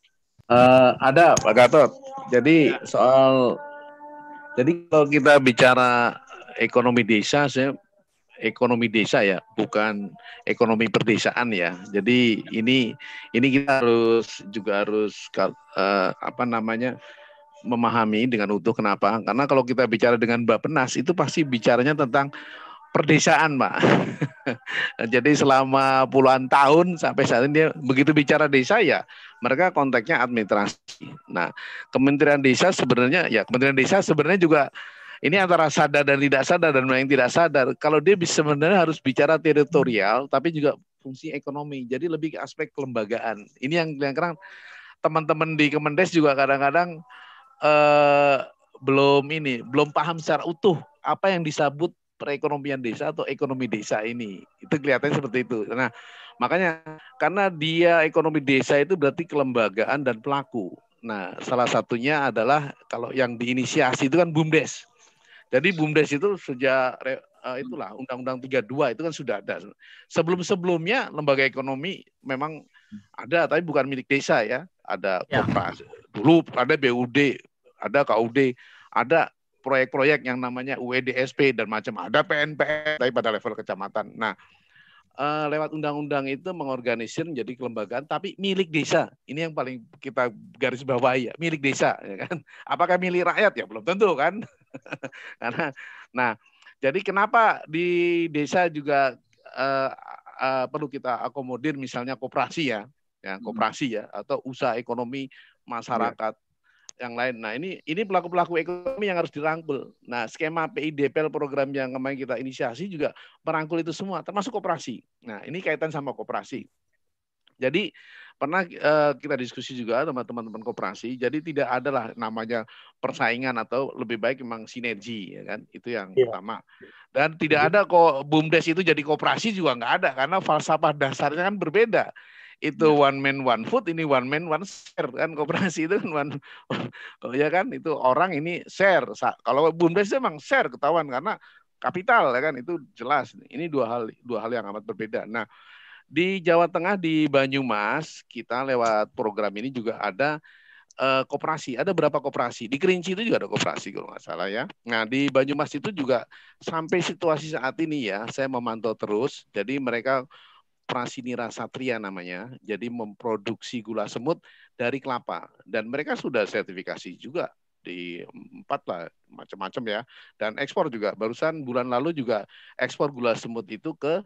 Uh, ada Pak Gatot. Jadi ya. soal, jadi kalau kita bicara ekonomi desa, saya ekonomi desa ya, bukan ekonomi perdesaan ya. Jadi ini ini kita harus juga harus uh, apa namanya memahami dengan utuh. Kenapa? Karena kalau kita bicara dengan Bappenas itu pasti bicaranya tentang perdesaan, Pak. Jadi selama puluhan tahun sampai saat ini dia begitu bicara desa ya, mereka konteksnya administrasi. Nah, Kementerian Desa sebenarnya ya Kementerian Desa sebenarnya juga ini antara sadar dan tidak sadar dan yang tidak sadar. Kalau dia bisa sebenarnya harus bicara teritorial, tapi juga fungsi ekonomi. Jadi lebih ke aspek kelembagaan. Ini yang kadang-kadang teman-teman di Kemendes juga kadang-kadang eh, belum ini belum paham secara utuh apa yang disebut perekonomian desa atau ekonomi desa ini. Itu kelihatannya seperti itu. Nah, makanya karena dia ekonomi desa itu berarti kelembagaan dan pelaku. Nah, salah satunya adalah kalau yang diinisiasi itu kan BUMDes. Jadi BUMDes itu sejak uh, itulah Undang-Undang tiga puluh dua itu kan sudah ada. Sebelum-sebelumnya lembaga ekonomi memang ada, tapi bukan milik desa ya. Ada ya. Koperasi. Dulu ada B U D, ada K U D, ada proyek-proyek yang namanya U E D S P dan macam, ada P N P S tapi pada level kecamatan. Nah, uh, lewat undang-undang itu mengorganisir menjadi kelembagaan tapi milik desa. Ini yang paling kita garis bawahi ya, milik desa ya kan. Apakah milik rakyat ya belum tentu kan. Karena nah, jadi kenapa di desa juga uh, uh, perlu kita akomodir misalnya koperasi ya, ya koperasi ya atau usaha ekonomi masyarakat. Ya. Yang lain. Nah, ini ini pelaku-pelaku ekonomi yang harus dirangkul. Nah, skema P I D P L program yang kemarin kita inisiasi juga merangkul itu semua, termasuk koperasi. Nah, ini kaitan sama koperasi. Jadi pernah uh, kita diskusi juga sama teman-teman koperasi, jadi tidak ada lah namanya persaingan atau lebih baik memang sinergi, ya kan? Itu yang yeah. pertama. Dan tidak ada kok BUMDes itu jadi koperasi juga nggak ada, karena falsafah dasarnya kan berbeda. Itu yeah. one man one food, ini one man one share kan, koperasi itu kan one, oh ya kan, itu orang ini share. Kalau BUMDes itu memang share ketahuan karena kapital, ya kan, itu jelas. Ini dua hal dua hal yang amat berbeda. Nah, di Jawa Tengah, di Banyumas, kita lewat program ini juga ada uh, koperasi. Ada berapa koperasi? Di Kerinci itu juga ada koperasi kalau nggak salah ya. Nah, di Banyumas itu juga sampai situasi saat ini ya, saya memantau terus. Jadi mereka Prasinira Satria namanya. Jadi memproduksi gula semut dari kelapa. Dan mereka sudah sertifikasi juga di empat lah, macam-macam ya. Dan ekspor juga. Barusan bulan lalu juga ekspor gula semut itu ke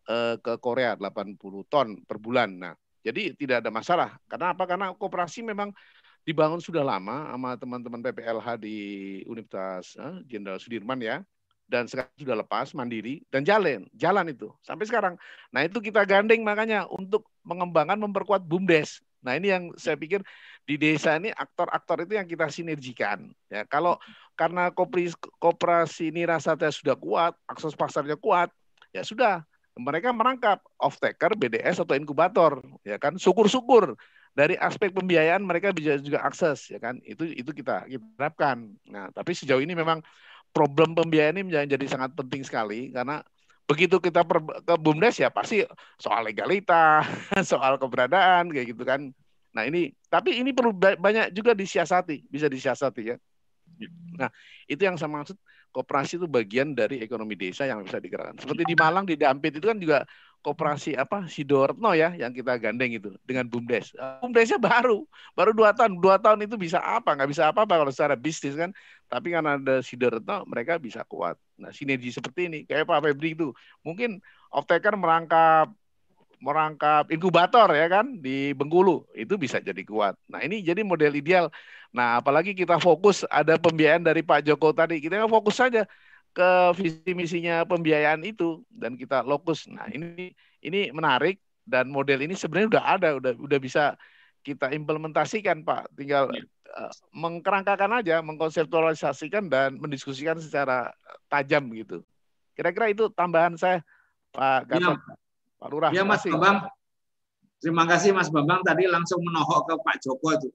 ke Korea delapan puluh ton per bulan. Nah, jadi tidak ada masalah. Karena apa? Karena koperasi memang dibangun sudah lama sama teman-teman P P L H di Universitas Jenderal eh, Sudirman ya. Dan sekarang sudah lepas, mandiri, dan jalan. Jalan itu, sampai sekarang. Nah, itu kita gandeng makanya untuk mengembangkan, memperkuat BUMDes. Nah, ini yang saya pikir di desa ini aktor-aktor itu yang kita sinergikan. Ya, kalau karena koperasi ini rasanya sudah kuat, akses pasarnya kuat, ya sudah. Mereka merangkap off-taker, B D S atau inkubator, ya kan. Syukur-syukur dari aspek pembiayaan mereka bisa juga akses, ya kan. Itu itu kita kita harapkan. Nah, tapi sejauh ini memang problem pembiayaan ini menjadi sangat penting sekali karena begitu kita per, ke BUMDes ya pasti soal legalitas, soal keberadaan kayak gitu kan. Nah, ini tapi ini perlu banyak juga disiasati, bisa disiasati ya. Nah, itu yang saya maksud. Koperasi itu bagian dari ekonomi desa yang bisa digerakkan. Seperti di Malang, di Dampit itu kan juga koperasi apa Sidoretno ya yang kita gandeng itu dengan BUMDes. BUMDesnya baru, baru dua tahun. Dua tahun itu bisa apa? Nggak bisa apa-apa kalau secara bisnis kan. Tapi karena ada Sidoretno, mereka bisa kuat. Nah, sinergi seperti ini, kayak Pak Febri itu, mungkin off-taker merangkap merangkap inkubator ya kan di Bengkulu itu bisa jadi kuat. Nah, ini jadi model ideal. Nah, apalagi kita fokus ada pembiayaan dari Pak Joko tadi, kita fokus saja ke visi misinya pembiayaan itu dan kita lokus. Nah, ini ini menarik dan model ini sebenarnya udah ada, udah udah bisa kita implementasikan Pak. Tinggal ya. uh, mengkerangkakan aja, mengkonseptualisasikan dan mendiskusikan secara tajam gitu. Kira-kira itu tambahan saya Pak Gatot. Ya. Pak Lurah. Ya Mas Bambang, terima kasih Mas Bambang tadi langsung menohok ke Pak Joko itu,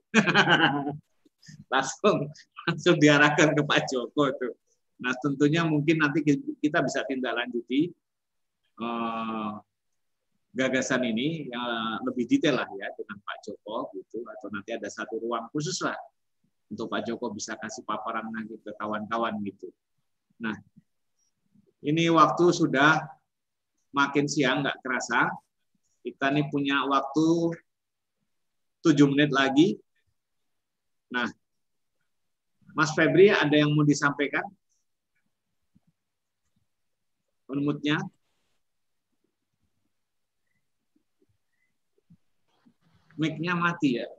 langsung langsung diarahkan ke Pak Joko itu. Nah tentunya mungkin nanti kita bisa tindak lanjuti eh, gagasan ini yang lebih detail lah ya dengan Pak Joko gitu, atau nanti ada satu ruang khusus lah untuk Pak Joko bisa kasih paparan lagi ke kawan-kawan gitu. Nah ini waktu sudah makin siang, nggak kerasa. Kita nih punya waktu tujuh menit lagi. Nah, Mas Febri ada yang mau disampaikan? Unmute-nya. Mic-nya mati ya?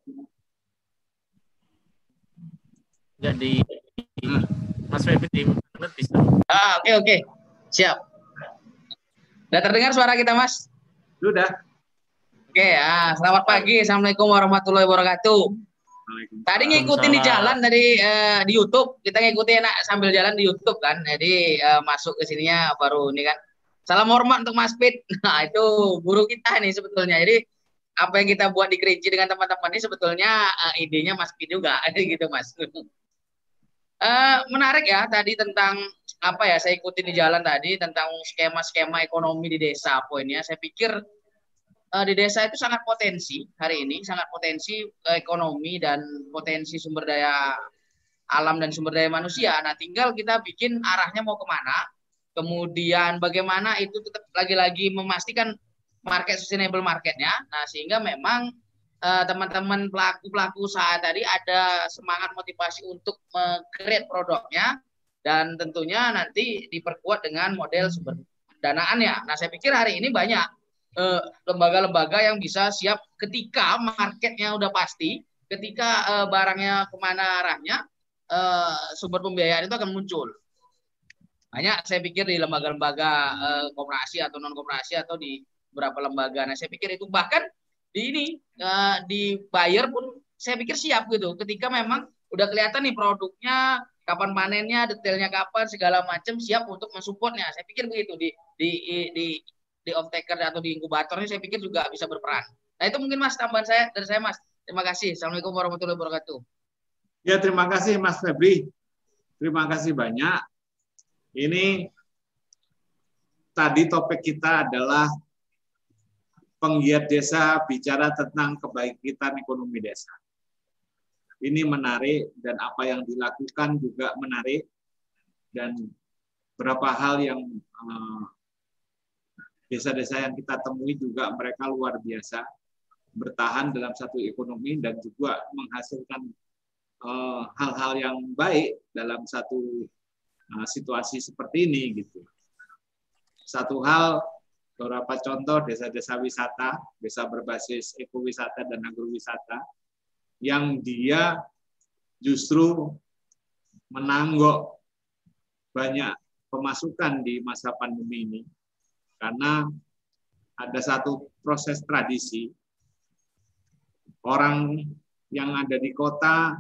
Jadi, nah. Mas Febri bisa. Ah, oke, oke. Siap. Sudah terdengar suara kita, Mas? Sudah. Oke, ah, selamat pagi. Assalamualaikum warahmatullahi wabarakatuh. Tadi ngikutin di jalan tadi eh, di YouTube, kita ngikutin enak sambil jalan di YouTube kan. Jadi eh, masuk ke sininya baru ini kan. Salam hormat untuk Mas Pit. Nah, itu guru kita nih sebetulnya. Jadi apa yang kita buat di Kerinci dengan teman-teman ini sebetulnya eh, idenya Mas Pit juga gitu, Mas. Uh, menarik ya tadi tentang apa ya saya ikutin di jalan tadi tentang skema-skema ekonomi di desa poinnya. Saya pikir uh, di desa itu sangat potensi hari ini, sangat potensi uh, ekonomi dan potensi sumber daya alam dan sumber daya manusia. Nah, tinggal kita bikin arahnya mau kemana, kemudian bagaimana itu tetap lagi-lagi memastikan market sustainable marketnya. Nah, sehingga memang teman-teman pelaku-pelaku usaha tadi ada semangat motivasi untuk meng-create produknya dan tentunya nanti diperkuat dengan model sumber danaannya. Nah, saya pikir hari ini banyak lembaga-lembaga eh, yang bisa siap ketika marketnya udah pasti, ketika eh, barangnya kemana arahnya, eh, sumber pembiayaan itu akan muncul. Banyak saya pikir di lembaga-lembaga eh, koperasi atau non-koperasi atau di beberapa lembaga. Nah, saya pikir itu bahkan di ini uh, dibayar pun saya pikir siap gitu. Ketika memang udah kelihatan nih produknya, kapan panennya, detailnya kapan, segala macam siap untuk mensupportnya. Saya pikir begitu di di di di off taker atau di inkubatornya saya pikir juga bisa berperan. Nah itu mungkin Mas tambahan saya dari saya Mas. Terima kasih. Assalamualaikum warahmatullahi wabarakatuh. Ya terima kasih Mas Febri. Terima kasih banyak. Ini tadi topik kita adalah penggiat desa bicara tentang kebangkitan ekonomi desa. Ini menarik dan apa yang dilakukan juga menarik dan beberapa hal yang desa-desa uh, yang kita temui juga mereka luar biasa bertahan dalam satu ekonomi dan juga menghasilkan hal-hal uh, yang baik dalam satu uh, situasi seperti ini gitu. Satu hal, beberapa contoh desa-desa wisata, desa berbasis ekowisata dan agrowisata yang dia justru menanggok banyak pemasukan di masa pandemi ini karena ada satu proses tradisi. Orang yang ada di kota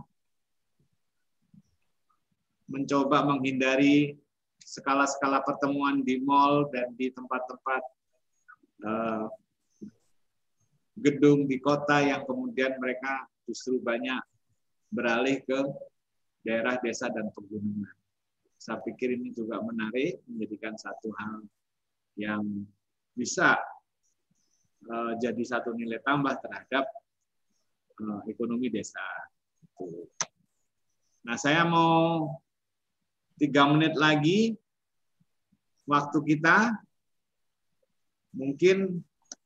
mencoba menghindari skala-skala pertemuan di mal dan di tempat-tempat uh, gedung di kota yang kemudian mereka justru banyak beralih ke daerah desa dan pegunungan. Saya pikir ini juga menarik, menjadikan satu hal yang bisa uh, jadi satu nilai tambah terhadap ekonomi desa. Nah, saya mau tiga menit lagi waktu kita. Mungkin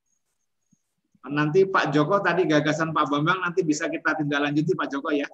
nanti Pak Joko tadi gagasan Pak Bambang nanti bisa kita tindak lanjuti Pak Joko ya.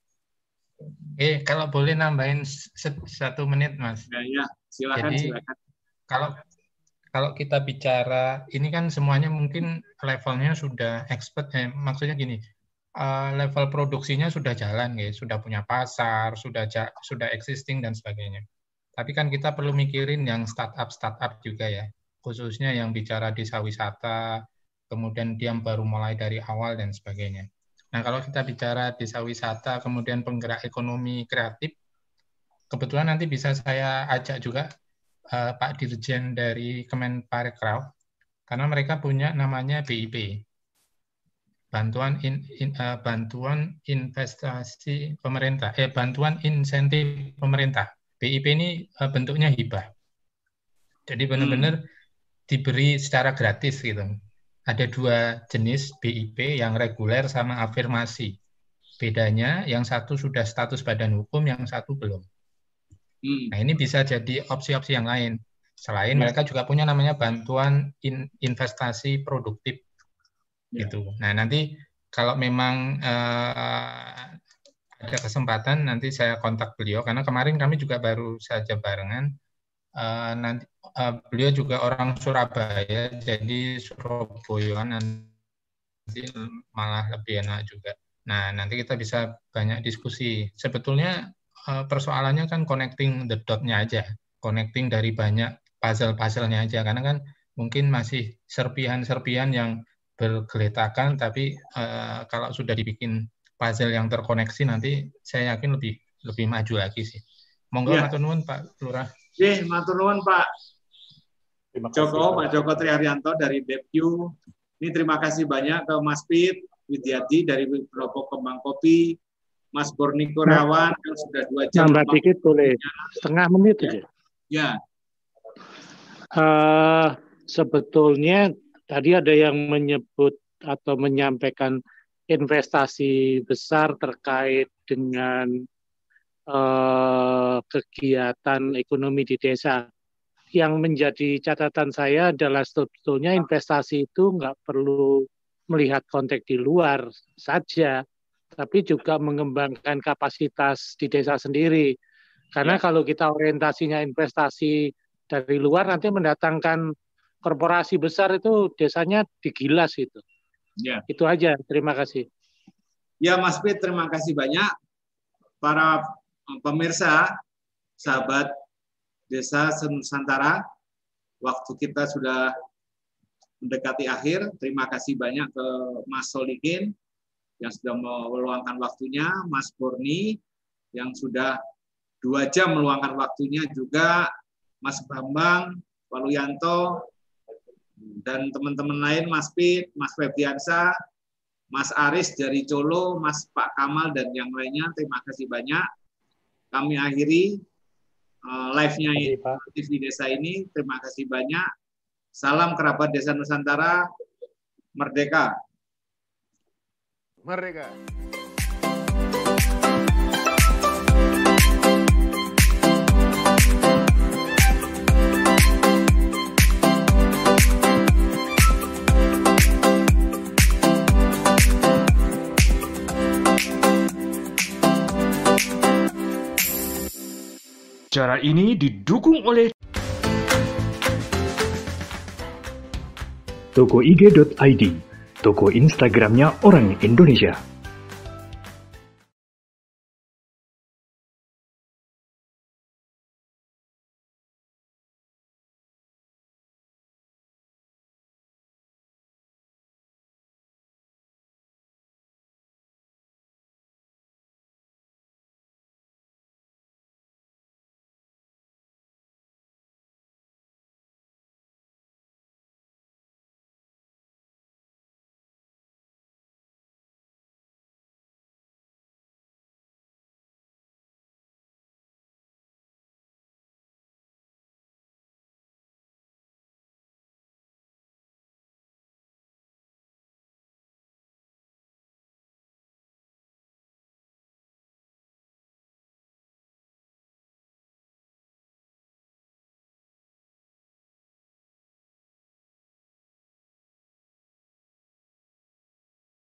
Eh, kalau boleh nambahin satu menit, Mas. Ya, ya. Silakan, Jadi, silakan. Kalau kalau kita bicara ini kan semuanya mungkin levelnya sudah expert, eh, maksudnya gini. Level produksinya sudah jalan, ya, sudah punya pasar, sudah sudah existing dan sebagainya. Tapi kan kita perlu mikirin yang startup startup juga ya, khususnya yang bicara desa wisata, kemudian dia baru mulai dari awal dan sebagainya. Nah kalau kita bicara desa wisata, kemudian penggerak ekonomi kreatif, kebetulan nanti bisa saya ajak juga uh, Pak Dirjen dari Kemenparekraf, karena mereka punya namanya B I P. Bantuan in, in, uh, bantuan investasi pemerintah, eh bantuan insentif pemerintah. B I P ini uh, bentuknya hibah. Jadi benar-benar hmm. diberi secara gratis gitu. Ada dua jenis B I P, yang reguler sama afirmasi. Bedanya yang satu sudah status badan hukum, yang satu belum. Hmm. Nah ini bisa jadi opsi-opsi yang lain. Selain hmm. mereka juga punya namanya bantuan in, investasi produktif. Gitu. Nah nanti kalau memang uh, ada kesempatan nanti saya kontak beliau karena kemarin kami juga baru saja barengan. Uh, nanti uh, beliau juga orang Surabaya, jadi Surabaya nanti malah lebih enak juga. Nah nanti kita bisa banyak diskusi. Sebetulnya uh, persoalannya kan connecting the dot-nya aja, connecting dari banyak puzzle-puzzle-nya aja karena kan mungkin masih serpihan-serpihan yang bergeletakan, tapi uh, kalau sudah dibikin puzzle yang terkoneksi nanti saya yakin lebih lebih maju lagi sih. Monggo ya. Matur nuwun Pak Lurah. Nggih, matur nuwun Pak Joko, Pak Joko Triharyanto dari D E P Q. Ini terima kasih banyak ke Mas Pit Widyati dari Kelompok Kembang Kopi, Mas Borni Kurniawan yang sudah dua jam. Nambah dikit boleh, setengah menit aja. Ya. Uh, sebetulnya tadi ada yang menyebut atau menyampaikan investasi besar terkait dengan eh, kegiatan ekonomi di desa. Yang menjadi catatan saya adalah sebetulnya investasi itu nggak perlu melihat konteks di luar saja, tapi juga mengembangkan kapasitas di desa sendiri. Karena ya. Kalau kita orientasinya investasi dari luar nanti mendatangkan korporasi besar itu desanya digilas itu. Ya. Itu aja. Terima kasih. Ya Mas Pit, terima kasih banyak. Para pemirsa, sahabat Desa Nusantara, waktu kita sudah mendekati akhir. Terima kasih banyak ke Mas Solihin yang sudah meluangkan waktunya, Mas Borni yang sudah dua jam meluangkan waktunya, juga Mas Bambang, Pak Luyanto, dan teman-teman lain, Mas Pit, Mas Febriansa, Mas Aris dari Colo, Mas Pak Kamal, dan yang lainnya. Terima kasih banyak. Kami akhiri uh, live-nya T V Desa ini. Terima kasih banyak. Salam kerabat Desa Nusantara. Merdeka. Merdeka. Acara ini didukung oleh toko i g dot i d, toko Instagramnya orang Indonesia.